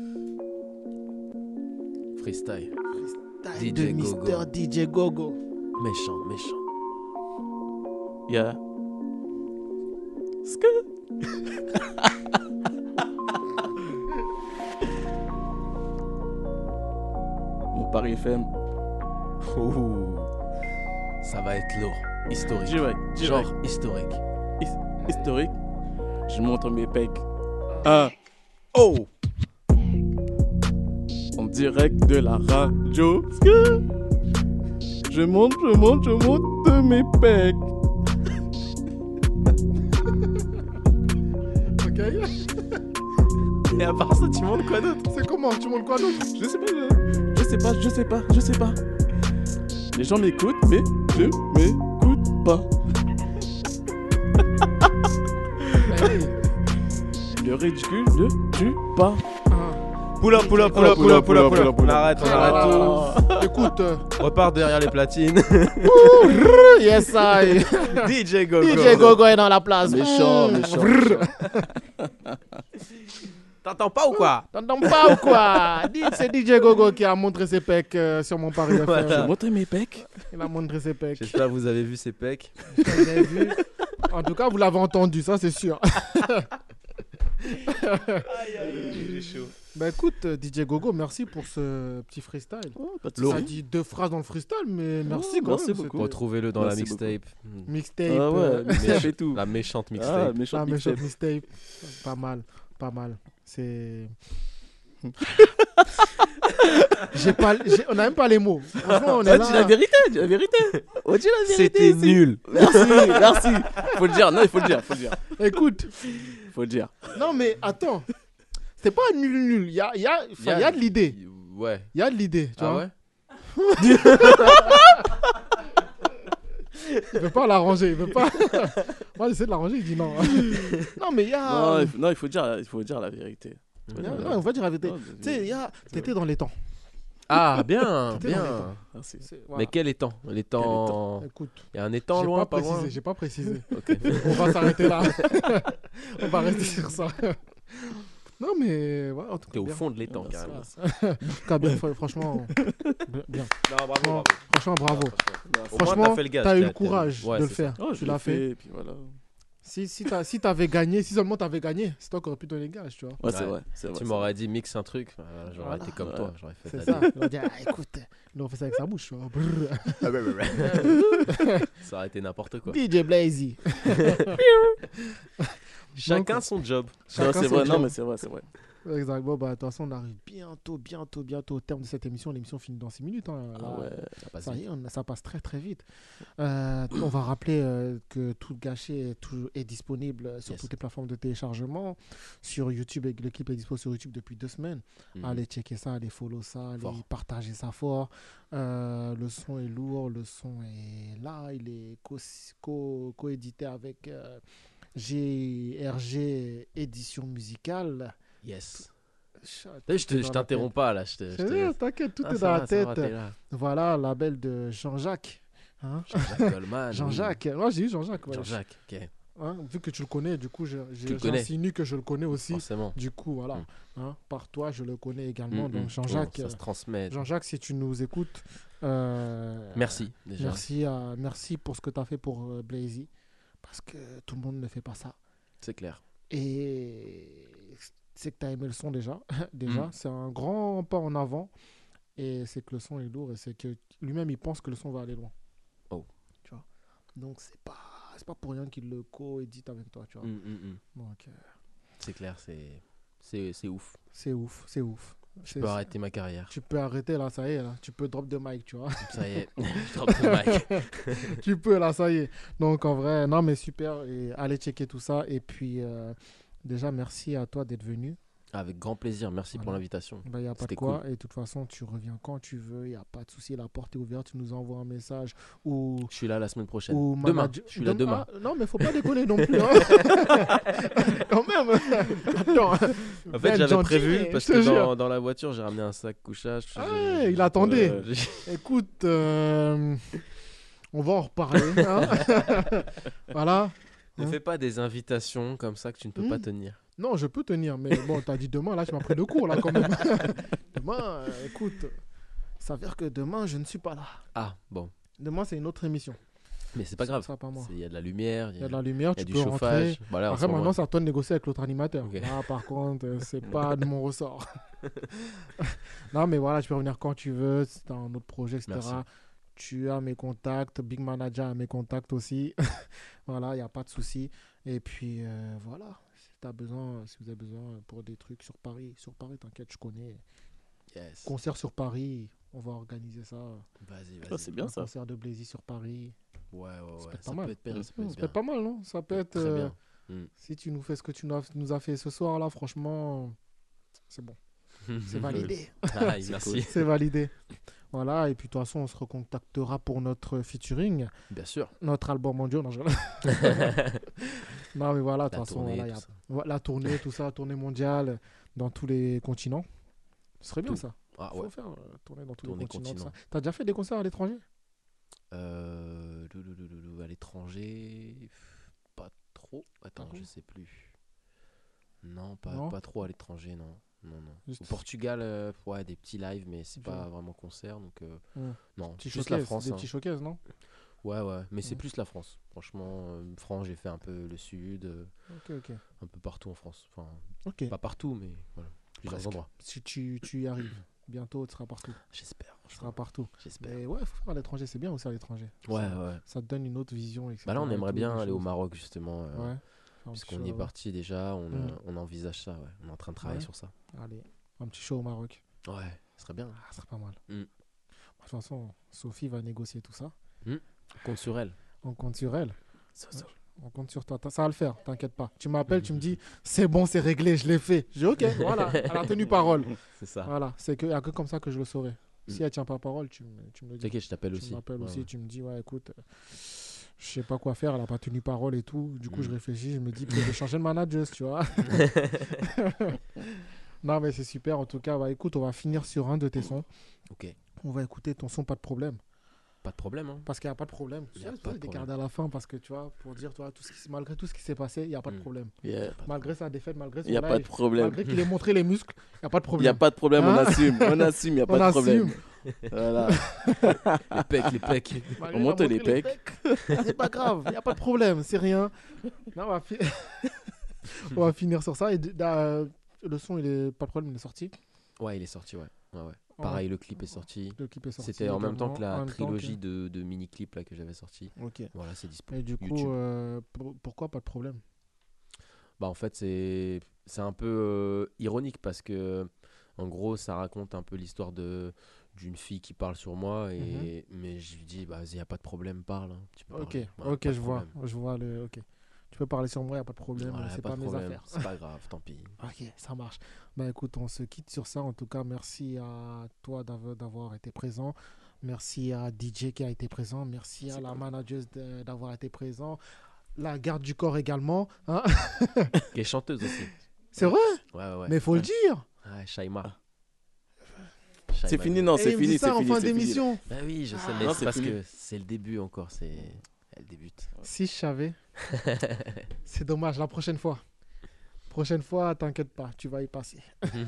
Freestyle. Taille D J de Mister Gogo. D J Gogo. Méchant, méchant. Yeah. Mon Paris F M. Ouh. Ça va être lourd. Historique. Direct, direct. Genre historique. Historique. Je montre mes pecs. Un. Oh! En direct de la radio. Je monte, je monte, je monte mes pecs. Ok. Et à part ça, tu montres quoi d'autre? C'est comment? Tu montes quoi d'autre? Je sais pas, je, je sais pas, je sais pas, je sais pas. Les gens m'écoutent, mais je m'écoute pas. Hey. Le ridicule ne tue pas. Poula, poula, poula, poula, poula, poula. On arrête, on arrête tout. Écoute. euh, On repart derrière les platines. Yes, I. D J Gogo. D J Gogo est dans la place. Méchant, Mmh. méchant. méchant. T'entends pas ou quoi? T'entends pas ou quoi? Dis- C'est D J Gogo qui a montré ses pecs euh, sur mon Paris F M. Voilà. J'ai montré mes pecs. Il a montré ses pecs. J'espère que vous avez vu ses pecs. Vous avez vu. En tout cas, vous l'avez entendu, ça c'est sûr. J'ai chaud. Bah écoute, euh, D J Gogo, merci pour ce petit freestyle. Oh, pas de Ça soucis. dit deux phrases dans le freestyle, mais merci Oh, quand merci même. beaucoup. c'était- Retrouvez-le dans la Merci mixtape. Mixtape. Ah ouais, euh, mais ça fait tout. La méchante Ah, mixtape. méchant Ah, mais mixtape. short mixtape. Pas mal, pas mal. C'est. j'ai pas, j'ai- on n'a même pas les mots. Franchement, on est Ah, là. dis la vérité, dis la vérité. Oh, dis la vérité. C'était ici. nul. Merci, merci. Faut le dire, non, il faut le dire, faut le dire. Écoute, Faut le dire. non mais attends. C'est pas nul nul. Il y a, il y, a, enfin, il y a de l'idée. Ouais. Il y a de l'idée. Tu Ah vois. ouais? Il veut pas l'arranger. Il veut pas. Moi, j'essaie de l'arranger. Il dit non. non, mais il y a. Non, il faut, non, il faut dire, il faut dire la vérité. il y a- non, on va dire la vérité. Non, Tu sais, il y a. T'étais dans les temps. Ah, bien, T'étais dans les bien. temps. Merci. C'est- voilà. Mais quel étang? L'étang. Écoute, Il y a un étang j'ai loin, pas pas loin. précisé. J'ai pas précisé. Ok. On va s'arrêter là. On va rester sur ça. Non, mais. Ouais, en tout cas, T'es au bien. fond de l'étang, Merci. carrément. En tout cas, bien, fr- franchement. Bien. Non, bravo, bravo. Franchement, bravo. Merci. Au moins, Franchement, t'as fait le gars, t'as eu t'as- le courage ouais, de le c'est faire. Oh, je tu l'ai l'as fait. fait, et puis voilà. Si, si, t'as- si t'avais gagné, si seulement t'avais gagné, c'est toi qui aurais pu donner le gage, tu vois. Ouais, c'est Ouais. vrai. c'est vrai, Tu c'est m'aurais vrai. dit mixe un truc, euh, j'aurais Voilà. été comme Ouais. toi, j'aurais fait C'est de ça. la Il aurait dit, ah, écoute, il aurait fait ça avec sa bouche, tu vois. Brrr. Ça aurait été n'importe quoi. D J Blazy. Chacun son job. Non, Chacun c'est son vrai, non, job. mais c'est vrai, c'est vrai. Exact. Bon, bah, de toute façon, on arrive bientôt, bientôt, bientôt au terme de cette émission. L'émission finit dans six minutes. Hein. Là, Ah ouais. Ça passe Ça y vite. est, on- ça passe très très vite. Euh, on va rappeler euh, que Tout Gâché est, toujours- est disponible sur Yes. toutes les plateformes de téléchargement. Sur YouTube, et le clip est dispo sur YouTube depuis deux semaines. Mhm. Allez checker ça, allez follow ça, allez Fort. partager ça fort. Euh, le son est lourd, le son est là. Il est co- co- co-édité avec euh, G R G Édition Musicale. Yes. Chat, Eh, Je tout est te- je dans la t'interromps tête. pas là. Je te, je C'est te vrai, laisse. t'inquiète, tout Ah, est ça dans va, la ça va, tête. t'es là. Voilà, label de Jean-Jacques. Hein Jean-Jacques Goldman. Jean-Jacques. Moi, j'ai eu Jean-Jacques. oui. ouais. Jean-Jacques, ok. Hein, vu que tu le connais, du coup, je- je- Tu le connais. j'insinue que je le connais aussi. Forcément. Du coup, voilà. Mm. Hein, par toi, je le connais également. Mm, Donc, mm. Jean-Jacques, Oh, ça se transmet. euh, Jean-Jacques, si tu nous écoutes, euh, Merci déjà. Merci, à- merci pour ce que tu as fait pour euh, Blazy. Parce que tout le monde ne fait pas ça. C'est clair. Et c'est que tu as aimé le son déjà. déjà, Mm. c'est un grand pas en avant. Et c'est que le son est lourd. Et c'est que lui-même, il pense que le son va aller loin. Oh. Tu vois. Donc, c'est pas, c'est pas pour rien qu'il le co-édite avec toi. Tu vois. Mm, mm, mm. Donc, euh, C'est clair, c'est c'est c'est ouf. c'est ouf. C'est ouf. Je C'est- peux arrêter ma carrière. Tu peux arrêter là, ça y est. Là. Tu peux drop de mic, tu vois. Ça y est. Je drop le mic. Tu peux là, ça y est. Donc, en vrai, non, mais super. Et allez checker tout ça. Et puis, euh, déjà, merci à toi d'être venu. Avec grand plaisir. Merci pour Voilà. l'invitation. Il n'y a pas de C'était quoi. Et de toute façon, tu reviens quand tu veux. Il n'y a pas de souci. La porte est ouverte. Tu nous envoies un message. Ou, Je suis là la semaine prochaine. ou Demain. manager- Je suis là demain. Ah, non, mais faut pas déconner non plus. Hein. Quand même. Attends. En fait, Ben j'avais gentil, prévu parce je te que jure. dans, dans la voiture, j'ai ramené un sac couchage. tout ça, Ah j'ai- ouais, j'ai- il attendait. euh, j'ai- Écoute, euh, on va en reparler. Hein. Voilà. Ne Hein. fais pas des invitations comme ça que tu ne peux pas Hmm. tenir. Non, je peux tenir, mais bon, t'as dit demain, là, tu m'as pris de court, là, quand même. Demain, euh, écoute, il s'avère que demain, je ne suis pas là. Ah, bon. Demain, c'est une autre émission. Mais c'est pas Ce grave. sera pas moi. C'est- Il y a de la lumière, il Il y a de la lumière, il y a tu du peux chauffage. rentrer. Voilà, on Après, s'en maintenant, va. c'est à toi de négocier avec l'autre animateur. Ok. Ah, par contre, euh, c'est pas de mon ressort. Non, mais voilà, tu peux revenir quand tu veux, si tu as un autre projet, et cetera. Merci. Tu as mes contacts, Big Manager a mes contacts aussi. Voilà, il n'y a pas de souci. Et puis, euh, voilà, si, t'as besoin, si vous avez besoin pour des trucs sur Paris, sur Paris, t'inquiète, je connais. Yes. Concert sur Paris, on va organiser ça. Vas-y, vas-y. Ah, c'est bien Un ça. concert de Blazy sur Paris. Ouais, ouais, ouais. Ça peut être Ça pas mal. peut être bien. Ça peut Ça être peut être bien. pas mal, non? Ça peut être. Très euh, bien. Mm. Si tu nous fais ce que tu nous as, nous as fait ce soir, là, franchement, c'est bon. C'est validé. Ah, merci. C'est validé. Voilà, et puis de toute façon, on se recontactera pour notre featuring, Bien sûr. notre album mondial. Non, je- non, mais voilà, de La toute façon, tournée, voilà, il y tout a- ça. voilà, la tournée, tout ça, la tournée mondiale dans tous les continents. Ce serait bien Tout. ça. Ah Faut ouais. faire euh, tourner dans tous Tournée les continents. tout continent. ça. T'as déjà fait des concerts à l'étranger? Euh, lou, lou, lou, lou, lou, à l'étranger, pff, pas trop. Attends, Ah bon je sais plus. Non, pas, Non pas trop à l'étranger, non. non, non. Juste- Au Portugal, euh, ouais, des petits lives, mais c'est Je pas vois. vraiment concert, donc euh, Hmm. non. Petit Juste showcase, la France. des hein. petits showcases, non? Ouais, ouais, mais c'est Hmm. plus la France. Franchement, euh, France, j'ai fait un peu le sud, euh, Ok, ok. un peu partout en France. Enfin, Ok. pas partout, mais voilà, plusieurs Presque. endroits. Si tu, tu y arrives, bientôt tu seras partout. J'espère. Tu seras partout. J'espère. Mais ouais, faut faire à l'étranger, c'est bien aussi à l'étranger. Ouais, ça, ouais. ça te donne une autre vision, et cetera. Bah là, on et aimerait tout, bien des aller au choses. Maroc, justement. euh, Ouais. Faire un petit Puisqu'on show y est là-bas. parti déjà, on, Mm. euh, on envisage ça, ouais. On est en train de travailler Ouais. sur ça. Allez, un petit show au Maroc. Ouais, ce serait bien. Ah, ça serait pas mal. Mm. De toute façon, Sophie va négocier tout ça. On compte sur elle. On compte sur elle. Ça, ça. On compte sur toi. T'as- Ça va le faire, t'inquiète pas. Tu m'appelles, tu me dis, c'est bon, c'est réglé, je l'ai fait. Je dis, ok, voilà, elle a tenu parole. C'est ça. Voilà, c'est que, y a que comme ça que je le saurai. Si Mm. elle tient pas parole, tu me, tu me le dis. T'inquiète, je t'appelle Tu aussi. m'appelles Ouais, aussi, ouais. tu me dis, ouais, écoute, euh, je sais pas quoi faire, elle a pas tenu parole et tout. Du coup, Mm. je réfléchis, je me dis, peut-être je vais changer de manager, tu vois. Non, mais c'est super. En tout cas, bah, écoute, on va finir sur un de tes sons. Ok, On va écouter ton son, pas de problème. pas de problème. Hein. Parce qu'il n'y a pas de problème. Il y a Tu pas sais, de des garder à la fin parce que tu vois, pour dire, tu vois, tout ce qui, malgré tout ce qui s'est passé, il n'y a pas de Mm. problème. Yeah. Malgré sa défaite, malgré son Il n'y a pas live, de problème. malgré qu'il ait montré les muscles, il n'y a pas de Il n'y problème. a pas de problème, on Hein assume. On assume, il n'y a On pas de problème. assume. Voilà. Les pecs, les pecs. Malgré On qu'il a monte les montré les pecs. pecs, c'est pas grave, il n'y a pas de problème, c'est rien. Non, on, va fi- on va finir sur ça. Et d- da- le son, il est pas de problème, il est sorti. Ouais, il est sorti, ouais. ouais, ouais. Pareil, le clip est sorti. Le clip est sorti. C'était en même temps également, que la en même temps trilogie de, de mini-clips là, que j'avais sorti. Ok. Voilà, c'est dispo. Et du coup, YouTube. euh, pour- pourquoi pas de problème? Bah, en fait, c'est c'est un peu euh, ironique parce que, en gros, ça raconte un peu l'histoire de d'une fille qui parle sur moi. Et, Mais je lui dis, bah, vas-y, y a pas de problème, parle. hein. Tu peux Ok, parler. Voilà, ok, pas de je vois, problème. je vois le. Ok. Tu peux parler sur moi, il n'y a pas de problème, Voilà, y a c'est pas pas, de mes problème. affaires. C'est pas grave, tant pis. Ok, ça marche. Bah écoute, on se quitte sur ça. En tout cas, merci à toi d'av- d'avoir été présent. Merci à D J qui a été présent. Merci à la manager de- d'avoir été présent. La garde du corps également. Hein. Qui est chanteuse aussi. C'est vrai, Ouais, ouais, ouais. mais il faut le dire. Ouais, Shaima. C'est Shaima. fini, non, Et c'est il me dit fini, ça c'est en fini. fin c'est fini. d'émission. Bah oui, je sais, Ah. mais Non, c'est c'est parce fini. que c'est le début encore. C'est Elle débute. Si je savais. C'est dommage, la prochaine fois. Prochaine fois, t'inquiète pas, tu vas y passer.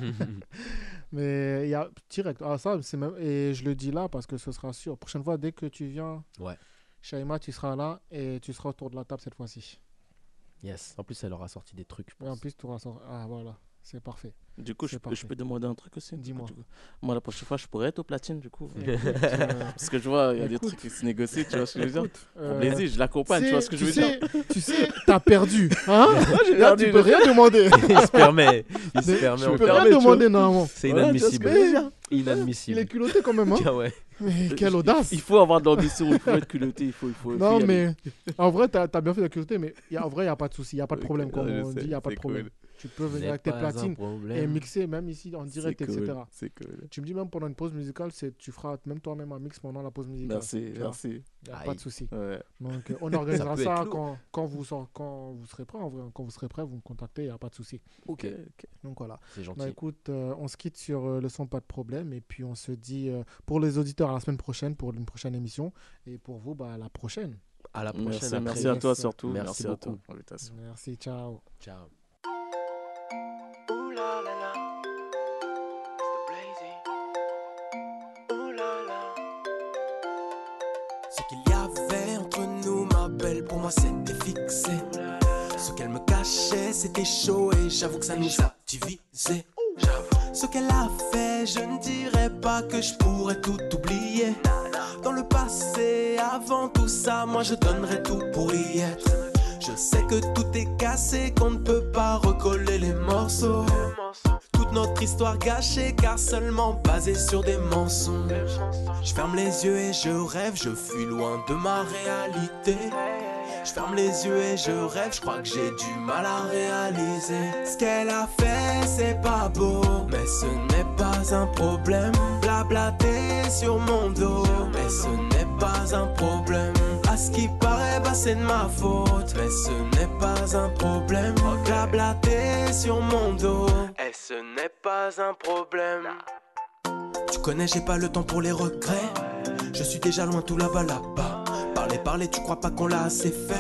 Mais il y a direct. Ah, ça, c'est même. Et je le dis là parce que ce sera sûr. Prochaine fois, dès que tu viens, Ouais. Shaima, tu seras là et tu seras autour de la table cette fois-ci. Yes. En plus, elle aura sorti des trucs, je Et en pense. plus, tu auras. sor- Ah, voilà, c'est parfait. Du coup, je C'est peux, je parfait. peux demander un truc aussi. Dis-moi. Du coup, Moi, la prochaine fois, je pourrais être au platine, du coup. Écoute, euh, Parce que je vois, il y a des Écoute. trucs qui se négocient, tu vois ce que je veux dire. écoute, Pour euh, plaisir, je l'accompagne, tu vois ce que je veux tu dire. sais, Tu sais, t'as perdu. Hein j'ai Là, perdu, tu peux j'ai rien demander. Il se permet. Il se Mais permet je Tu encore. peux permets, rien tu vois. demander normalement. C'est Voilà, tu vois ce que je veux inadmissible. dire. Il Inadmissible. est culotté quand même. Hein. Ah ouais. Mais quelle audace. Il faut avoir de l'ambition, il faut être culotté, il faut. Il faut il faut Non, y aller. mais en vrai, t'as as bien fait la curiosité, mais y a, en vrai, il n'y a pas de souci, il n'y a pas de Ok, problème. Comme je on sais, dit, il n'y a pas de c'est problème. cool. Tu peux venir N'est avec tes pas un platines et problème. mixer, même ici en direct, C'est cool, et cetera. C'est cool. Tu me dis même pendant une pause musicale, c'est- tu feras même toi-même un mix pendant la pause musicale. Merci, Tu vois. merci. Il n'y a Aïe. pas de souci. Ouais. Donc, euh, on organisera peut ça, être lourd. quand, quand, vous, sor- quand vous serez prêt. En vrai, quand vous serez prêt, vous me contactez, il n'y a pas de souci. Ok. ok. Donc voilà. C'est gentil. Bah écoute, euh, on se quitte sur euh, le son, pas de problème. Et puis on se dit euh, pour les auditeurs à la semaine prochaine, pour une prochaine émission. Et pour vous, bah, à la prochaine. À la prochaine. Merci, après. merci à toi Yes. surtout. Merci Merci à toi beaucoup. pour l'invitation. Merci, ciao. Ciao. Ooh la la la, mister Blazy. Ooh la la. Ce qu'il y avait entre nous, ma belle, pour moi c'était fixé. Ce qu'elle me cachait, c'était chaud et j'avoue que ça nous a divisé. Ce qu'elle a fait, je ne dirais pas que je pourrais tout oublier. Dans le passé, avant tout ça, moi je donnerais tout pour y être. Je sais que tout est cassé, qu'on ne peut pas recoller les morceaux. Toute notre histoire gâchée, car seulement basée sur des mensonges. Je ferme les yeux et je rêve, je fuis loin de ma réalité. Je ferme les yeux et je rêve, je crois que j'ai du mal à réaliser. Ce qu'elle a fait, c'est pas beau, mais ce n'est pas un problème. Blablater sur mon dos, mais ce n'est pas un problème. À ce qui paraît, bah c'est de ma faute, mais ce n'est pas un problème. Blablater sur mon dos, et ce n'est pas un problème. Tu connais, j'ai pas le temps pour les regrets. Je suis déjà loin tout là-bas, là-bas. Parler, parler, tu crois pas qu'on l'a assez fait?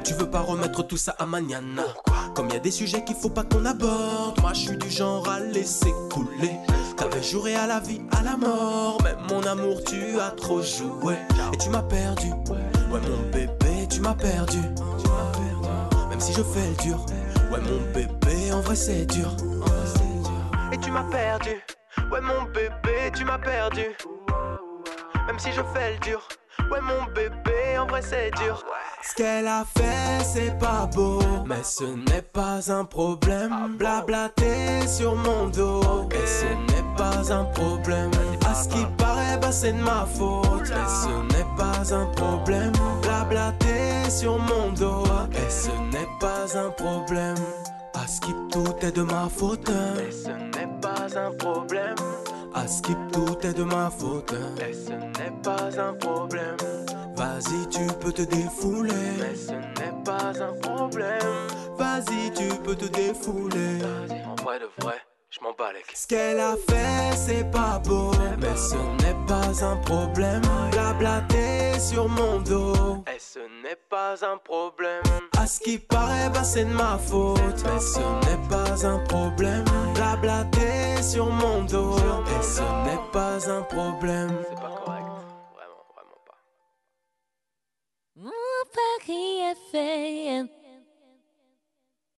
Tu veux pas remettre tout ça à mañana. Comme y a des sujets qu'il faut pas qu'on aborde, moi je suis du genre à laisser couler. T'avais juré à la vie, à la mort, mais mon amour tu as trop joué. Et tu m'as perdu, ouais mon bébé tu m'as perdu. Même si je fais le dur, ouais mon bébé en vrai c'est dur. Et tu m'as perdu, ouais mon bébé tu m'as perdu. Même si je fais le dur, ouais mon bébé en vrai c'est dur. Ce qu'elle a fait c'est pas beau, mais ce n'est pas un problème. Blablater sur mon dos, et ce n'est pas un problème. À ce qui paraît bah c'est de ma faute, mais ce n'est pas un problème. Blablater sur mon dos, et ce n'est pas un problème. À skip tout est de ma faute, mais ce n'est pas un problème. À skip tout est de ma faute, mais ce n'est pas un problème. Vas-y tu peux te défouler, mais ce n'est pas un problème. Vas-y tu peux te défouler. Vas-y, en vrai de vrai, je m'en bats les. Ce qu'elle a fait c'est pas beau, mais ce n'est pas un problème. Blablater sur mon dos, et ce n'est pas un problème. À ce qui paraît bah c'est de ma faute, mais ce n'est pas un problème. Blablater sur mon dos, et ce n'est pas un problème. C'est pas correct, vraiment, vraiment pas. Mon Paris F M.